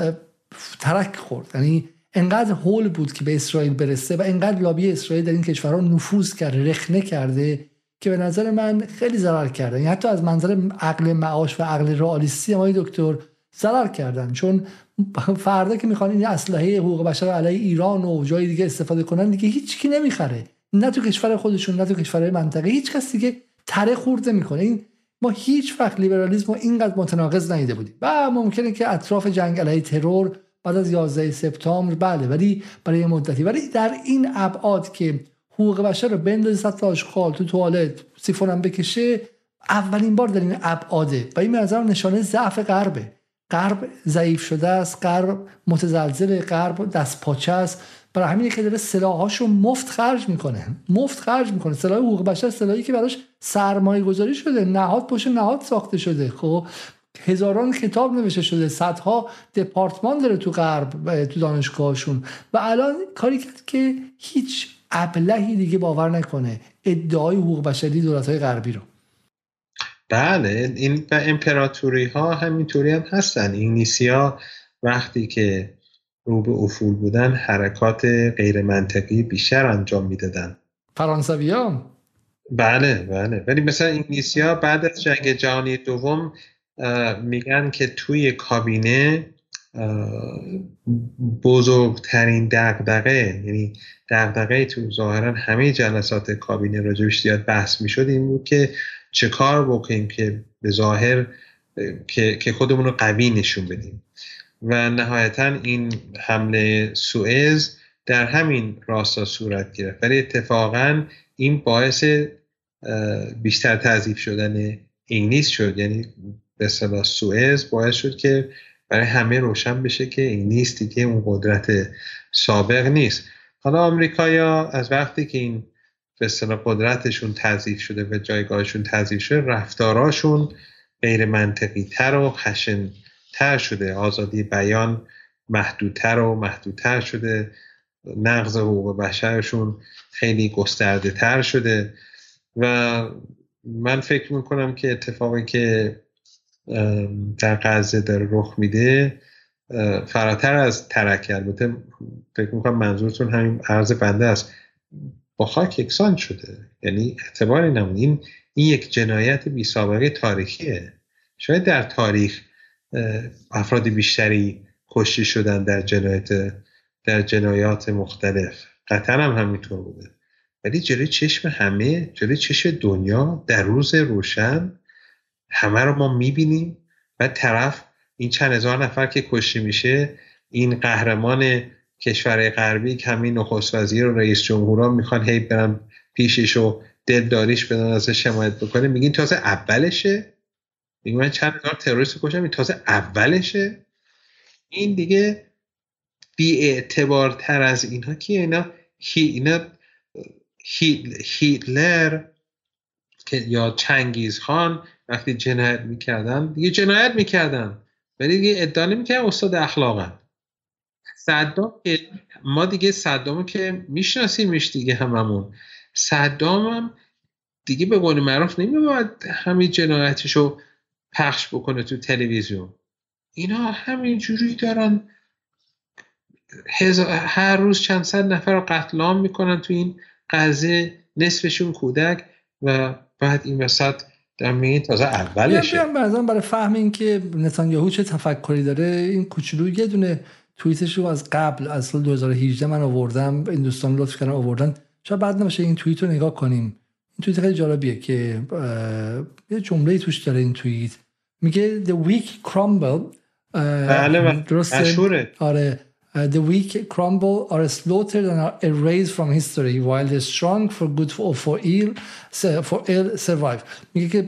ترک خورد. یعنی انقدر هول بود که به اسرائیل برسه و انقدر لابی اسرائیل در این کشورها نفوذ کرده، رخنه کرده که به نظر من خیلی ضرر کرده. یعنی حتی از منظر عقل معاش و عقل رئالیستی ما دکتر ضرر کردن، چون فردا که میخوان این اسلحه حقوق بشر علیه ایران و جای دیگه استفاده کنن دیگه هیچ کی نمیخره، نه تو کشور خودشون نه تو کشورهای منطقه، هیچ کس دیگه تره خورده میکنه. این ما هیچ وقت لیبرالیسم رو اینقدر متناقض ندیده بودیم. و ممکنه که اطراف جنگ علیه ترور بعد از یازده سپتامبر بله، ولی برای مدتی، ولی در این ابعاد که حقوق بشر رو بندازه سطح آشغال تو توالت سیفونم بکشه، اولین بار در این ابعاده و این به نظر نشانه ضعف غربه. غرب ضعیف شده است، غرب متزلزل، غرب دست پاچه است. برای همینه که داره سلاحاشو مفت خرج میکنه مفت خرج میکنه سلاح حقوق بشر سلاحی که براش سرمایه گذاری شده، نهاد پشت نهاد ساخته شده. خب هزاران کتاب نوشته شده، صدها دپارتمان داره تو غرب تو دانشگاهشون و الان کاری کرد که هیچ ابلهی دیگه باور نکنه ادعای حقوق بشری دولت‌های غربی رو. بله، این امپراتوری ها همینطوری هم هستن. انگلیسی‌ها وقتی که رو به افول بودن حرکات غیر منطقی بیشتر انجام میدادن. فرانسوی‌ها بله بله، ولی مثلا انگلیسی‌ها بعد از جنگ جهانی دوم میگن که توی کابینه بزرگترین دغدغه، یعنی دغدغه تو ظاهرا همه جلسات کابینه راجبش زیاد بحث میشد این بود که چه کار بکنیم که به ظاهر که که خودمون رو قوی نشون بدیم و نهایتا این حمله سوئز در همین راستا صورت گرفت. ولی اتفاقا این باعث بیشتر تضعیف شدن انگلیس شد، یعنی به اصطلاح سوئز باعث شد که برای همه روشن بشه که انگلیس دیگه اون قدرت سابق نیست. حالا آمریکایی‌ها از وقتی که این به اصطلاح قدرتشون تضعیف شده و جایگاهشون تضعیف شده، رفتاراشون غیر منطقی تر و خشن تر شده، آزادی بیان محدودتر و محدودتر شده، نقض حقوق بشرشون خیلی گسترده تر شده و من فکر میکنم که اتفاقی که در غزه داره رخ میده فراتر از ترک، البته فکر میکنم منظورتون همین عرض بنده است، با خاک یکسان شده، یعنی اعتباری نمون. این این یک جنایت بی سابقه تاریخیه. شاید در تاریخ افراد بیشتری کشته شدن در جنایت در جنایات مختلف، قطعا هم همینطور بوده، ولی جلوی چشم همه، جلوی چشم دنیا در روز روشن همه رو ما میبینیم و طرف این چند هزار نفر که کشته میشه، این قهرمان کشور غربی که همین نخست وزیر و رئیس جمهورا میخوان هی برن پیشش و دلداریش بدن ازش حمایت بکنه، میگین تازه اولشه، میگن من چند هزار تروریست کشتم، این تازه اولشه. این دیگه بی‌اعتبارتر از اینها که اینا اینا هیتلر که یا چنگیز خان وقتی جنایت میکردن دیگه جنایت میکردن ولی دیگه ادعا نمیکردن استاد اخلاقن. صدام که ما دیگه صدامو که میشناسیمش دیگه هممون، صدام هم دیگه به قول معروف نمیباید همین جنایتشو پخش بکنه تو تلویزیون. اینا همین جوری دارن هر روز چند صد نفر رو قتل عام میکنن تو این غزه، نصفشون کودک، و بعد این وسط در میگه تازه اولشه. بیام برای برای فهم این که نتانیاهو چه تفکری داره، این کوچولو یه دونه توییتش رو از قبل از سال دو هزار و هجده من آوردم، این دوستان لطف کردن آوردن، شاید بعد نمیشه این توییت رو نگاه کنیم. این توییت خیلی جالبیه که یه جمله توش داره این توییت، میگه the weak crumble. بله مشهوره. آره Uh, the weak crumble are slaughtered and are erased from history while the strong for good or for ill for ill survive. میگه که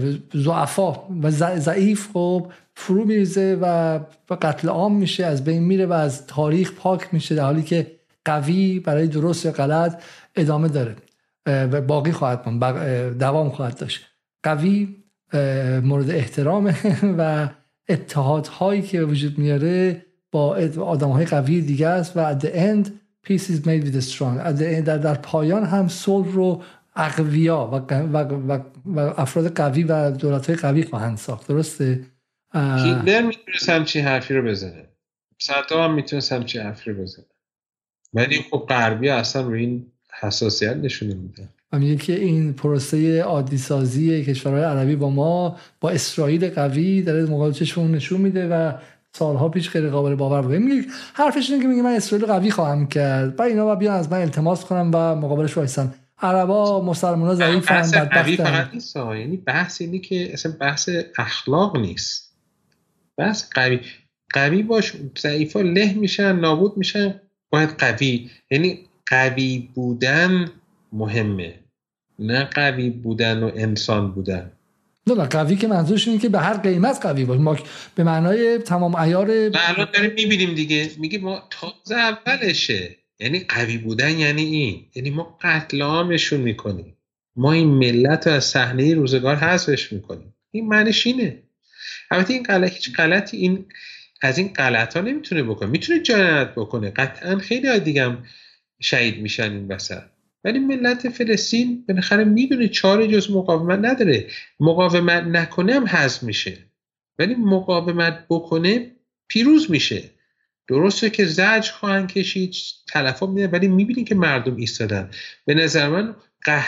ضعفا و ضعیف خب فرو میریزه و قتل عام میشه، از بین میره و از تاریخ پاک میشه، در حالی که قوی برای درست یا غلط ادامه داره و باقی خواهد ماند، دوام خواهد داشت. قوی مورد احترامه و اتحادهایی که وجود میاره با آدم‌های قوی دیگه است و at the end peace is made with the strong. at the end در, در پایان هم صلح رو اقویا و, و, و, و افراد قوی و دولت‌های قوی خواهند ساخت. درسته؟ هیتلر میتونست همچی حرفی رو بزنه، صدام هم میتونست همچی حرفی رو بزنه، ولی خب غربی اصلا روی این حساسیت نشون نمیدن. و میگه که این پروسه عادی سازی کشورهای عربی با ما، با اسرائیل قوی داره مقابل چشمون نشون میده و سالها پیش غیر قابل باور بود. میگه حرفش اینه که میگه من اسرائیل قوی خواهم کرد، بعد اینا بیان از من التماس کنم و مقابلش وایسن. عربا مسلمانا ضعیفن، بدبختن. فقط نیست، یعنی بحث اینه که اصلا بحث اخلاق نیست، بحث قوی قوی باش، ضعیفا له میشن، نابود میشن، باید قوی، یعنی قوی بودن مهمه، نه قوی بودن و انسان بودن. نه نه قوی که منظورش اینه که به هر قیمت قوی باشه، ما به معنای تمام عیار. الان داریم میبینیم دیگه، میگه ما تازه اولشه، یعنی قوی بودن یعنی این، یعنی ما قتل عامشون میکنیم، ما این ملت رو از صحنه روزگار حذفش میکنیم، این معنیش اینه. البته این غلط هیچ غلطی این از این غلطا نمیتونه بکنه، میتونه جنایت بکنه، قطعا خیلی ها دیگه هم شهید میشن این وسط، ولی ملت فلسطین بالاخره میدونه چاره جز مقاومت نداره، مقاومت نکنه هم حذف میشه، ولی مقاومت بکنه پیروز میشه. درسته که زجر خواهند کشید، تلفات میدن، ولی میبینی که مردم ایستادن. به نظر من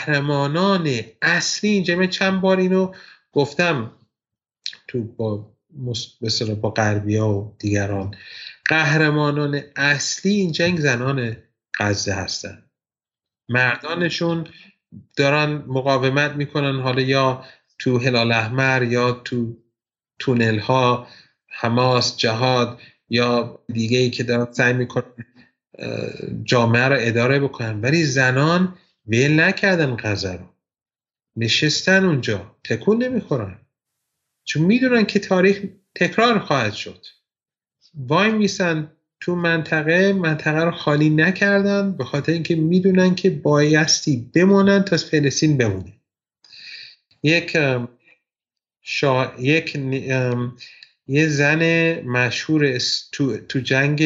قهرمانان اصلی اینجا، من چند بار اینو گفتم تو با مثلا با غربی‌ها و دیگران، قهرمانان اصلی این جنگ زنان غزه هستن. مردانشون دارن مقاومت میکنن، حالا یا تو هلال احمر یا تو تونل ها، حماس، جهاد یا دیگه ای که دارن سعی میکنن جامعه رو اداره بکنن، ولی زنان ویل نکردن غزه رو، نشستن اونجا تکون نمیخورن، چون میدونن که تاریخ تکرار خواهد شد. وای میسن تو منطقه منطقه رو خالی نکردن، به خاطر اینکه میدونن که بایستی بمونن تا فلسطین بمونه. یک شا... یک یه زن مشهور تو, تو جنگ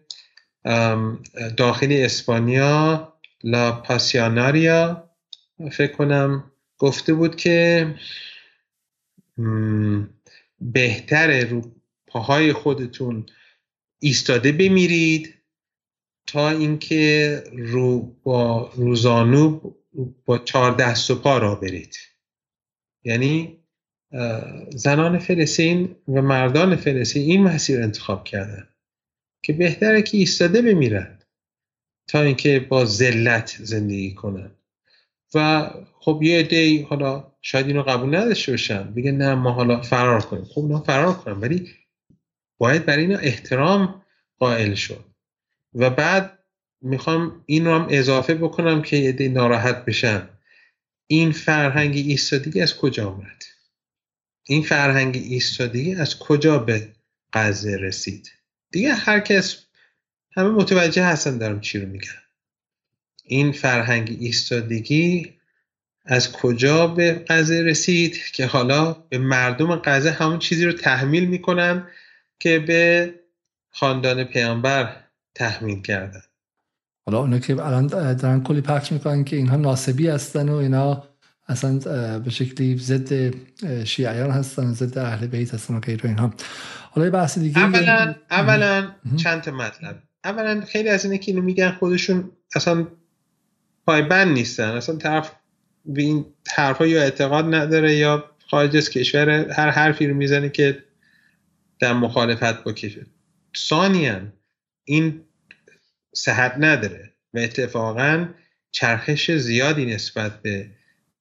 داخلی اسپانیا، لا پاسیاناریا فکر کنم، گفته بود که بهتره رو پاهای خودتون ایستاده بمیرید تا اینکه رو با روزانو با چهار دست و پا را برید. یعنی زنان فلسطین و مردان فلسطین این مسیر انتخاب کردن که بهتره که ایستاده بمیرن تا اینکه با ذلت زندگی کنن. و خب یه عده‌ای حالا شاید اینو قبول نداشته باشن، بگن نه ما حالا فرار کنیم. خب نه فرار کنن، ولی باید برای اینا احترام قائل شد. و بعد میخوام این رو هم اضافه بکنم که یه عده ناراحت بشن. این فرهنگ ایستادگی از کجا آمد؟ این فرهنگ ایستادگی از کجا به غزه رسید؟ دیگه هر کس همه متوجه هستن دارم چی رو میگم. این فرهنگ ایستادگی از کجا به غزه رسید که حالا به مردم غزه همون چیزی رو تحمیل میکنن که به خاندان پیامبر تحمیل کردن. حالا اونا که الان دارن کلی پخش میکنن که اینها ناسبی هستن و اینا اصلا به شکلی ضد شیعیان هستن، ضد اهل بیت هستن و غیره اینها. حالا یه بحث دیگه اولا اولا چند تا مطلب. اولا خیلی از اینه که اینو میگن خودشون اصلا پایبند نیستن، اصلا طرف به این حرفا یا اعتقاد نداره یا خارج از کشور هر حرفی رو میزنه که در مخالفت با کشور. ثانیاً این صحت نداره و اتفاقاً چرخش زیادی نسبت به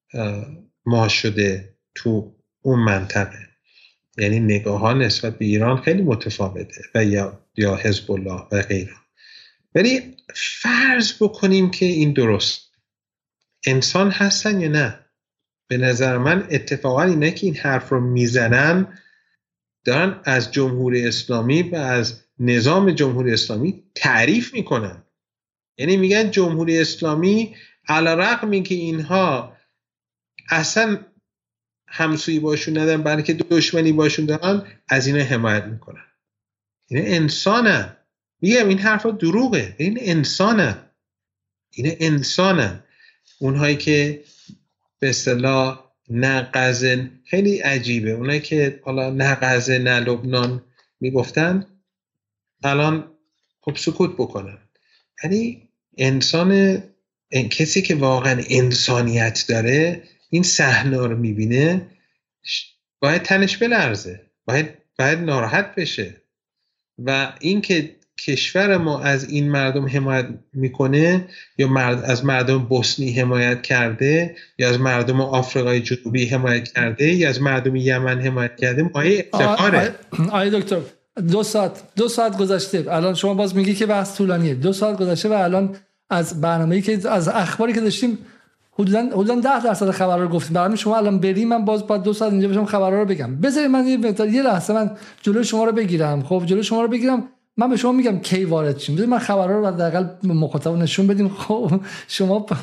ما شده تو اون منطقه. یعنی نگاه ها نسبت به ایران خیلی متفاوته و یا یا حزب الله و غیره. ولی فرض بکنیم که این درست انسان هستن یا نه. به نظر من اتفاقا اینه که این حرف رو میزنن دارن از جمهوری اسلامی و از نظام جمهوری اسلامی تعریف میکنن. یعنی میگن جمهوری اسلامی علی رغم اینکه اینها اصلا همسویی باشون ندارن بلکه دشمنی باشون دارن، از اینا حمایت میکنن. اینا انسانن. میگم این حرفا دروغه. این انسانن. اینا انسانن. اونهایی که به اصطلاح نه غزه، خیلی عجیبه، اونایی که حالا نه غزه نه لبنان میگفتن الان خب سکوت بکنن. یعنی انسان، این کسی که واقعا انسانیت داره این صحنه رو میبینه باید تنش بلرزه، باید باید ناراحت بشه. و این که کشور ما از این مردم حمایت میکنه یا مرد از مردم بوسنی حمایت کرده یا از مردم آفریقای جنوبی حمایت کرده یا از مردم یمن حمایت کرده، مایه افتخاره. آقای دکتر دو ساعت دو ساعت گذشته، الان شما باز میگی که بحث طولانیه. دو ساعت گذشته و الان از برنامه‌ای که از اخباری که داشتیم حدوداً حدوداً ده درصد خبرها رو گفتیم. برای شما الان بریم من باز بعد دو ساعت اینجا بشم خبرها رو بگم. بذارید من یه یه لحظه من جلوی شما رو بگیرم. خب جلوی شما رو بگیرم، من به شما میگم کی وارد شیم. بذارید من خبرها رو حداقل مخاطب نشون بدیم. خب شما ب...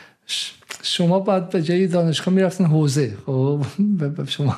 شما بعد به جای دانشگاه میرفتین حوزه. خب شما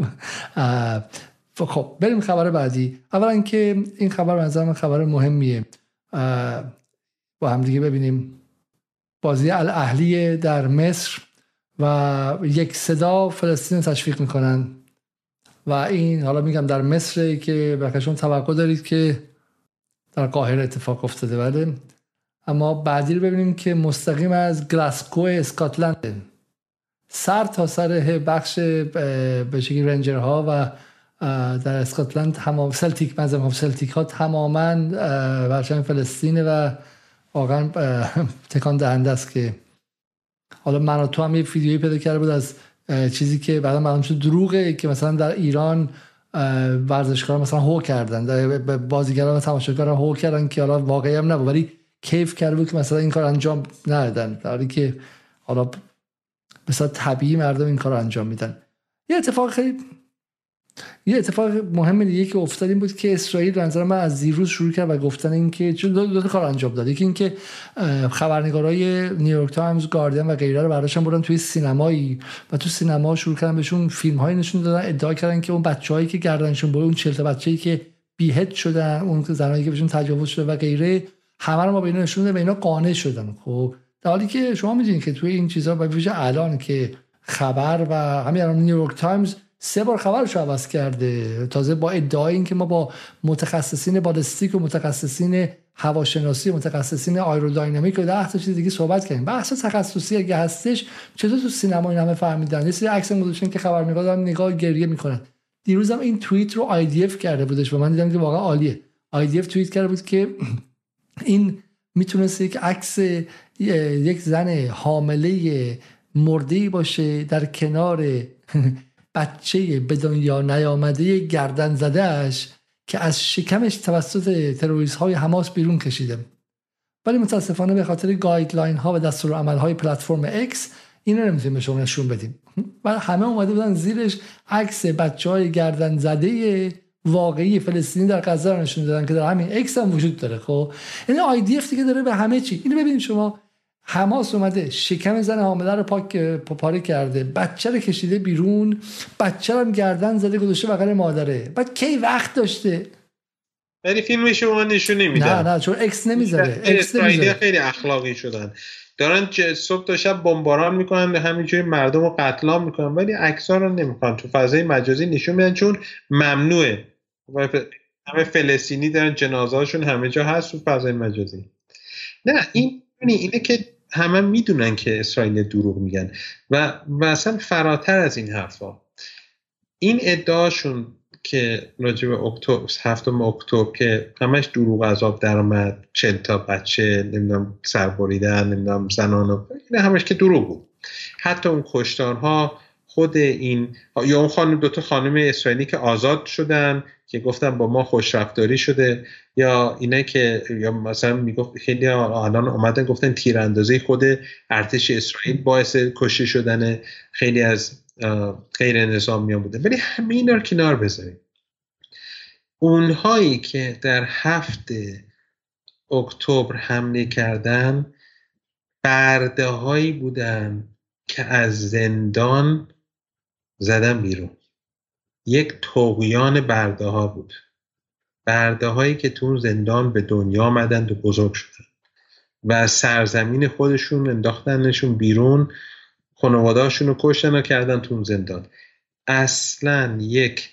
خب بریم خبر بعدی. اولا که این خبر به نظر من خبر مهمیه، با هم دیگه ببینیم. بازی الاهلی در مصر و یک صدا فلسطین تشویق میکنن و این حالا میگم در مصر که برکشون توقع دارید که در قاهره اتفاق افتاده، بله، اما بعدی رو ببینیم که مستقیم از گلاسگو اسکاتلند، سر تا سر بخش به شکلی رنجرها و در اسکاتلند تمام سلتیک مزم سلتیک ها تماما برچسب فلسطین و واقعا تکان دهنده است که حالا من و تو هم یه ویدیویی پیدا کرده بود از چیزی که بعدا معلوم شد دروغه که مثلا در ایران ورزشکارا مثلا هو کردن، در بازیگرا و تماشاگرا هو کردن که حالا واقعی هم نبود ولی کیف کرده بود که مثلا این کار انجام ندادن، در حالی که حالا مثلا طبیعی مردم این کار انجام میدن. یه اتفاق خیلی یه اتفاق مهم دیگه که افتاد این بود که اسرائیل به نظر من از دیروز شروع کرد و گفتن این که چون دو, دو تا کار انجام داد. یکی این که خبرنگارای نیویورک تایمز، گاردین و غیره رو برداشتن بردن توی سینمایی و تو سینما شروع کردن بهشون فیلم‌های نشون دادن، ادعا کردن که اون بچه‌هایی که گردنشون بره، اون چهل تا بچه‌ای که بیهد شدن، اون زنایی که بهشون تجاوز شده و غیره، همه رو ما به اینا نشون دادیم و اینا قانع شدن. خب در حالی که شما می‌دونید که توی این چیزا با ویژه الان که خبر و همین الان نیویورک تایمز سه بار خبرش رو عوض کرده، تازه با ادعای این که ما با متخصصین بالستیک و متخصصین هواشناسی، متخصصین آیرودینامیک و ده تا چیز دیگه صحبت کردیم. بحث تخصصی اگه هستش چطور تو سینما این همه فهمیدن؟ یه سری عکس گذاشتن که خبرنگار دارن نگاه گریه میکنن. دیروزم این توییت رو آی دی اف کرده بودش و من دیدم که واقعا عالیه. آی دی اف توییت کرده بود که این میتونست یک عکس یک زن حامله مرده‌ای باشه در کنار بچه به دنیا نیامده گردن زدهش که از شکمش توسط تروریست های حماس بیرون کشیده، ولی متاسفانه به خاطر گایدلاین ها و دستورالعمل های پلتفرم ایکس اینو نمیتونیم به شما نشون بدیم و همه اومده بودن زیرش عکس بچه های گردن زده واقعی فلسطینی در غزه رو نشون دادن که در همین ایکس هم وجود داره. خب این آی دی اف دیگه داره به همه چی. اینو ببینید شما، حماس اومده شکم زن حامله رو پاک پاره کرده، بچه رو کشیده بیرون، بچه رو هم گردن زده گذاشته بغل مادره. بعد کی وقت داشته؟ ولی فیلم شما نشون نمیدن. نه نه چون ایکس نمیذاره. ایکس نمیذاره. خیلی اخلاقی شدن، دارن صبح تا شب بمباران میکنن، همینجوری مردم رو قتل عام میکنن، ولی عکس‌ها رو نمیخوان تو فضای مجازی نشون میدن چون ممنوعه. همه فلسطینی دارن جنازه‌هاشون همه جا هست تو فضای مجازی. نه این اینه که همه میدونن که اسرائیل دروغ میگن و مثلا فراتر از این حرفا این ادعاشون که راجع به اکتبر هفتم اکتبر که همش دروغ عذاب در اومد، چهل تا بچه نمیدونم سربریدن، نمیدونم زنان و این همش که دروغ بود. حتی اون کشتارها خود این یا اون خانم دوتا خانم اسرائیلی که آزاد شدن که گفتن با ما خوشرفتاری شده، یا اینه که یا مثلا میگفت خیلی الان اومدن گفتن تیراندازی خود ارتش اسرائیل باعث کشته شدن خیلی از غیر نظامیان بوده. ولی همه اینا رو کنار بذاریم. اونهایی که در هفته اکتبر حمله کردن برده هایی بودن که از زندان زدن بیرون. یک طغیان برده ها بود، برده هایی که تو زندان به دنیا آمدند و بزرگ شدن و از سرزمین خودشون انداختنشون بیرون، خانواده‌هاشون رو کشتن و کردن تو زندان. اصلا یک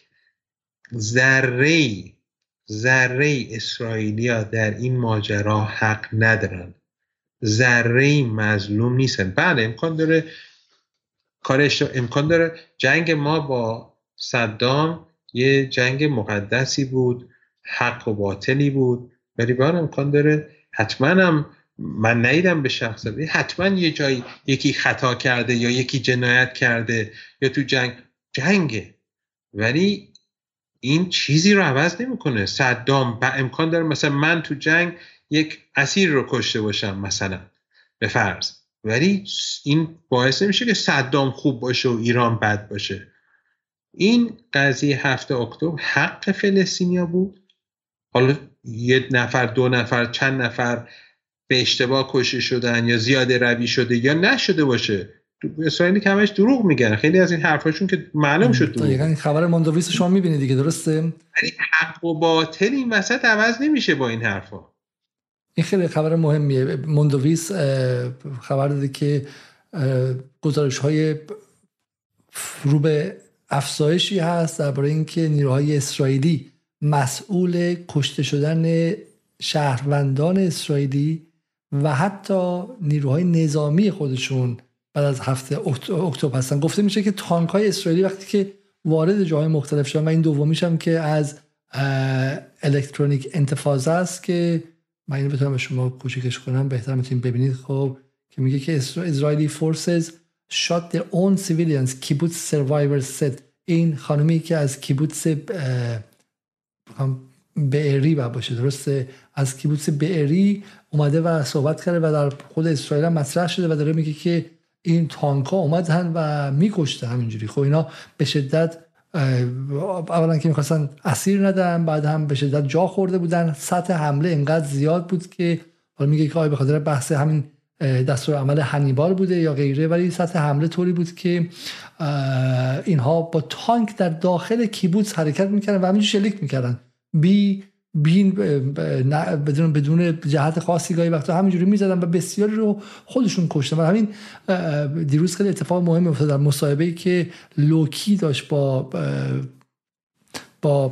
ذره ذره اسرائیلیا در این ماجرا حق ندارن، ذره مظلوم نیستن. بله امکان داره کارش، امکان داره جنگ ما با صدام یه جنگ مقدسی بود، حق و باطلی بود، ولی باید امکان داره حتما هم من ندیدم به شخصه حتما یه جایی یکی خطا کرده یا یکی جنایت کرده یا تو جنگ جنگه، ولی این چیزی رو عوض نمیکنه. صدام با امکان داره مثلا من تو جنگ یک اسیر رو کشته باشم مثلا به فرض، ولی این باعث نمیشه که صدام خوب باشه و ایران بد باشه. این قضیه هفته اکتبر حق فلسطینیا بود. حالا یه نفر دو نفر چند نفر به اشتباه کشته شدن یا زیاده روی شده یا نشده باشه، اسرائیلی که همش دروغ میگن. خیلی از این حرفاشون که معلوم شد دروغ. دقیقاً خبر موندویس شما میبینید دیگه، درسته؟ ولی حق و باطل این وسط عوض نمیشه با این حرفا. این خیلی خبر مهمیه. موندویس خبر داده که گزارش‌های رو به افزایشی هست درباره اینکه نیروهای اسرائیلی مسئول کشته شدن شهروندان اسرائیلی و حتی نیروهای نظامی خودشون بعد از هفته اکتبر هستن. گفته میشه که تانک‌های اسرائیلی وقتی که وارد جاهای مختلف شدن و این دومیش هم که از الکترونیک انتفاضه است که من اینو بتونم به شما کوچیکش کنم بهتر میتونید ببینید. خب که میگه که اسرائیلی forces shot their own civilians kibbutz survivors said. این خانمی که از کیبوتس بئری باشه درسته از کیبوتس بئری اومده و صحبت کرده و در خود اسرائیل هم مطرح شده و داره میگه که این تانک‌ها اومدن و میکشتن همینجوری. خب اینا به شدت اولا که میخواستن اسیر ندن، بعد هم به شدت جا خورده بودن. سطح حمله انقدر زیاد بود که حالا میگه که آیا به خاطر بحث همین دستور عمل هنیبال بوده یا غیره، ولی سطح حمله طوری بود که اینها با تانک در داخل کیبوتس حرکت میکردن و همینجور شلیک میکردن بی بین بدون بدون جهت خاصی، گاهی وقتا همینجوری میزدن و بسیاری رو خودشون کشتن. و همین دیروز خیلی اتفاق مهمی افتاد در مصاحبه‌ای که لوکی داشت با با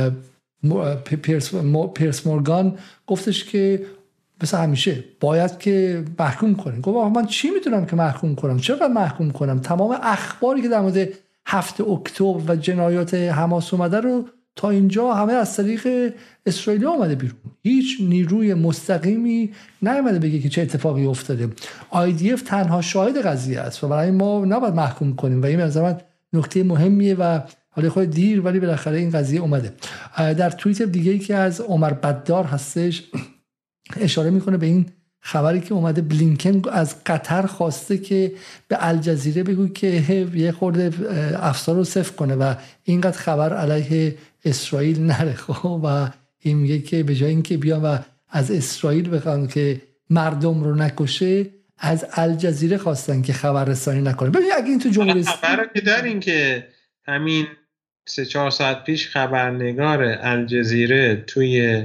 پیرس پیرس مورگان، گفتش که مثل همیشه باید که محکوم کنیم. گفت من چی میتونم که محکوم کنم، چقدر محکوم کنم؟ تمام اخباری که در مورد هفت اکتبر و جنایات حماس اومده رو تا اینجا همه از طریق اسرائیل اومده بیرون. هیچ نیروی مستقیمی نیومده بگه که چه اتفاقی افتاده. آی دی اف تنها شاهد قضیه است و برای ما نباید محکوم کنیم و این از من نکته مهمیه و حالا خود دیر ولی بالاخره این قضیه اومده. در توییت دیگه‌ای که از عمر بدار هستش اشاره میکنه به این خبری که اومده بلینکن از قطر خواسته که به الجزیره بگو که یه خورده افسار رو صفر کنه و اینقدر خبر علیه اسرائیل نره. خب و این میگه که به جای اینکه بیان و از اسرائیل بخوان که مردم رو نکشه، از الجزیره خواستن که خبر رسانی نکنه. ببین اگه این تو جمهوری خبر که دارین که همین سه چهار ساعت پیش خبرنگار الجزیره توی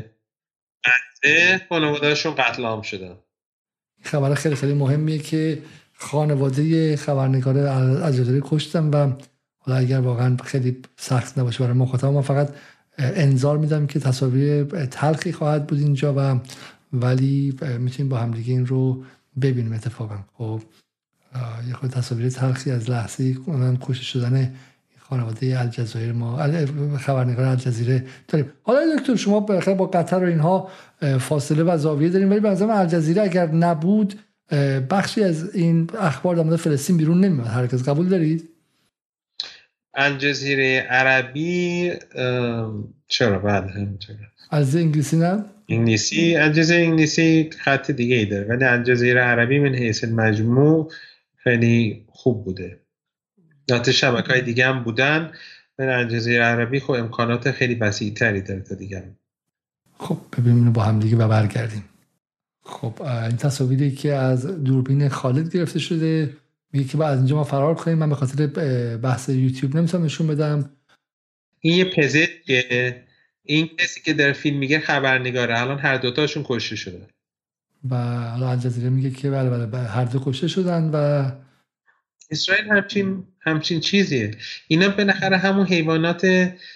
خانواده‌شون قتل عام شدن. خبر خیلی خیلی مهمیه که خانواده خبرنگار الجزیره کشتن و حالا اگر واقعا خیلی سخت نباشه برای مخاطب، من فقط انذار میدم که تصاویر تلخی خواهد بود اینجا و ولی میتونیم با هم دیگه این رو ببینیم اتفاقا. خب یه خود تصاویر تلخی از لحظه اونم کشته شدن خانواده الجزایر ما خبرنگار الجزیره داریم. حالا دکتر شما بخیر با قطر و اینها فاصله و زاویه داریم، ولی به نظر من الجزیره اگر نبود بخشی از این اخبار در مورد فلسطین بیرون نمیاد. هرگز قبول دارید؟ الجزیره عربی چرا بعد همینطوره؟ از انگلیسی نه؟ انگلیسی الجزیره انگلیسی خط دیگه ای داره، ولی الجزیره عربی من حیث مجموع خیلی خوب بوده. البته شبکه‌های دیگه هم بودن، ولی الجزیره عربی خب امکانات خیلی وسیع‌تری داره تا دیگه. خب ببینیم با هم دیگه و برگردیم. خب این تصاویری که از دوربین خالد گرفته شده میگه که بعد اینجا ما فرار کنیم. من به خاطر بحث یوتیوب نمیتونم نشون بدم. این یه پزشکه، این کسی که در فیلم میگه خبرنگاره، الان هر دوتاشون کشته شدن و حالا الجزیره میگه که بله بله هر دو کشته شدن و اسرائیل همچین همچین چیزیه. اینا بالاخره همون حیوانات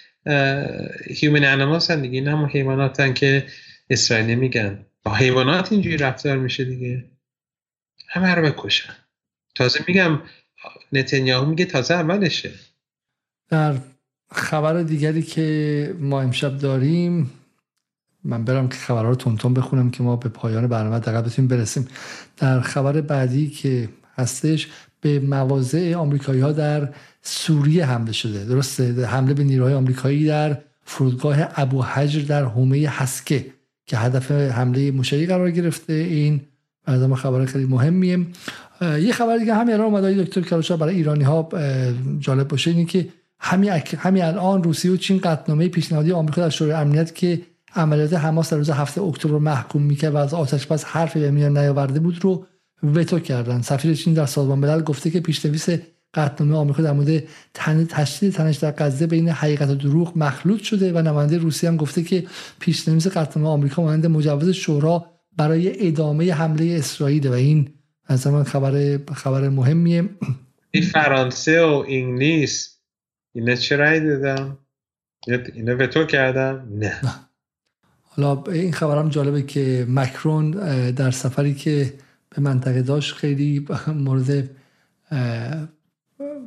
هیومن انیمالز هستن دیگه، اینا همون حیواناتن که اسرائیل میگن با حیوانات اینجوری رفتار میشه دیگه، همه رو بکشن. تازه میگم نتانیاهو میگه تازه اولشه. در خبر دیگری که ما امشب داریم، من برم که خبرها رو تونتون بخونم که ما به پایان برنامه دقیق بتونیم برسیم. در خبر بعدی که هستش به مواضع آمریکایی ها در سوریه حمله شده. درسته، حمله به نیروهای آمریکایی در فرودگاه ابو هجر در حومه حسکه که هدف حمله موشکی قرار گرفته. این از ما خبر خیلی مهمیه. یه خبر دیگه همین الان اومد دکتر کلاشا برای ایرانی ها جالب باشه، اینه که همین همین الان روسیه و چین قطعنامه پیشنهادی آمریکا در شورای امنیت که عملیات حماس در روز هفتم اکتبر محکوم میکرد و از آتش‌بس حرفی به میان نیاورده بود رو وتو کردن. سفیر چین در سازمان ملل گفته که پیش‌نویس قطعنامه آمریکا در مورد تشدید تنش در غزه بین حقیقت و دروغ مخلوط شده و نماینده روسیه هم گفته که پیش‌نویس قطعنامه آمریکا مانند مجوز شورا برای ادامه حمله اسرائیل و این از من خبر خبر مهمیه. این فرانسه و انگلیس اینا چه رأی دادن؟ اینا وتو کردن؟ نه. حالا این خبرم جالبه که مکرون در سفری که به منطقه داشت خیلی مورد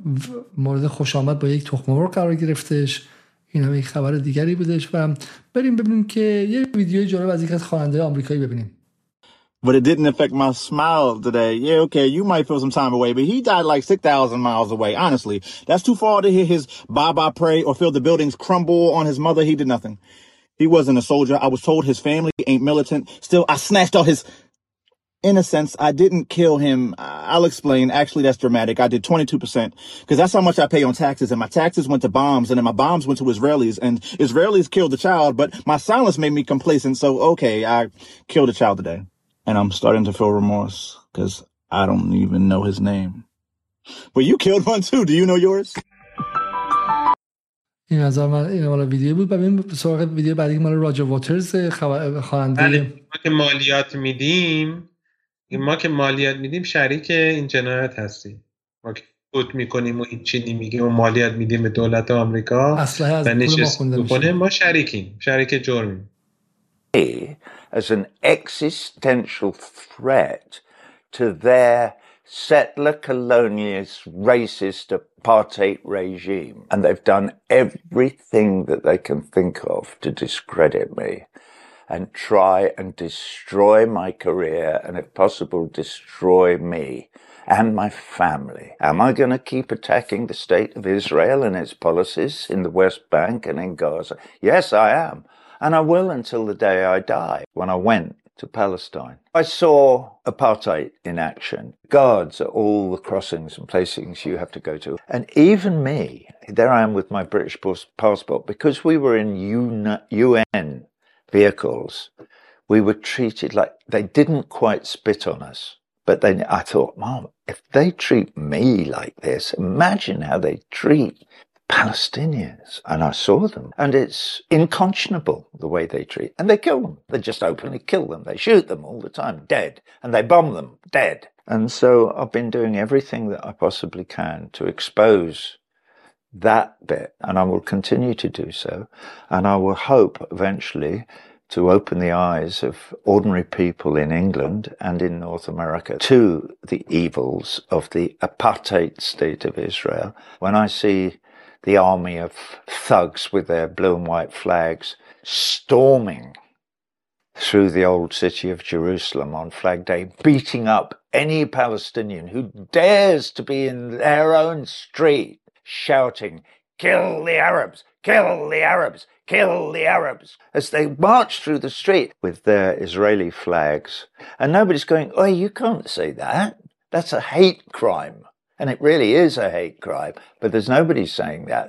مورد خوش آمد با یک تخم مرغ قرار گرفتش. این هم یک خبر دیگری بودش. و بریم ببینیم که یه ویدیوی جالب از یک از خواننده آمریکایی ببینیم. But it didn't affect my smile today. Yeah, okay, you might feel some time away, but he died like six thousand miles away. Honestly, that's too far to hear his bye-bye pray or feel the buildings crumble on his mother. He did nothing. He wasn't a soldier. I was told his family ain't militant. Still, I snatched all his... In a sense, I didn't kill him. I'll explain. Actually, that's dramatic. I did twenty-two percent because that's how much I pay on taxes. And my taxes went to bombs, and then my bombs went to Israelis. And Israelis killed the child, but my silence made me complacent. So, okay, I killed a child today. And I'm starting to feel remorse because I don't even know his name. But you killed one too. Do you know yours? این از من این مال ویدیو بود. ببین سراغ ویدیو بعدی مال راجر واترز خواننده. بله، ما که مالیات میدیم ما که مالیات میدیم شریک این جنایت هستیم. ما که فوت میکنیم و هیچی نمیگیم و مالیات میدیم به دولت آمریکا و نشست میکنه، ما شریکیم، شریک جرمیم. As an existential threat to their settler colonialist racist apartheid regime, and they've done everything that they can think of to discredit me and try and destroy my career and if possible destroy me and my family. Am I going to keep attacking the state of Israel and its policies in the West Bank and in Gaza? Yes, I am. And I will until the day I die. When I went to Palestine, I saw apartheid in action. Guards at all the crossings and places you have to go to. And even me, there I am with my British passport, because we were in U N vehicles, we were treated like they didn't quite spit on us. But then I thought, Mom, if they treat me like this, imagine how they treat Palestinians. And I saw them. And it's unconscionable the way they treat. And they kill them. They just openly kill them. They shoot them all the time, dead. And they bomb them, dead. And so I've been doing everything that I possibly can to expose that bit. And I will continue to do so. And I will hope eventually to open the eyes of ordinary people in England and in North America to the evils of the apartheid state of Israel. When I see the army of thugs with their blue and white flags storming through the old city of Jerusalem on Flag Day, beating up any Palestinian who dares to be in their own street, shouting, "Kill the Arabs! Kill the Arabs! Kill the Arabs!" as they march through the street with their Israeli flags. And nobody's going, "Oh, you can't say that. That's a hate crime." And it really is a hate crime, but there's nobody saying that.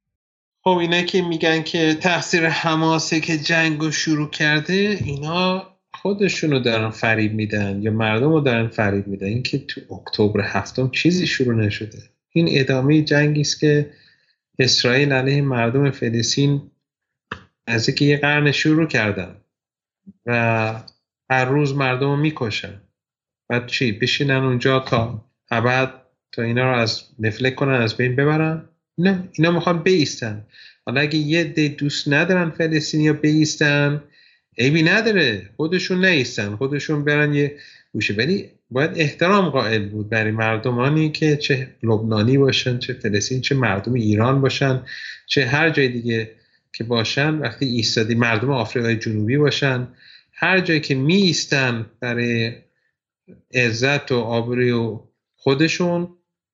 خب اینا که میگن که تقصیر حماسه که جنگو شروع کرده، اینا خودشونو دارن فریب میدن یا مردم رو دارن فریب میدن. این که تو اکتبر هفتم چیزی شروع نشده. این ادامه جنگی است که اسرائیل علیه مردم فلسطین از اینکه یه قرن شروع کردن و هر روز مردم رو میکشن. بعد چی؟ بشینن اونجا تا ابد تا اینا رو از نفلک کنن، از بین ببرن؟ نه، اینا میخوان بایستن. حالا اگه یه دی دوست ندارن فلسطینیا بایستن، عیبی نداره، خودشون نایستن، خودشون برن یه گوشه. ولی باید احترام قائل بود برای مردمانی که چه لبنانی باشن، چه فلسطین، چه مردم ایران باشن، چه هر جای دیگه که باشن. وقتی ایستادی مردم آفریقای جنوبی باشن، هر جایی که می ایستن برای عزت و آبروی و خودشون،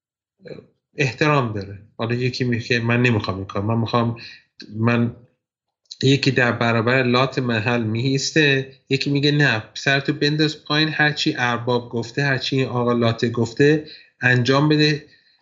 احترام داره. حالا یکی میگه من نمیخوام این کار، من میخوام من یکی در برابر لات محل میایسته، یکی میگه نه سرتو بنداز پایین، هرچی ارباب گفته، هرچی آقا لاته گفته انجام بده،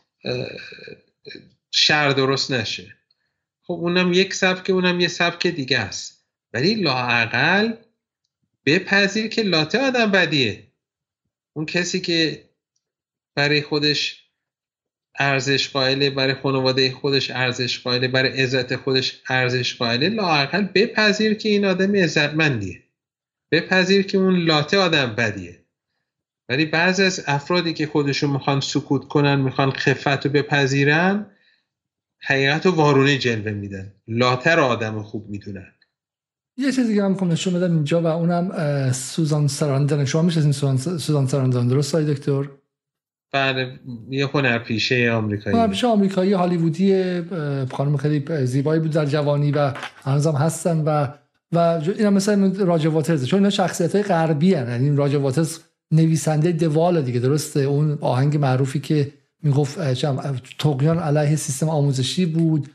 شر درست نشه. خب اونم یک سبک، اونم یه سبک دیگه است. ولی لااقل بپذیر که لاته آدم بدیه. اون کسی که برای خودش ارزش قائله، برای خانواده خودش ارزش قائله، برای عزت خودش ارزش قائله، لااقل بپذیر که این آدم عزتمندیه، بپذیر که اون لاته آدم بدیه. ولی بعضی از افرادی که خودشون میخوان سکوت کنن، میخوان خفت رو بپذیرن، حقیقت رو وارونه جلوه میدن، لاته رو آدم خوب میدونن. یه چیزی که من میخوام نشون بدم اینجا و اونم سوزان سراندن. شما میشناسین سوزان سراندن، درست آقای دکتر؟ بعد یه هنرپیشه آمریکایی هنرپیشه آمریکایی هالیوودی، خانم خیلی زیبایی بود در جوانی و هنوزم هستن و و اینا مثلا راجر واترز، چون اینا شخصیت‌های غربی ان. یعنی راجر واترز نویسنده دوال دیگه، درسته؟ اون آهنگ معروفی که میگفت طغیان علیه سیستم آموزشی بود،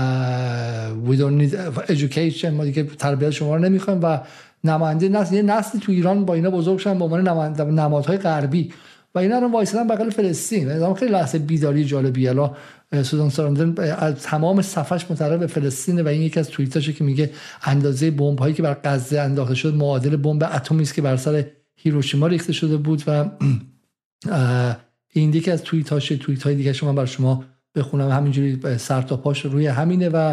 we don't need education، ما دیگه تربیت شما رو نمیخوایم، و نماینده نسل یه نسلی تو ایران با اینا بزرگ شدن به عنوان نمادهای غربی و اینا رو وایسادن بغل فلسطین. نظام خیلی لحظه بیداری جالبیه. الا سوزان سارندن از تمام صفحش متعلق به فلسطین و این یکی از توییتاشه که میگه اندازه بمب هایی که بر غزه انداخته شد معادل بمب اتمی است که بر سر هیروشیما ریخته شده بود. و این یکی از توییتاشه. توییت های دیگه شما بر شما بخونم، همینجوری سر تا پاش روی همینه و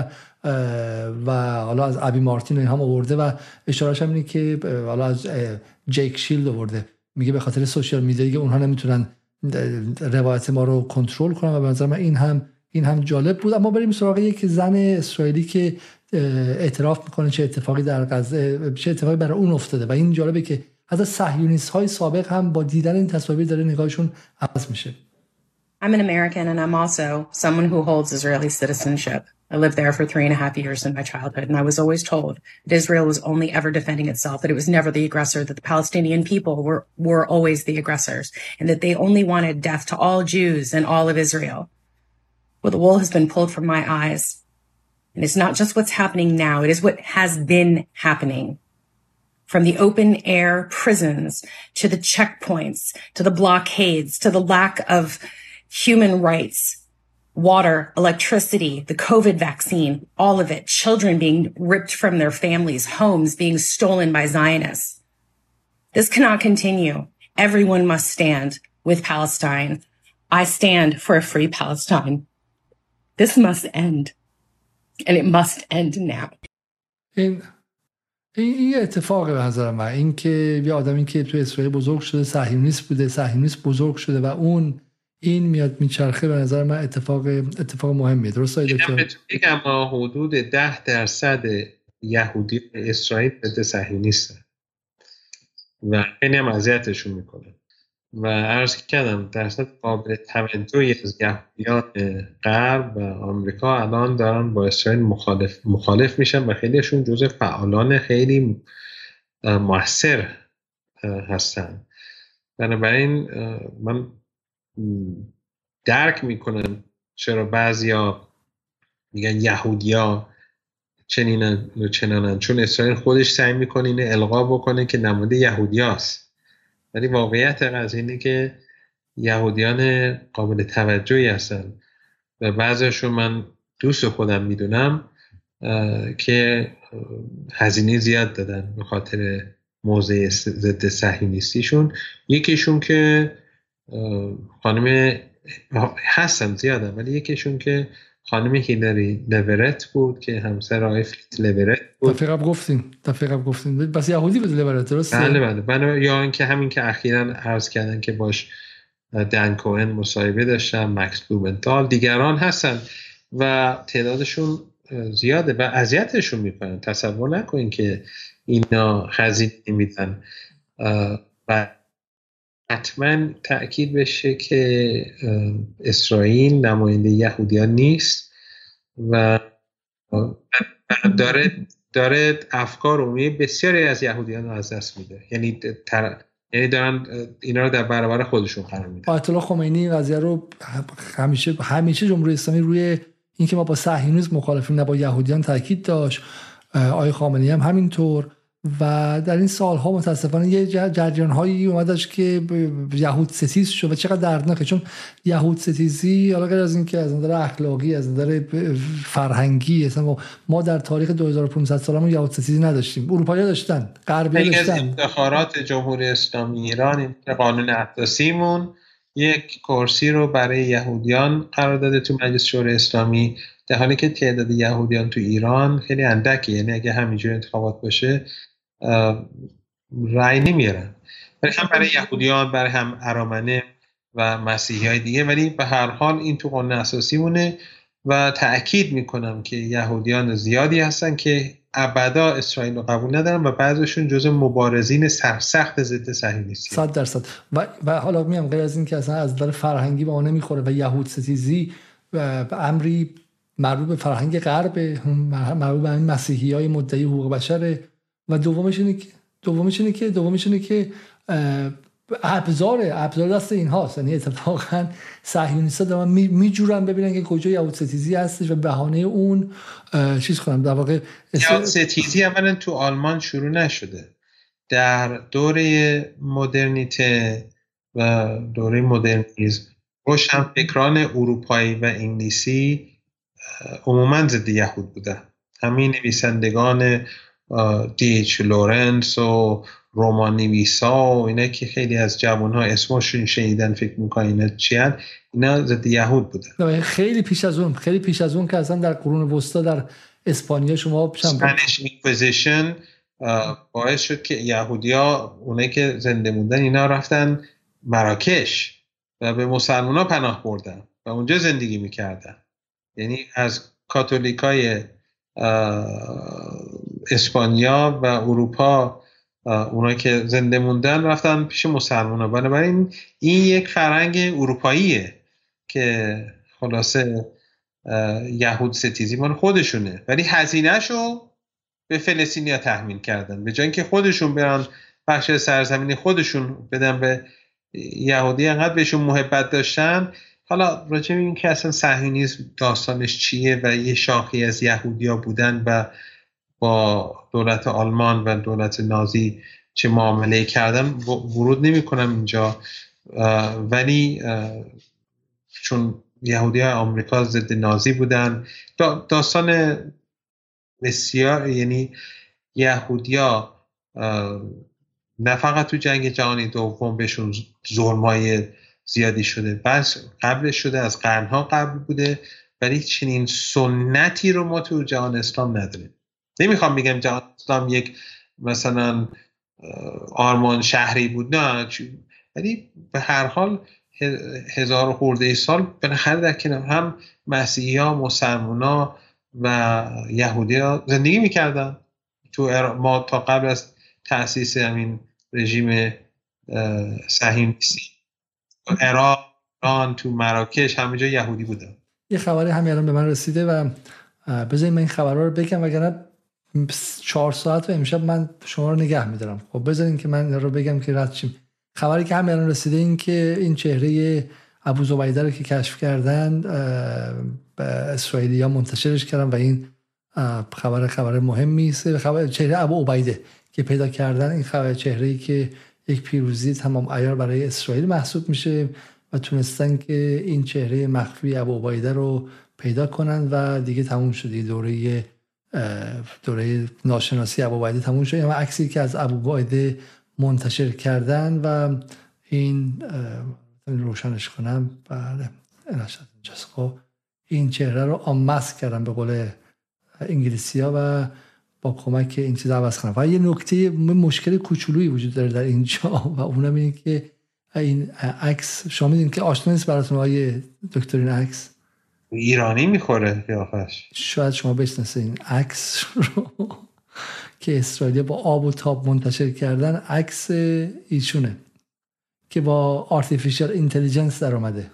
و حالا از ابی مارتین هم آورده و اشارهش هم اینه که حالا از جیک شیلد آورده، میگه به خاطر سوشال میدیا که اونها نمیتونن روایت ما رو کنترل کنن و به نظر من این هم این هم جالب بود. اما بریم سراغ یک زن اسرائیلی که اعتراف میکنه چه اتفاقی در غزه، چه اتفاقی برای اون افتاده و این جالبه که حتی صهیونیست های سابق هم با دیدن این تصاویر داره نگاهشون عوض میشه. I'm an American and I'm also someone who holds Israeli citizenship. I lived there for three and a half years in my childhood, and I was always told that Israel was only ever defending itself, that it was never the aggressor, that the Palestinian people were, were always the aggressors, and that they only wanted death to all Jews and all of Israel. Well, the wool has been pulled from my eyes, and it's not just what's happening now, it is what has been happening. From the open-air prisons, to the checkpoints, to the blockades, to the lack of human rights, water, electricity, the COVID vaccine, all of it, children being ripped from their families, homes being stolen by Zionists. This cannot continue. Everyone must stand with Palestine. I stand for a free Palestine. This must end. And it must end now. این این اتفاق به نظر من، این که یه آدمی که تو اسرائیل بزرگ شده صهیونیست بوده، صهیونیست بزرگ شده و اون این میاد میچرخه، به نظر من اتفاق اتفاق مهمیه. درسته دکتر؟ میگم ما حدود ده درصد یهودی اسرائیل ضد صهیونیستن و خیلی هم اذیتشون میکنه و عرض کردم درصد قابل توجهی از یهودیان غرب و آمریکا الان دارن با اسرائیل مخالف مخالف میشن و خیلیشون جزء فعالان خیلی مؤثر هستن. بنابراین من درک میکنم چرا بعضیا میگن یهودیا چنینن و چنانن، چون اسرائیل خودش سعی میکنه اینو القا بکنه که نماینده یهودیاست، ولی واقعیت قضیه اینه که یهودیان قابل توجهی هستن و بعضیشون من دوست خودم میدونم که هزینه زیاد دادن به خاطر موضع ضد صهیونیستیشون. یکیشون که خانم هستن زیادن، ولی یکیشون که خانم هیلاری لورت بود که همسر آقای فلیت لورت بود. دفعه قبل گفتیم دفعه قبل گفتیم بس یهودی بود لورت، درسته؟ بله بله بله. یا اینکه همین که اخیراً عرض کردن که باش دن کوهن مصاحبه داشتن، مکس بلومنتال، دیگران هستن و تعدادشون زیاده و اذیتشون میکنن. تصور نکنین که اینا هزینه نمیدن و حتما تأکید بشه که اسرائیل نماینده یهودیان نیست و داره داره افکار عمومی بسیاری از یهودیان رو از دست میده. یعنی تر... یعنی دارن اینا رو در برابر خودشون قرار میدن. آیت الله خمینی قضیه رو همیشه همیشه جمهوری اسلامی روی اینکه ما با صهیونیسم مخالفیم نه با یهودیان تاکید داشت. آیه خامنه‌ای هم همینطور و در این سالها متاسفانه یه جریان‌هایی اومدش که یهود ستیز شد و چقدر دردناکه، چون یهود ستیزی حالا غیر از این که از نظر اخلاقی از نظر فرهنگی اصلا ما در تاریخ دو هزار و پانصد سالمون یهود ستیزی نداشتیم. اروپایی‌ها داشتن، غربی‌ها داشتن. یکی از افتخارات جمهوری اسلامی ایران این که قانون اساسیمون یک کرسی رو برای یهودیان قرار داده تو مجلس شورای اسلامی، در حالی که تعداد یهودیان تو ایران خیلی اندکه. یعنی اگه همینجور انتخابات باشه رأی نمیارن، ولی هم برای یهودیان، برای هم ارامنه و مسیحی های دیگه، ولی به هر حال این تو قانون اساسی مونه و تأکید میکنم که یهودیان زیادی هستن که ابدا اسرائیل رو قبول ندارن و بعضیشون جزو مبارزین سرسخت ضد صهیونیستی. صد درصد. و و حالا میام غیر از این که اصلا از نظر فرهنگی به اون نمیخوره و یهود ستیزی و امری مربوط به فرهنگ غرب، مربوط به این مسیحیای مدعی حقوق بشر. و دومش اینه که دومش اینه که دومش اینه که ابزار ابزار دست اینهاست. یعنی اتفاقا صهیونیست‌ها دارن میجورن ببینن که کجا یهود ستیزی هستش و بهانه اون چیز کنن. در واقع یهود ستیزی اولا تو آلمان شروع نشده. در دوره مدرنیته و دوره مدرنیسم روشنفکران اروپایی و انگلیسی عموما ضد یهود بودن. همین نویسندگان دی ایچ لورنس و رمان نویسا و اینا که خیلی از جوانها اسمشون شنیدن فکر میکنن اینا چی هستن، اینا ضد یهود بودن. خیلی پیش از اون خیلی پیش از اون که اصلا در قرون وسطا در اسپانیا شما اسپانیش اینکویزیشن باعث شد که یهودیا اونایی که زنده موندن اینا رفتن مراکش و به مسلمان‌ها پناه بردن و اونجا زندگی میکردن. یعنی از کاتولیکای اسپانیا و اروپا اونایی که زنده موندن رفتن پیش مسلمان‌ها. بنابراین این یک فرهنگ اروپاییه که خلاصه یهود ستیزی مال خودشونه، ولی هزینه‌شو به فلسطینیا تحمیل کردن. به جای اینکه خودشون برن بخش سرزمین خودشون بدن به یهودی، انقدر بهشون محبت داشتن. حالا راجع به این که اصلا صهیونیسم داستانش چیه و یه شاخی از یهودیا بودن و با دولت آلمان و دولت نازی چه معامله کردن ورود نمی کنم اینجا، ولی چون یهودی های آمریکا ضد نازی بودن داستان بسیار، یعنی یهودی ها نه فقط تو جنگ جهانی دوم بهشون ظلمای زیادی شده، بس قبلش شده، از قرنها قبل بوده، ولی چنین سنتی رو ما تو جهان اسلام نداریم. نمیخوام بگم جهان اسلام یک مثلا آرمان شهری بود، نه، ولی به هر حال هزار خورده سال بالاخره در کنار هم مسیحی ها، مسلمان ها و یهودی ها زندگی میکردن. تو ما تا قبل از تأسیس همین رژیم صهیونیستی عراق، ایران، تو مراکش همه جا یهودی بودن. یه خبری همین الان به من رسیده و بذارید من این خبرها رو بگم وگرنه چهار ساعت و امشب من شما رو نگه میدارم. خب بذارین که من رو بگم که رد شیم. خبری که همین الان رسیده این که این چهره ابو زبیده رو که کشف کردن به اسرائیلی‌ها منتشرش کردن و این خبر خبر مهمی است. خبر چهره ابو عبیده که پیدا کردن، این خبر چهره‌ای که یک پیروزی تمام عیار برای اسرائیل محسوب میشه و تونستن که این چهره مخفی ابو عبیده رو پیدا کنن و دیگه تموم شد. دوره دوره ناشناسی ابو عبیده تموم شد. اما عکسی که از ابو عبیده منتشر کردن و این روشنش کنم، بله اینجاست. خب این چهره رو آماسک کردن به قول انگلیسی‌ها و با کمک این چیز عوض کنن. و یه نکته مشکل کوچولویی وجود داره در اینجا و اونم اینه که این عکس شما میدونید که آشنا نیست براتون آیه دکتر این عکس ایرانی میخوره قیافش. شاید شما بشناسید این عکس رو که اسرائیل با آب و تاب منتشر کردن، عکس ایشونه که با آرتفیشال اینتلیجنس در اومده.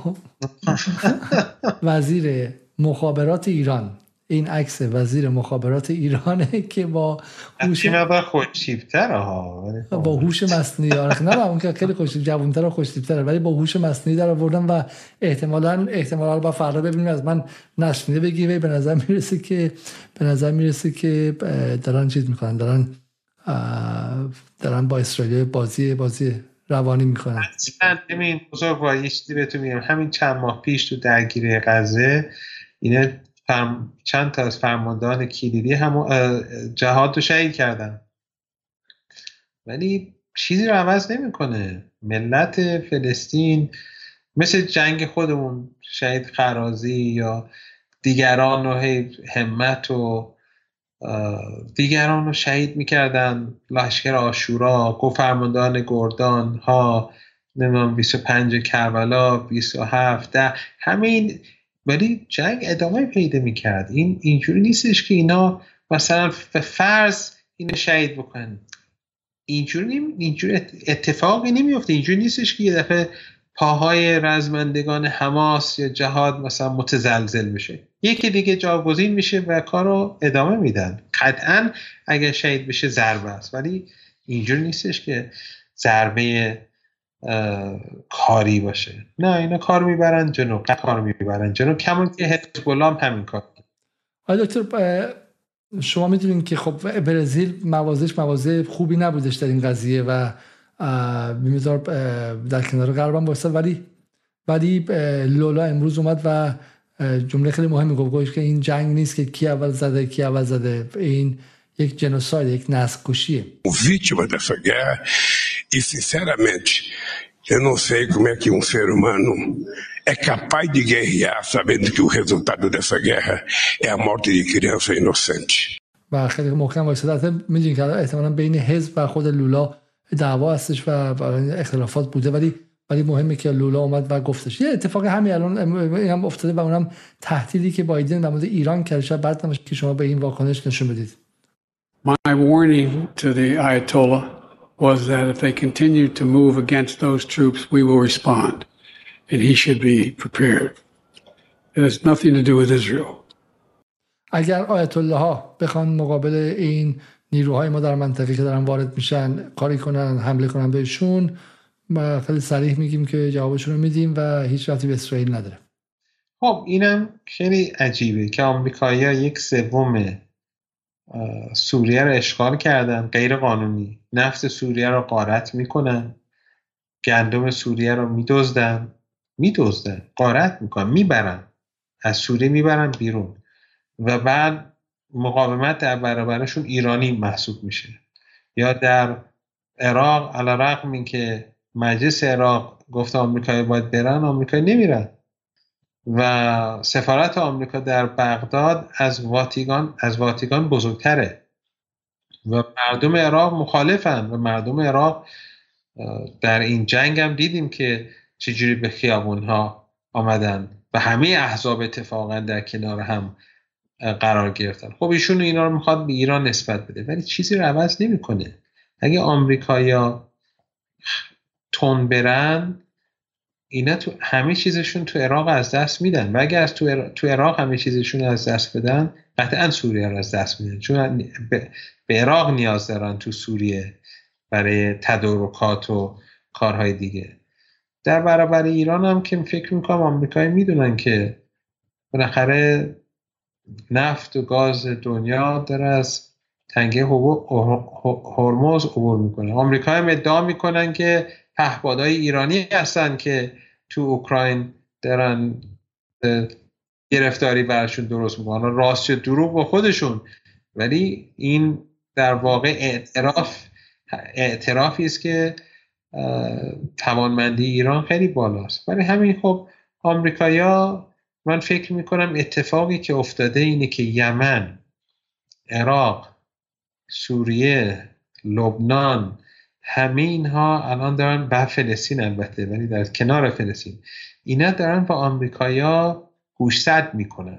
وزیر مخابرات ایران، این عکس وزیر مخابرات ایرانه که با هوش خوش‌تیپ‌تره ها، با هوش مصنوعی، نه اون که خیلی خوش جوان‌تر و خوش‌تیپ‌تره، ولی با هوش مصنوعی در آوردن و احتمالاً احتمالاً با فردا ببینیم از من نشنیده بگی. به نظر میرسه که به نظر میرسه که دارن چیز میکنن، دارن دارن با اسرائیل بازی بازی روانی میکنن. همین بزرگوار یه چیزی بهتون میگم، همین چند ماه پیش تو درگیری غزه اینا فرم... چند تا از فرماندهان کلیدی هم جهاد رو شهید کردن، ولی چیزی رو عوض نمیکنه. ملت فلسطین مثل جنگ خودمون، شهید خرازی یا دیگران رو همت و دیگران رو شهید میکردن، لشکر آشورا، فرماندهان گردان ها، نمیدونم بیست و پنج کربلا، بیست و هفت، همین ولی جنگ ادامه پیدا میکرد. این اینجوری نیستش که اینا مثلا فرض اینو شهید بکنن، اینجوری اینجوری اتفاقی نمیفته. اینجوری نیستش که یه دفعه پاهای رزمندگان حماس یا جهاد مثلا متزلزل بشه، یکی دیگه جاگزین میشه و کارو ادامه میدن. قطعا اگر شهید بشه ضربه است، ولی اینجوری نیستش که ضربه کاری باشه. نه، اینا کار میبرن جلو، کار میبرن جلو، کمون که حزب الله هم همین کار. آقای دکتر، شما میدونین که خب برزیل موازش موازه خوبی نبودش در این قضیه و میمیدار در کنار غرب هم بایستد، ولی ولی لولا امروز اومد و جمله خیلی مهمی گفت، گفت که این جنگ نیست که کی اول زده کی اول زده، این یک جنوساید، یک نسل کشیه. Vítima dessa guerra e sinceramente eu não sei como é que um ser humano é capaz de guerrear sabendo que o resultado dessa guerra é a morte de criança inocente. و خیلی محکم وایساده. میدونید که احتمالاً بین حزب و خود لولا دعوا هستش و اختلافات بوده، ولی ولی مهمه که لولا اومد و گفتش. یه اتفاق همین الان هم افتاده و اونم تهدیدی که بایدن در مورد ایران کرده. شاید بعد نمیشه که شما به این واکنش نشون بدید. My warning to the Ayatollah was that if they continue to move against those troops, we will respond, and he should be prepared. It has nothing to do with Israel. اگر آیت الله ها بخوان مقابل این نیروهای ما در منطقه که دارن وارد میشن کاری کنن، حمله کنن بهشون، ما خیلی صریح میگیم که جوابشون رو میدیم و هیچ ربطی به اسرائیل نداره. خب اینم خیلی عجیبه که آمریکایی‌ها یک سوم سوریه رو اشغال کردن غیر قانونی، نفت سوریه رو غارت میکنن، گندم سوریه رو میدزدن میدزدن غارت میکنن، میبرن از سوریه، میبرن بیرون و بعد مقاومت در برابرشون ایرانی محسوب میشه. یا در عراق علیرغم این که مجلس عراق گفت آمریکایی باید برن، آمریکایی نمیرن و سفارت آمریکا در بغداد از واتیکان از واتیکان بزرگتره و مردم عراق مخالفن و مردم عراق در این جنگ هم دیدیم که چجوری به خیابونها آمدن و همه احزاب اتفاقا در کنار هم قرار گرفتن. خب ایشون اینا رو میخواد به ایران نسبت بده، ولی چیزی رو عوض نمیکنه. اگه آمریکایی‌ها تون برن، اینا تو همه چیزشون تو عراق از دست میدن و اگه از تو, عراق، تو عراق همه چیزشون از دست بدن، قطعا سوریه رو از دست میدن، چون به, به عراق نیاز دارن تو سوریه برای تدارکات و کارهای دیگه. در برابر ایران هم که فکر میکنم آمریکایی میدونن که بالاخره نفت و گاز دنیا داره از تنگه هرمز عبور میکنه. آمریکایی هم ادعا میکنن که پهپادهای ایرانی هستن که تو اوکراین دارن گرفتاری برشون درست میکنن، راست یا دروغ با خودشون، ولی این در واقع اعتراف اعترافی است که توانمندی ایران خیلی بالاست. ولی همین خب آمریکایی‌ها، من فکر میکنم اتفاقی که افتاده اینه که یمن، عراق، سوریه، لبنان، همه اینها الان دارن به فلسطین، البته ولی در کنار فلسطین، اینا دارن با آمریکایا گوشزد میکنن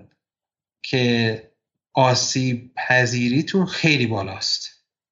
که آسیب پذیریتون خیلی بالاست.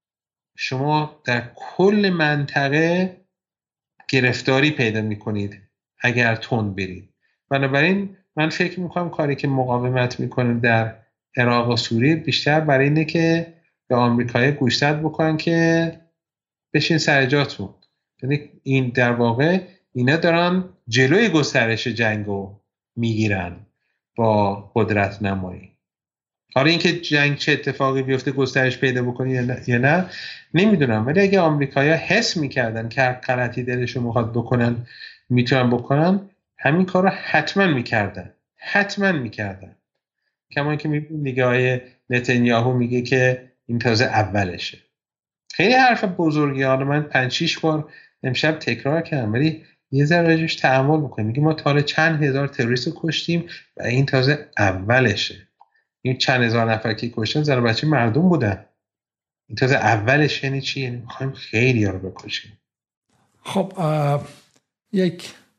شما در کل منطقه گرفتاری پیدا میکنید اگر تند برید. بنابراین من فکر میکنم کاری که مقاومت میکنه در عراق و سوریه بیشتر برای اینه که به آمریکایی گوشزد بکنن که بشین سر جاتون. یعنی این در واقع اینا دارن جلوی گسترش جنگو میگیرن با قدرت نمایی. حالا اینکه جنگ چه اتفاقی بیفته گسترش پیدا بکنه یا نه, یا نه نمیدونم، ولی اگه آمریکایی‌ها حس میکردن که غلطی دلشون میخواد بکنن میتونن بکنن، همین کار رو حتما میکردن حتما میکردن. کما که میبینید نگاه نتانیاهو میگه که این تازه اولشه. خیلی حرف بزرگیانه، من پنج شیش بار امشب تکرار کردم، ولی یه ذره راجعش تأمل میکنیم. میگه ما تا حالا چند هزار تروریست رو کشتیم و این تازه اولشه. این چند هزار نفر که کشتن زن و بچه مردم بودن، این تازه اولش. یعنی چی؟ یعنی میخوایم خیلی ها رو بکشیم. خب یک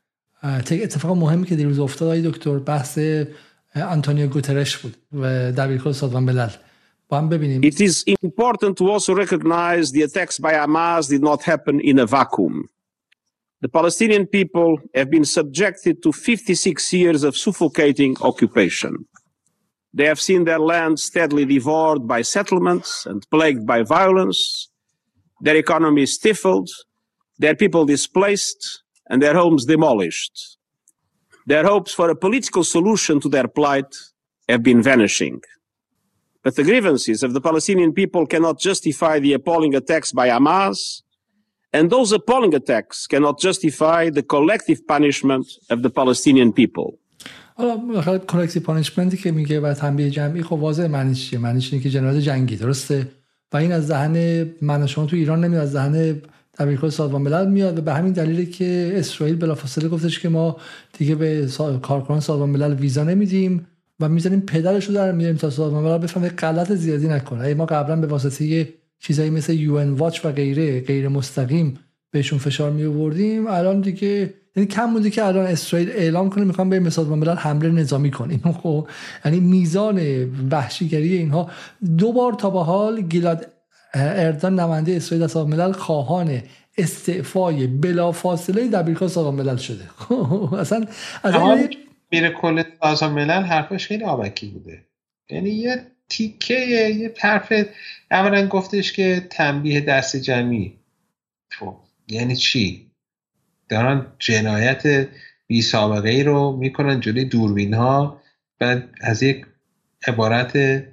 اتفاق مهمی که دیروز افتاد آقای دکتر بحث آنتونیو گوترش بود و دبیرکل سازمان ملل. با هم ببینیم. It is important to also recognize the attacks by Hamas did not happen in a vacuum. The Palestinian people have been subjected to fifty-six years of suffocating occupation. They have seen their land steadily devoured by settlements and plagued by violence, their economy stifled, their people displaced, and their homes demolished. Their hopes for a political solution to their plight have been vanishing. But the grievances of the Palestinian people cannot justify the appalling attacks by Hamas, and those appalling attacks cannot justify the collective punishment of the Palestinian people. حالا کلکتیو پانیشمنتی که میگه و تنبیه جمعی خب واضح معنیش چیه؟ معنیش اینه که جنایت جنگی، درسته؟ و این از ذهن من و شما تو ایران نمیاد، از ذهن دبیرکل سازمان ملل میاد و به همین دلیله که اسرائیل بلافاصله گفتش که ما دیگه به کارکنان سازمان ملل ویزا نمیدیم و میذاریم پدرش رو در میاریم تا سازمان ملل بفهمه غلط زیادی نکنه. ای ما قبلا به واسطه چیزایی مثل یو ان واچ و غیره غیر مستقیم بهشون فشار می آوردیم، الان دیگه یعنی کم مونده که الان اسرائیل اعلام کنه میخوام بریم به سازمان ملل حمله نظامی کنیم. خب یعنی میزان وحشیگری اینها. دو بار تا به حال گیلاد اردن نماینده اسرائیل در سازمان ملل خواهان استعفای بلافاصله دبیرکل سازمان ملل شده. اصلا اصلا میره کل سازمان ملل حرفش خیلی آبکی بوده. یعنی یه تیکه یه حرف اولا گفتش که تنبیه دست جمعی. خب یعنی چی؟ دارن جنایت بی سابقه ای رو میکنن جلوی دوربین ها، بعد از یک عبارت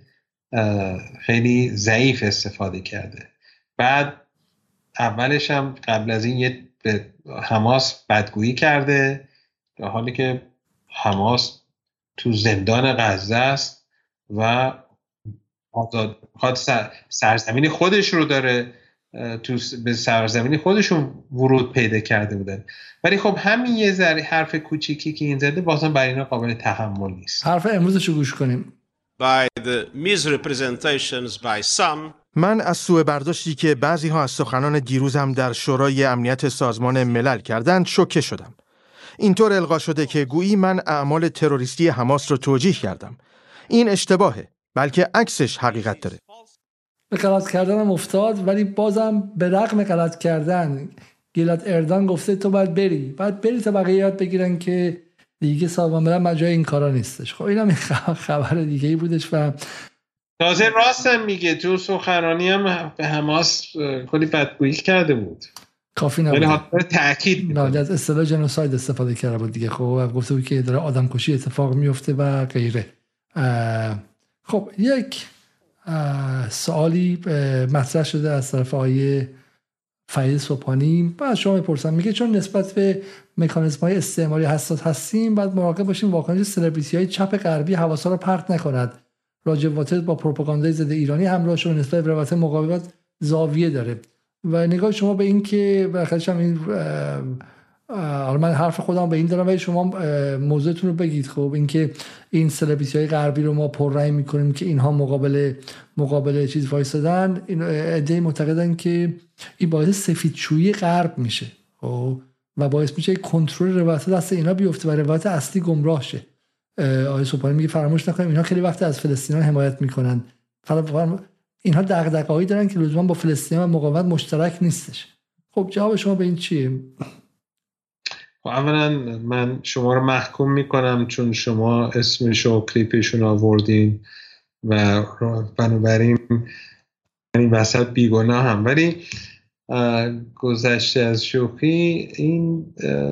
خیلی ضعیف استفاده کرده. بعد اولش هم قبل از این یه به حماس بدگویی کرده، در حالی که حماس تو زندان غزه است و آزاد خواهد سرزمین خودش رو داره، تو به سرزمین خودشون ورود پیدا کرده بودن. ولی خب همین یه ذره حرف کوچیکی که این زده بازم برای اینا قابل تحمل نیست. حرف امروزشو گوش کنیم. By the misrepresentations by some. من از سوء برداشتی که بعضی ها از سخنان دیروزم در شورای امنیت سازمان ملل کردند شوکه شدم. اینطور القا شده که گویی من اعمال تروریستی حماس رو توجیه کردم. این اشتباهه، بلکه عکسش حقیقت داره. به غلط کردنم افتاد، ولی بازم به رغم غلط کردن گیلاد اردن گفته تو باید بری باید بری تا بقیه یاد بگیرن که دیگه سازمان ملل مجای این کارا نیستش. خب اینم خبر دیگه ای بودش و تازه راستم میگه تو سخنرانی هم به حماس کلی بدگویی کرده بود. کافی نبود. ولی حالا تاکید می‌کنه از اصطلاح جنوساید استفاده کرده بود دیگه. خب گفته بود که داره آدمکشی اتفاق میفته و غیره. خب یک سوالی مطرح شده از طرف آقای فرید صبحانی. بعد شما میپرسن، میگه چون نسبت به مکانیزم‌های استعماری حساس هستیم باید مراقب باشیم واکنش سلبریتی‌های چپ غربی حواسا رو پرت نکند. راجب واتر با پروپاگاندای ضد ایرانی همراه شده نسبت به روابط مقاومت زاویه داره. و نگاه شما به این که بخاطرش هم این حالا من حرف خودم به این دارم ولی شما موضوعتون رو بگید. خب اینکه این سلبریتی‌های غربی رو ما پررأی می‌کنیم که اینها مقابل مقابل چیز وایسادن، این ایده معتقدن که این باعث سفیدشویی غرب میشه خب و باعث میشه کنترل روایت دست اینا بیفته و روایت اصلی گمراه شه. آقای صبحانی میگه فراموش نکنیم اینا خیلی وقت از فلسطینیان حمایت میکنن. اینها دغدغه‌ای دارن که لزوما با فلسطین و مقاومت مشترک نیستش. خب جواب شما به این چیه؟ اولا من شما رو محکوم میکنم چون شما اسمش و کلیپشون آوردین و بنابراین این وسط بیگناه هم. ولی گذشته از شوخی این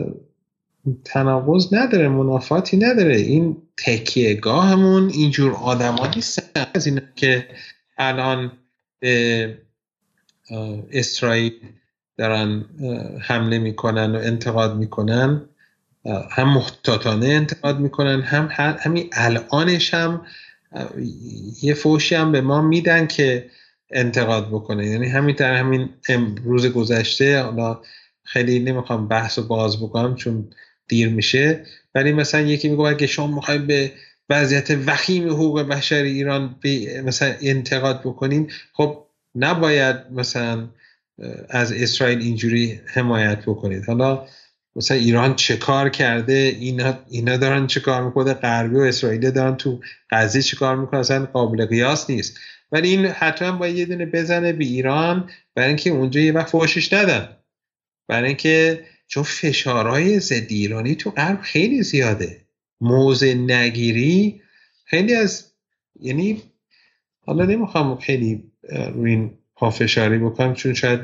تناقض نداره، منافاتی نداره. این تکیهگاهمون اینجور آدم ها نیستن از این که الان به اسرائیل دارن حمله میکنن و انتقاد میکنن، هم محتاطانه انتقاد میکنن، هم همین الانش هم یه فوشی هم به ما میدن که انتقاد بکنه. یعنی همین در همین روز گذشته، حالا خیلی نمیخوام بحث رو باز بکنم چون دیر میشه، ولی مثلا یکی میگه اگه شما میخواید به وضعیت وخیم حقوق بشر ایران مثلا انتقاد بکنین، خب نباید مثلا از اسرائیل اینجوری حمایت بکنید. حالا مثلا ایران چه کار کرده، اینا اینا دارن چه کار میکنه، غربی و اسرائیل دارن تو غزه چه کار میکنن، اصلا قابل قیاس نیست. ولی این حتما باید یه دونه بزنه به ایران برای اینکه اونجا یه وقت فوشش ندن، برای اینکه چون فشارهای ضد ایرانی تو غرب خیلی زیاده، موضع نگیری خیلی از، یعنی حالا نمیخوام خیلی روی این پافشاری بکنم چون شاید،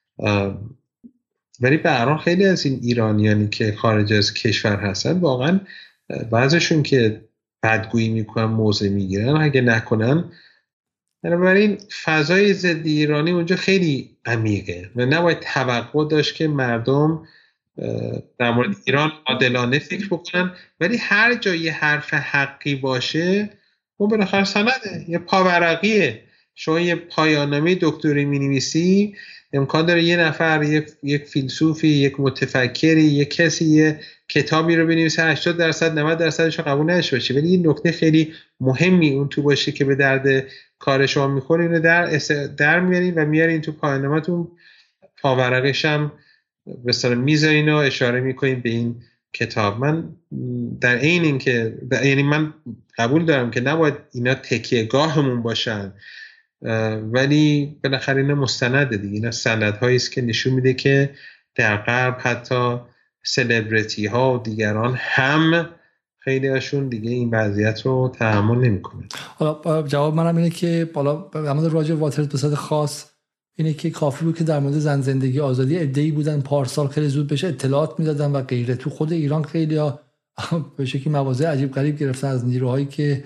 ولی به هر حال خیلی از این ایرانیانی که خارج از کشور هستن واقعا بعضیشون که بدگویی میکنن موضع میگیرن، اگه نکنن. بنابراین فضای ضد ایرانی اونجا خیلی عمیقه و نباید توقع داشت که مردم در مورد ایران عادلانه فکر بکنن، ولی هر جا یه حرف حقی باشه اون بالاخره سنده، یه پاورقیه. شما یه پایان‌نامه دکتری می‌نویسی، امکان داره یه نفر، یک یک فیلسوفی، یک متفکری، یک کسی یه کتابی رو بنویسه هشتاد درصد نود درصدش رو قبول نشه باشه، ولی این نکته خیلی مهمی اون تو باشه که به درد کار شما می‌خوره، اینو در در میارین و میارین تو پایان‌نامه‌تون، پاورقش هم به اصطلاح میذارین و اشاره میکنین به این کتاب. من در عین این که یعنی من قبول دارم که نباید اینا تکیه‌گاهمون باشن، ولی بالاخره اینا مستنده دیگه، اینا سندهایی است که نشون میده که در غرب حتی سلبریتی ها و دیگران هم خیلی هاشون دیگه این وضعیت رو تحمل نمیکنن. حالا جواب منم اینه که بالا در مورد راجر واترز به صورت خاص اینه که کافی بود که در مورد زن زندگی آزادی عده‌ای بودن پارسال خیلی زود بهش اطلاعات میدادن و غیره. تو خود ایران خیلی ها به شکلی مواضع عجیب غریب گرفتن از نیروهایی که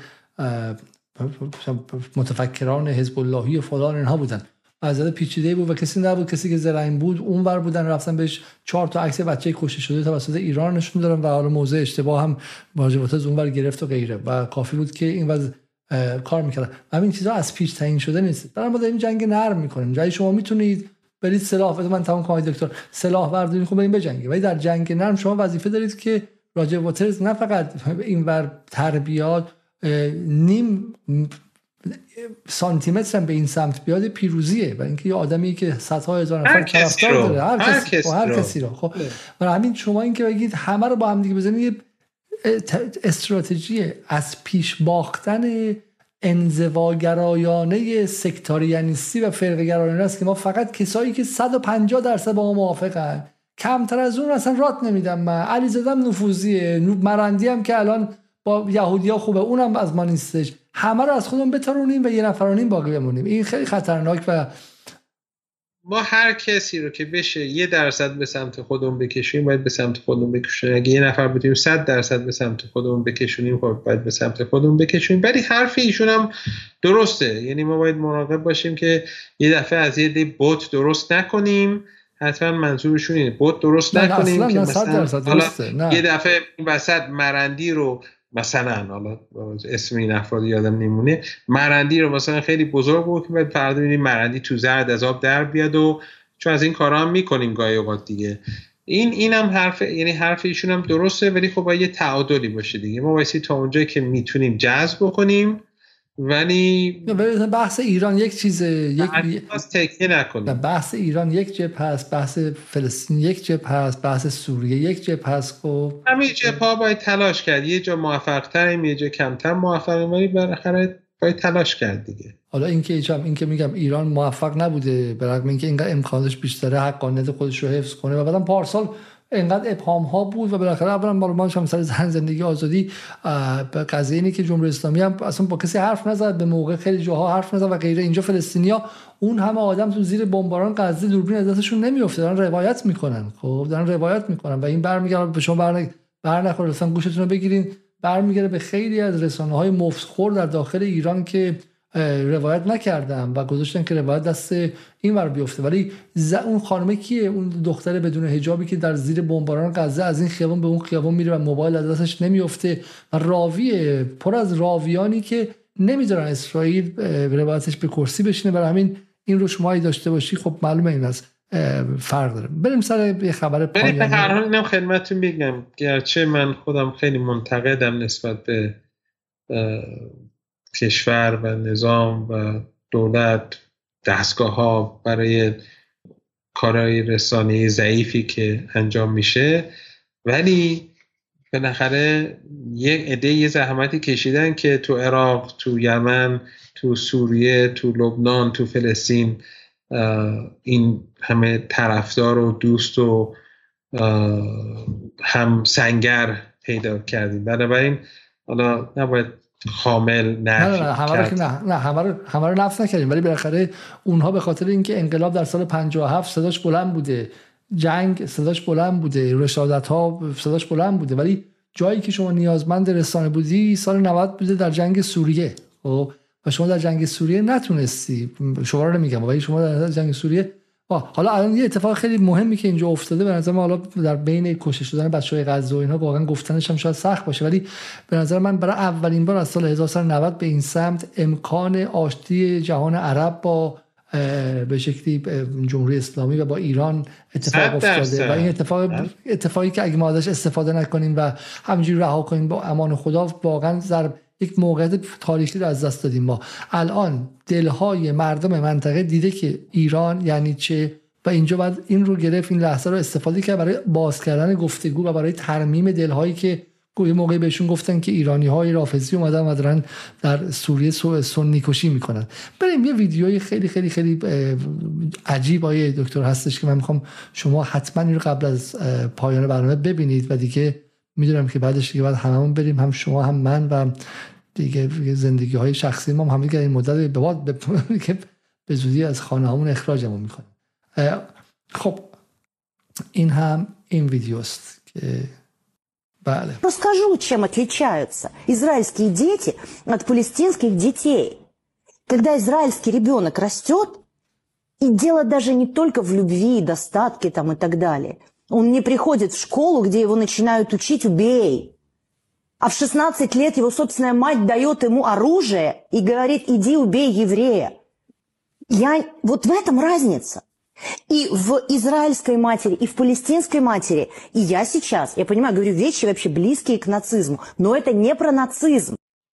متفکران حزب اللهی و فلان اینها بودن. وضعیت پیچیده بود و کسی نبود، کسی که زرنگ بود اونور بودن، رفتن بهش چهار تا عکس بچه کشته شده توسط ایران نشون دادن و حالا موضع اشتباه هم واجبات از اونور گرفت و غیره و کافی بود که این وضع کار میکردن. همین چیزا از پیش تعیین شده نیست. دارم با این جنگ نرم میکنیم. جایی شما میتونید برید سلاح، من تمام کنم دکتر، سلاح بردارید خب برید بجنگید، ولی در جنگ نرم شما وظیفه دارید که راجر واترز نه فقط اینور تربیات نیم سانتی متر هم به این سمت بیاد پیروزیه، برای اینکه یه آدمی که صدها هزار نفر طرفدار داره، هر, هر کسی رو هر کسی رو خب برای همین شما این که بگید همه رو با هم دیگه بزنید، یه استراتژی از پیش باختن انزواگرایانه سکتاریانیستی و فرقه‌گرایانه است که ما فقط کسایی که صد و پنجاه درصد با ما موافقن، کمتر از اون اصلا رات نمیدم. من علیزاده‌ام نفوذیه، مرندی هم که الان با یهودی‌ها خوبه اونم از ما نیستش، همه رو از خودمون بترونیم و یه نفرانیم باقی بمونیم. این خیلی خطرناک و ما هر کسی رو که بشه یه درصد به سمت خودمون بکشونیم باید به سمت خودمون بکشونیم. اگه یه نفر بتونیم صد درصد به سمت خودمون بکشونیم باید به سمت خودمون بکشونیم. ولی حرف ایشون هم درسته، یعنی ما باید مراقب باشیم که یه دفعه از یه دی بوت درست نکنیم. حتما منظورشون اینه بوت درست نکنیم که مثلا یه دفعه وسط مرندی رو مثلا، حالا اسم این افراد یادم نمونه، مرندی رو مثلا خیلی بزرگ بود که بعد فردا می‌بینیم مرندی تو زرد از آب در بیاد، و چون از این کارا هم می‌کنیم گاهی اوقات دیگه. این اینم حرف، یعنی حرف ایشون هم درسته، ولی خب باید یه تعادلی باشه دیگه. ما واسه تا اونجایی که میتونیم جذب بکنیم، ولی بحث ایران یک چیز، یک تکیه نکنیم. بحث ایران یک جبهه است، بحث فلسطین یک جبهه است، بحث سوریه یک جبهه است. خب همین جبهه‌ها باید تلاش کرد، یه جا موفق‌تریم یه جا کمتر موفقیم، ولی بالاخره باید تلاش کرد دیگه. حالا اینکه ایجام اینکه میگم ایران موفق نبوده، به رغم اینکه اینقدر امکانش بیشتره حقانیت خودش رو حفظ کنه، و بعدم پارسال اینقدر ابهام ها بود و بالاخره اولا معلوماتش هم سر زن زندگی آزادی به قضیه اینه که جمهوری اسلامی هم اصلا با کسی حرف نزد، به موقع خیلی جاها حرف نزد و غیره. اینجا فلسطینیا اون همه آدم تو زیر بمباران غزه دوربین از دستشون نمیافته، دارن روایت میکنن. خب دارن روایت میکنن و این برمیگره به شما بر بر نخوره، لطفا گوشتون رو بگیرین، برمیگره به خیلی از رسانه‌های مفتخور در داخل ایران که روایت نکردم و گذاشتن که روایت دست این ور بیفته. ولی اون خانمه کیه؟ اون دختر بدون حجابی که در زیر بمباران غزه از این خیابان به اون خیابان میره و موبایل از دستش نمیفته و راویه، پر از راویانی که نمیذارن اسرائیل روایتش به کرسی بشینه. برای همین این رو شما داشته باشی، خب معلومه این است فرق داره. بریم سر یه خبر پایانی. به هر حال اینم خدمتتون بگم، گرچه من خودم خیلی منتقدم نسبت به کشور و نظام و دولت، دستگاه ها برای کارهای رسانه‌ای ضعیفی که انجام میشه، ولی بالاخره یک عده یه زحمتی کشیدن که تو عراق، تو یمن، تو سوریه، تو لبنان، تو فلسطین این همه طرفدار و دوست و هم سنگر پیدا کردیم. بنابراین حالا نباید کامل نه نه نه همه رو نه نه همه رو همه رو نفی نکردیم، ولی بالاخره اونها به خاطر اینکه انقلاب در سال پنجاه و هفت صداش بلند بوده، جنگ صداش بلند بوده، رشادت ها صداش بلند بوده، ولی جایی که شما نیازمند رسانه بودی سال نود بوده در جنگ سوریه. خب و شما در جنگ سوریه نتونستی، شما رو نمیگم، ولی شما در جنگ سوریه آه. حالا الان یه اتفاق خیلی مهمی که اینجا افتاده به نظر من، حالا در بین کشته شدن بچهای غزه و اینها واقعا گفتنش هم شاید سخت باشه، ولی به نظر من برای اولین بار از سال هزار و سیصد و نود به این سمت امکان آشتی جهان عرب با به شکلی جمهوری اسلامی و با ایران اتفاق افتاده و این اتفاق اتفاقی که اگه ما ازش استفاده نکنیم و همینجوری رها کنیم با امان خدا، واقعا ضرب یک موقعیت تاریخی رو از دست دادیم. ما الان دلهای مردم منطقه دیده که ایران یعنی چه و اینجا باید این رو گرفت، این لحظه رو استفاده کرد برای باز کردن گفتگو و برای ترمیم دلهایی که یه موقعی بهشون گفتن که ایرانی‌های رافضی اومدن و دارن در سوریه سنی کشی میکنن. بریم یه ویدیوی خیلی خیلی خیلی عجیب آیه دکتر هستش که من میخوام شما حتما این رو قبل از پایان برنامه ببینید و دیگه میدونم که بعدش دیگه بعد هممون بریم، هم شما هم من و دیگه زندگی های شخصی ما هم دیگه این مدت به بعد که به زودی از خانه هامون اخراجمون میکنه. خب این هم این ویدیوست که بله. Расскажу, чем отличаются израильские дети от палестинских детей. Когда израильский ребенок растет, и дело даже не только в любви и достатке там и так далее. Он не приходит в школу, где его начинают учить «убей». А в шестнадцать лет его собственная мать дает ему оружие и говорит «иди убей еврея». Я... Вот в этом разница. И в израильской матери, и в палестинской матери. И я сейчас, я понимаю, говорю вещи вообще близкие к нацизму, но это не про нацизм.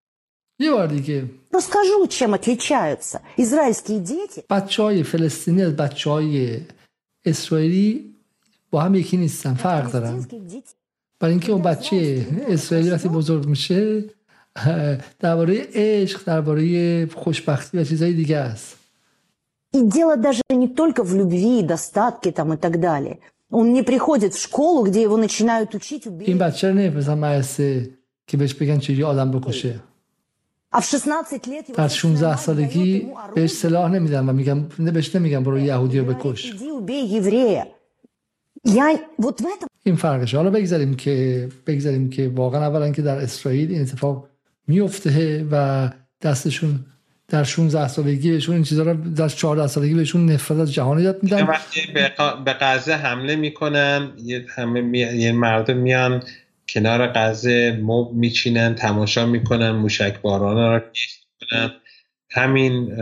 Расскажу, чем отличаются израильские дети. بچهای فلسطینی از بچهای اسرائیلی با هم یکی نیستن، فرق دارن. برای اینکه اون بچه اسرائیلی وقتی بزرگ میشه درباره عشق، درباره خوشبختی و چیزهای دیگه است. И дело даже не только в любви и достатке там и так далее. Он не приходит в школу, где его начинают учить убить. این بچه رو نمی‌فرستن مدرسه که بهش بگن چجوری آدم بکشه. А в шестнадцать лет его در شانزده سالگی بهش سلاح نمیدن و میگن بهش نمیگن برو یهودی رو بکش. Иди убей еврея. Я вот в этом. این فرقشه. حالا بگذاریم که بگذاریم که واقعا اولا که در اسرائیل این اتفاق میفته و دستشون در شانزده سالگی بهشون این چیزا رو در چهارده سالگی بهشون نفرت از جهان یاد میدن. وقتی به غزه حمله میکنن یه همه می... یه مردم میان کنار غزه مب میچینن، تماشا میکنن، موشک بارانا رو میکنن. همین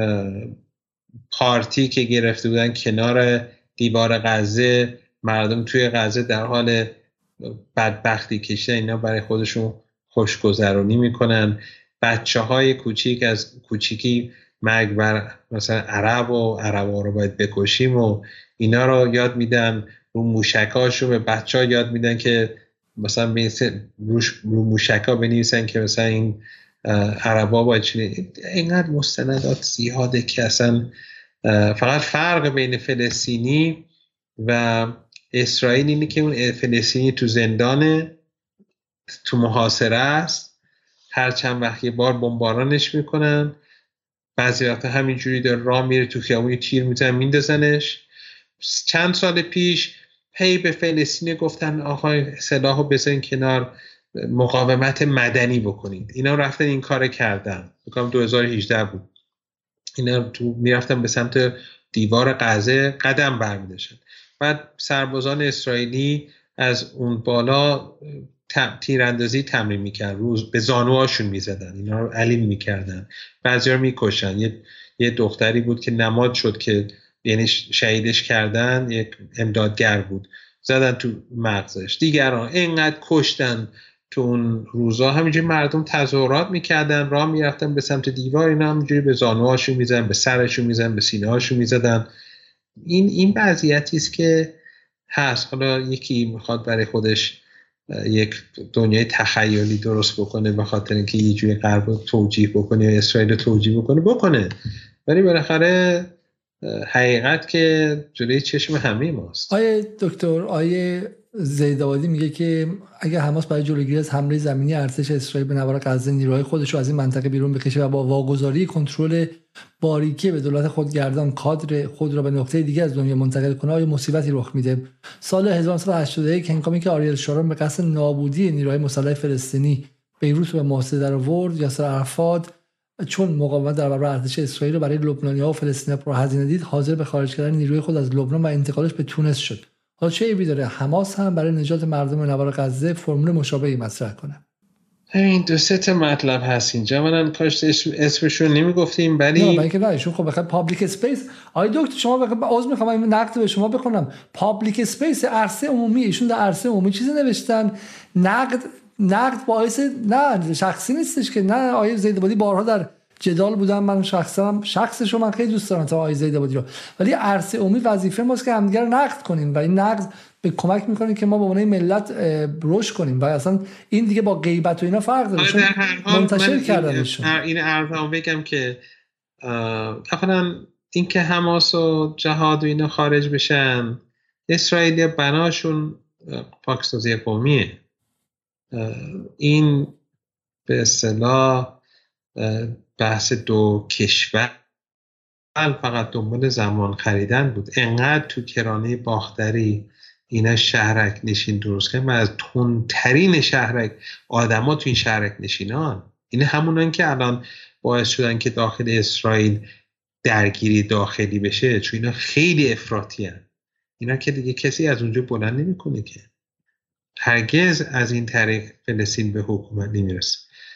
پارتی که گرفته بودن کنار دیوار غزه، مردم توی غزه در حال بدبختی کشیدن، اینا برای خودشون خوشگذرونی میکنن. بچه های کوچیک از کوچیکی مرگ بر مثلا عرب و عربا رو باید بکشیم و اینا رو یاد میدن. رو موشکاشو به بچه ها یاد میدن که مثلا رو موشکا بنویسن که مثلا این عربا باید چونه. اینقدر مستندات زیاده که اصلا فقط فرق بین فلسطینی و اسرائیل اینه که اون فلسطینی تو زندانه، تو محاصره است، هر چند وقت یه بار بمبارانش میکنن، بعضی وقتا همینجوری داره راه میره تو خیابون تیر میزنن میندازنش. چند سال پیش هی به فلسطین گفتن آقا سلاحو بزنین کنار، مقاومت مدنی بکنید. اینا رفتن این کار کردن، بکنم دو هزار و هجده بود. اینا تو میرفتن به سمت دیوار غزه قدم برمیداشتن. بعد سربازان اسرائیلی از اون بالا تیراندازی تمرین میکردن، روز به زانوهاشون میزدن، اینا رو علیم میکردن، بعضیا رو میکشن. یه یه دختری بود که نماد شد که یعنی شهیدش کردن، یک امدادگر بود، زدن تو مغزش. دیگران اینقدر کشتن تو اون روزا. همینجوری مردم تظاهرات میکردن، راه میرفتن به سمت دیوار، اینا همینجوری به زانوهاشون میزدن، به سرشون میزدن، به سینه‌هاشون میزدن. این این وضعیتی است که هست. حالا یکی میخواد برای خودش یک دنیای تخیلی درست بکنه به خاطر اینکه یه جوری غرب رو توجیه بکنه یا اسرائیل رو توجیه بکنه بکنه، ولی بالاخره حقیقت که جلوی چشم همه ماست. آیه دکتر، آیه زیدآبادی میگه که اگر حماس برای جلوگیری از حمله زمینی ارتش اسرائیل به نوار غزه نیروهای خودش رو از این منطقه بیرون بکشه و با واگذاری کنترل باریکه به دولت خودگردان کادر خود را به نقطه دیگه از دنیا منتقل کنه، آیا مصیبتی رخ میده؟ سال هزار و نهصد و هشتاد و یک هنگامی که آریل شارون به قصد نابودی نیروهای مسلح فلسطینی بیروت به محاصره درآورد، یاسر عرفات چون مقاومت در برابر ارتش اسرائیل رو برای لبنانی‌ها و فلسطینی‌ها پرهزینه دید، حاضر به خارج کردن نیروی خود از لبنان و انتقالش به تونس شد. حالا چه عیبی داره حماس هم برای نجات مردم نوار غزه فرمول مشابهی مطرح کنه؟ همین دو سه تا مطلب هست اینجا، من کاش اسم اسمشون نمیگفتیم، ولی نه اینکه نه ایشون خب بخاطر پابلیک اسپیس. آی دکتر شما بخاطر عذر میخوام این نقد به شما بکنم، پابلیک اسپیس عرصه عمومی، ایشون در عرصه عمومی چیزی نوشتن، نقد نقد باعث نه شخصی نیستش که نه. آیه زیدآبادی بارها در جدال بودن، من شخصا شخصشو من خیلی دوست دارم تا آیه زیدآبادی رو، ولی عرصه عمومی وظیفه ماست که همدیگه رو نقد کنیم و این نقد به کمک میکنه که ما به عنوان ملت رشد کنیم و اصلا این دیگه با غیبت و اینا فرق داره. در هر حال منتشر کردنشون این عرضمو بگم که اولا اینکه حماس و جهاد و اینا خارج بشن، اسرائیل بناشون پاکسازی قومیه. این به اصطلاح بحث دو کشور فقط دنبال زمان خریدن بود. انقدر تو کرانه باختری اینا شهرک نشین درست کردن و از تندترین شهرک آدما تو این شهرک نشینان اینا همونان که الان باعث شدن که داخل اسرائیل درگیری داخلی بشه، چون اینا خیلی افراطی هن. اینا که دیگه کسی از اونجا بلند نمیکنه که هرگز از این طریق فلسطین به حکومت نمیرسه.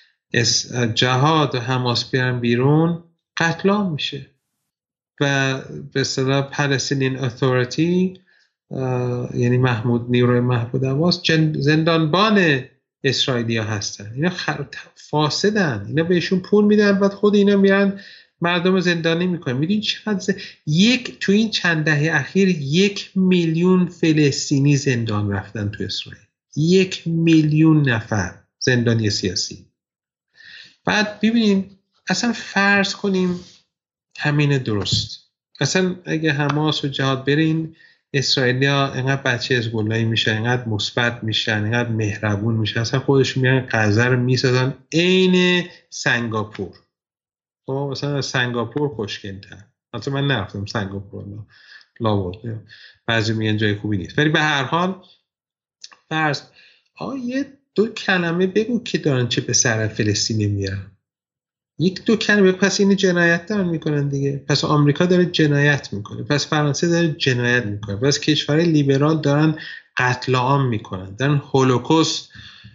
جهاد و حماس بیارن بیرون قتل عام میشه و به اصطلاح پالستینین اتوریتی یعنی محمود نیروی محمود عباس زندانبان اسرائیلیا هستن. اینا خر... فاسدن، اینا بهشون پول میدن بعد خود اینا میرن مردم زندانی میکنن. میدونی چقدر ز... یک تو این چند دهه اخیر یک میلیون فلسطینی زندان رفتن تو اسرائیل، یک میلیون نفر زندانی سیاسی. بعد ببینیم اصلا فرض کنیم همین درست، اصلا اگه حماس و جهاد برین اسرائیلیا اینقدر بچه از گلایی میشن، اینقدر مثبت میشن، اینقدر مهربون میشن، اصلا خودشون میان غزه رو میسازن عین سنگاپور. خب مثلا سنگاپور خوشگل‌تر. البته من نرفتم سنگاپور، لاوت بعضی میگن جای خوبی نیست، ولی به هر حال فرض آ یه دو کلمه بگو که دارن چه به سر فلسطینی میارن، یک دو کلمه، پس این جنایت دارن میکنن دیگه. پس آمریکا داره جنایت میکنه، پس فرانسه داره جنایت میکنه، پس کشورهای لیبرال دارن قتل عام میکنن، دارن هولوکاست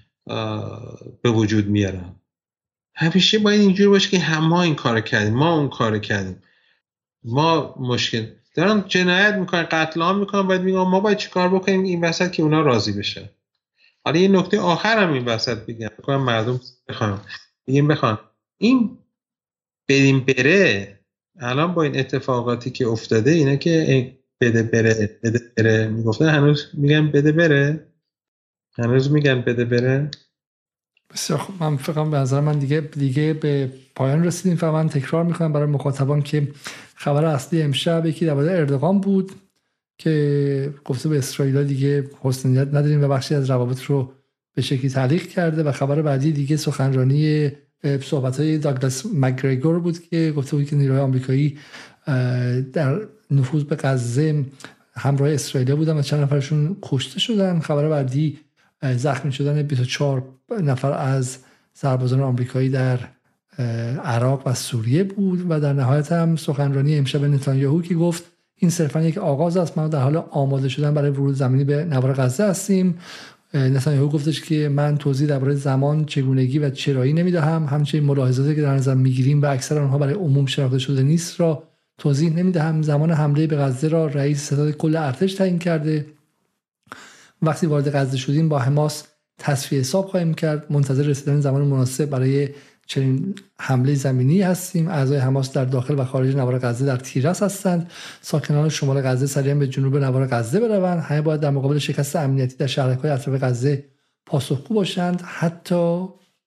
به وجود میارن. همیشه باید اینجوری باشه که هم ما این کار کردیم، ما اون کار کردیم، ما مشکل دارن جنایت میکنن، قتل عام میکنن، باید میگن ما باید چیکار بکنیم این وسط که اونا راضی بشن. حالا یه نکته آخر هم این وسط بگم، بگم مردم بخوام بگیم بخوام این بریم بره. الان با این اتفاقاتی که افتاده اینا که بده بره بده بره میگفتن، هنوز میگن بده بره، هنوز میگن بده بره. بسیار خوب، من فکر کنم به نظر من دیگه دیگه به پایان رسیدیم و من تکرار میکنم برای مخاطبان که خبر اصلی امشب یکی درباره اردوغان بود که گفته به اسرائیل دیگه حسن نیت نداریم و بخشی از روابط رو به شکلی تعلیق کرده، و خبر بعدی دیگه سخنرانی صحبت‌های داگلاس مکگریگور بود که گفته بود که نیروهای آمریکایی در نفوذ به غزه همراه اسرائیل بودن و چند نفرشون کشته شدن. خبر بعدی زخمی شدن بیست و چهار نفر از سربازان آمریکایی در عراق و سوریه بود. و در نهایت هم سخنرانی امشب نتانیاهو که گفت این صرفا یک آغاز است، ما در حال آماده شدن برای ورود زمینی به نوار غزه هستیم. نتانیاهو گفتش که من توضیح درباره زمان، چگونگی و چرایی نمیدهم، همچنین ملاحظاتی که در نظر میگیریم و اکثر آنها برای عموم شناخته شده نیست را توضیح نمیدهم. زمان حمله به غزه را رئیس ستاد کل ارتش تعیین کرده. وقتی وارد غزه شدیم با حماس تصفیه حساب خواهیم کرد، منتظر رسیدن زمان مناسب برای چنین حمله زمینی هستیم. اعضای حماس در داخل و خارج نوار غزه در تیرس هستند. ساکنان شمال غزه سریعا به جنوب نوار غزه بروند. همه باید در مقابل شکست امنیتی در شهرک‌های اطراف غزه پاسخگو باشند. حتی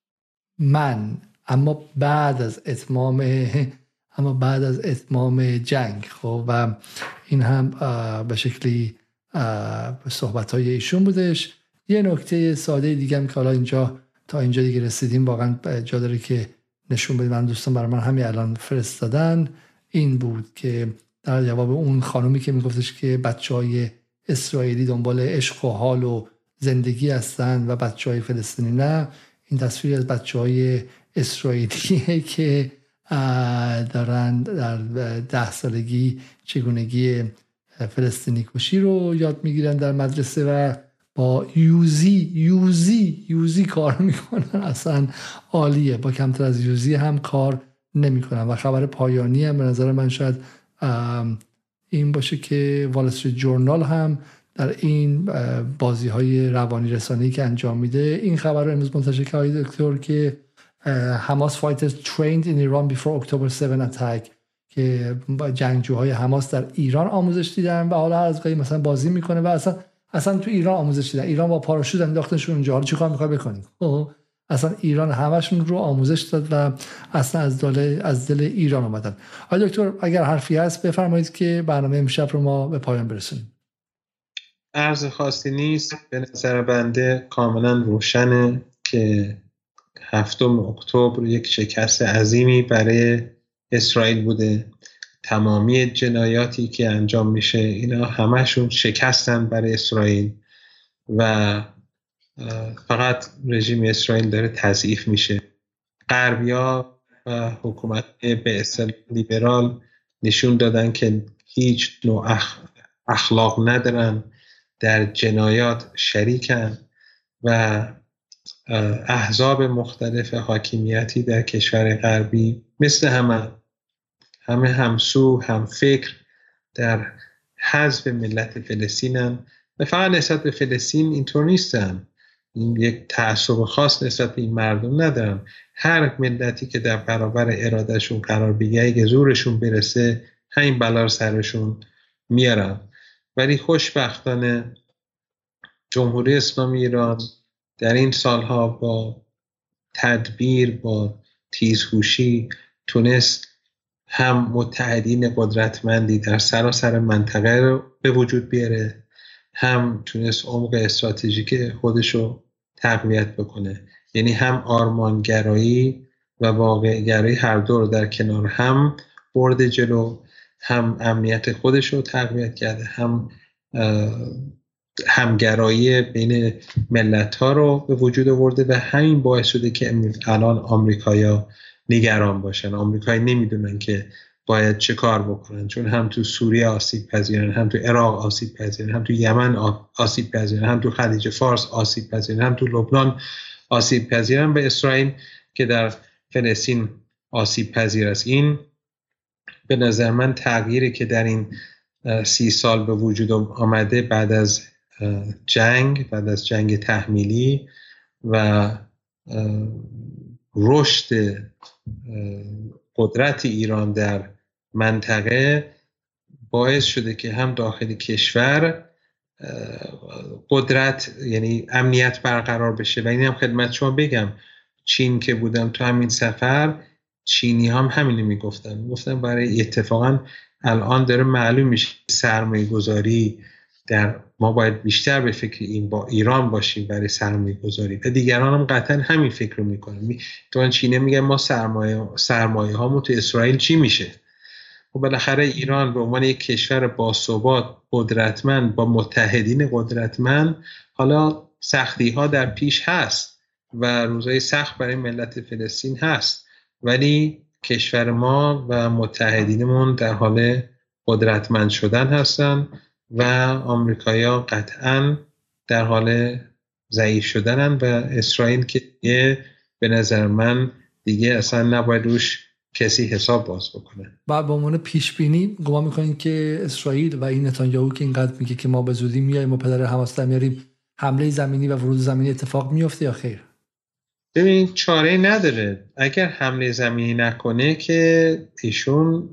من، اما بعد از اتمام اما بعد از اتمام جنگ. خب و این هم به شکلی صحبت‌های ایشون بودش. یه نکته ساده دیگه هم که حالا اینجا تا اینجا دیگه رسیدیم واقعا جا داره که نشون بدیم، من دوستان برای من همین الان فرستادن، این بود که در جواب اون خانومی که میگفتش که بچهای اسرائیلی دنبال عشق و حال و زندگی هستن و بچهای فلسطینی نه، این تصویری از بچهای اسرائیلیه که دارن در ده سالگی چگونگی فلسطینی کشی رو یاد میگیرن در مدرسه و با یوزی یوزی یوزی کار میکنن. اصلا عالیه، با کمتر از یوزی هم کار نمیکنن. و خبر پایانی هم به نظر من شاید این باشه که وال استریت جورنال هم در این بازی های روانی رسانی که انجام میده این خبر رو امروز منتشر کرد آقای دکتر که حماس fighters trained in Iran before October seventh attack، که جنگجوهای حماس در ایران آموزش دیدن و حالا از گاهی مثلا بازی میکنه و اصلا اصلا تو ایران آموزش دیدن. ایران با پاراشوت انداختنشون اونجا، حالا چیکار میخوای بکنی؟ اصلا ایران همشون رو آموزش داد و اصلا از دل از دل ایران اومدن. آقای دکتر اگر حرفی هست بفرمایید که برنامه امشب رو ما به پایان برسونیم. عرض خاصی نیست، به نظر بنده کاملا روشنه که هفتم اکتبر یک شکست عظیمی برای اسرائیل بوده. تمامی جنایاتی که انجام میشه اینا همشون شکستن برای اسرائیل و فقط رژیم اسرائیل داره تضعیف میشه. غربیا و حکومت به اصطلاح لیبرال نشون دادن که هیچ نوع اخ... اخلاق ندارن، در جنایات شریکن و احزاب مختلف حاکمیتی در کشور غربی مثل همه همه همسو هم فکر در حذف ملت فلسطینن و فقط نسبت به فلسطین اینطور نیستن، این یک تعصب خاص نسبت به این مردم ندارن. هر ملتی که در برابر ارادهشون قرار بگیره که زورشون برسه همین بلا رو سرشون میارن. ولی خوشبختانه جمهوری اسلامی ایران در این سالها با تدبیر، با تیزهوشی تونست هم متحدین قدرتمندی در سراسر منطقه رو به وجود بیاره، هم تونست عمق استراتژیک خودش رو تقویت بکنه. یعنی هم آرمانگرایی و واقع‌گرایی هر دو رو در کنار هم برده جلو، هم امنیت خودش رو تقویت کرده، هم همگرایی بین ملت‌ها رو به وجود آورده و همین باعث شده که الان آمریکایی‌ها نگران باشن. آمریکایی نمیدونن که باید چه کار بکنن، چون هم تو سوریه آسیب پذیرن، هم تو عراق آسیب پذیرن، هم تو یمن آسیب پذیرن، هم تو خلیج فارس آسیب پذیرن، هم تو لبنان آسیب پذیرن، به اسرائیل که در فلسطین آسیب پذیر است. این به نظر من تغییری که در این سی سال به وجود آمده بعد از جنگ، بعد از جنگ تحمیلی و رشد قدرت ایران در منطقه باعث شده که هم داخل کشور قدرت یعنی امنیت برقرار بشه. و این هم خدمت شما بگم، چین که بودم تو همین سفر، چینی هم همینو میگفتن میگفتن برای اتفاقا الان داره معلوم میشه سرمایه گذاری در ما باید بیشتر به فکر این با ایران باشیم برای سرمایه گذاری و دیگران هم قطعا همین فکر رو میکنن. تو چینه میگن ما سرمایه سرمایه هامون تو اسرائیل چی میشه؟ و بالاخره ایران به عنوان یک کشور باثبات قدرتمند با متحدین قدرتمند حالا سختی ها در پیش هست و روزهای سخت برای ملت فلسطین هست، ولی کشور ما و متحدینمون در حال قدرتمند شدن هستن و آمریکایی‌ها قطعاً در حال ضعیف شدنن و اسرائیل که به نظر من دیگه اصلا نباید روش کسی حساب باز بکنه. بعد به عنوان پیش بینی گمان می‌کنید که اسرائیل و این نتانیاهو که اینقدر میگه که ما به زودی میایم و پدر حماس در میاریم، حمله زمینی و ورود زمینی اتفاق میفته یا خیر؟ ببین چاره نداره. اگر حمله زمینی نکنه که ایشون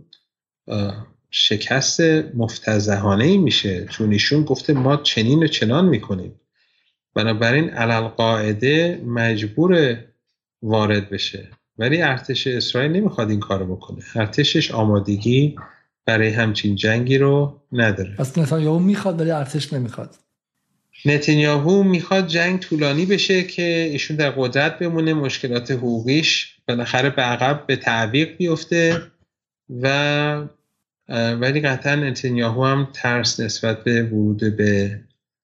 شکست مفتضحانه‌ای میشه، چون ایشون گفته ما چنین و چنان میکنیم. بنابراین علالقاعده مجبور وارد بشه، ولی ارتش اسرائیل نمیخواد این کارو بکنه. ارتشش آمادگی برای همچین جنگی رو نداره. پس نتانیاهو میخواد ولی ارتش نمیخواد. نتانیاهو میخواد جنگ طولانی بشه که ایشون در قدرت بمونه، مشکلات حقوقیش بالاخره به عقب به تعویق بیفته و ولی قطعا نتانیاهو هم ترس نسبت به ورود به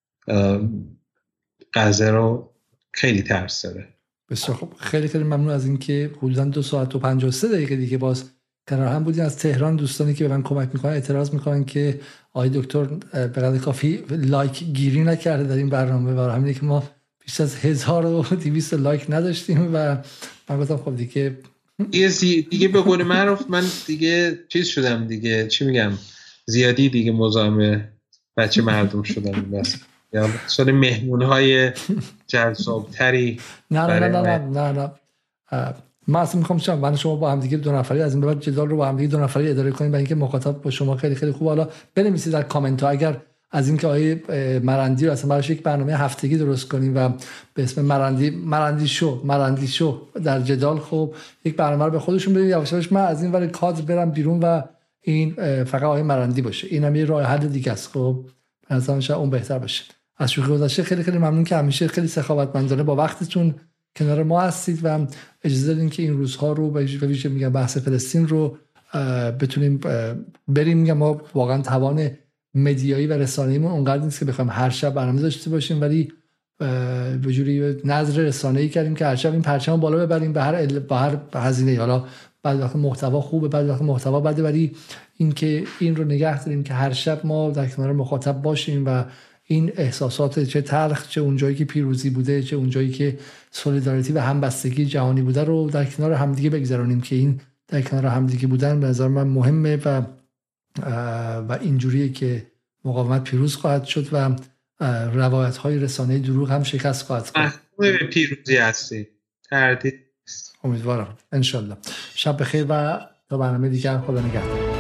غزه رو خیلی ترس داره. بسیار خب، خیلی خیلی ممنون از اینکه حدوداً دو ساعت و پنجاه و سه دقیقه دیگه باز کنار هم بودین. از تهران دوستانی که به من کمک میکنن اعتراض میکنن که آقای دکتر به قدر کافی لایک گیری نکرده در این برنامه و همینه که ما بیش از هزار و دویست لایک نداشتیم و من گفتم خب دیگه دیگه, زی... دیگه به قول معروف من دیگه چیز شدم دیگه، چی میگم، زیادی دیگه مزاحم بچه مردم شدم. بس یا سال مهمونهای جذابتری. نه نه نه نه نه نه نه من اصلا میخوام شما من شما با هم دیگه دو نفری از این به بعد جدال رو با هم دیگه دو نفری اداره کنیم، برای اینکه مخاطب با شما خیلی خیلی خوب. حالا بنویسید در کامنت ها اگر از اینکه آقای مرندی رو اصلا براش یک برنامه هفتگی درست کنیم و به اسم مرندی مرندی شو مرندی شو در جدال، خب یک برنامه رو به خودشون بدید. یواش یواش من از این ور کادر برم بیرون و این فقط آقای مرندی باشه. اینم یه راه حل دیگه است. خب مثلا شاید اون بهتر باشه. از شوخی گذشته خیلی خیلی ممنون که همیشه خیلی سخاوتمندانه با وقتتون کنار ما هستید و اجازه دادین که این روزها رو به ویژه میگم بحث فلسطین رو بتونیم بریم. میگم ما واقعا توان مدیایی و رسانه‌ایمون اونقدر نیست که بخوایم هر شب برنامه داشته باشیم، ولی به جوری نظر رسانه‌ای کردیم که هر شب این پرچم بالا ببریم به هر به هر هزینه. حالا بعد وقت محتوا خوبه، بعد وقت محتوا بده، ولی این که این رو نگه داریم که هر شب ما در کنار مخاطب باشیم و این احساسات چه تلخ، چه اونجایی که پیروزی بوده، چه اونجایی که سولیداریتی و همبستگی جهانی بوده رو در کنار همدیگه بگذرونیم، که این در کنار همدیگه بودن به نظر من مهمه و و اینجوریه که مقاومت پیروز خواهد شد و روایت‌های رسانه‌ای دروغ هم شکست خواهد کرد. به پیروزی هستی. تردید. امیدوارم. انشالله. شب بخیر و تا برنامه دیگر خدا نگهدار.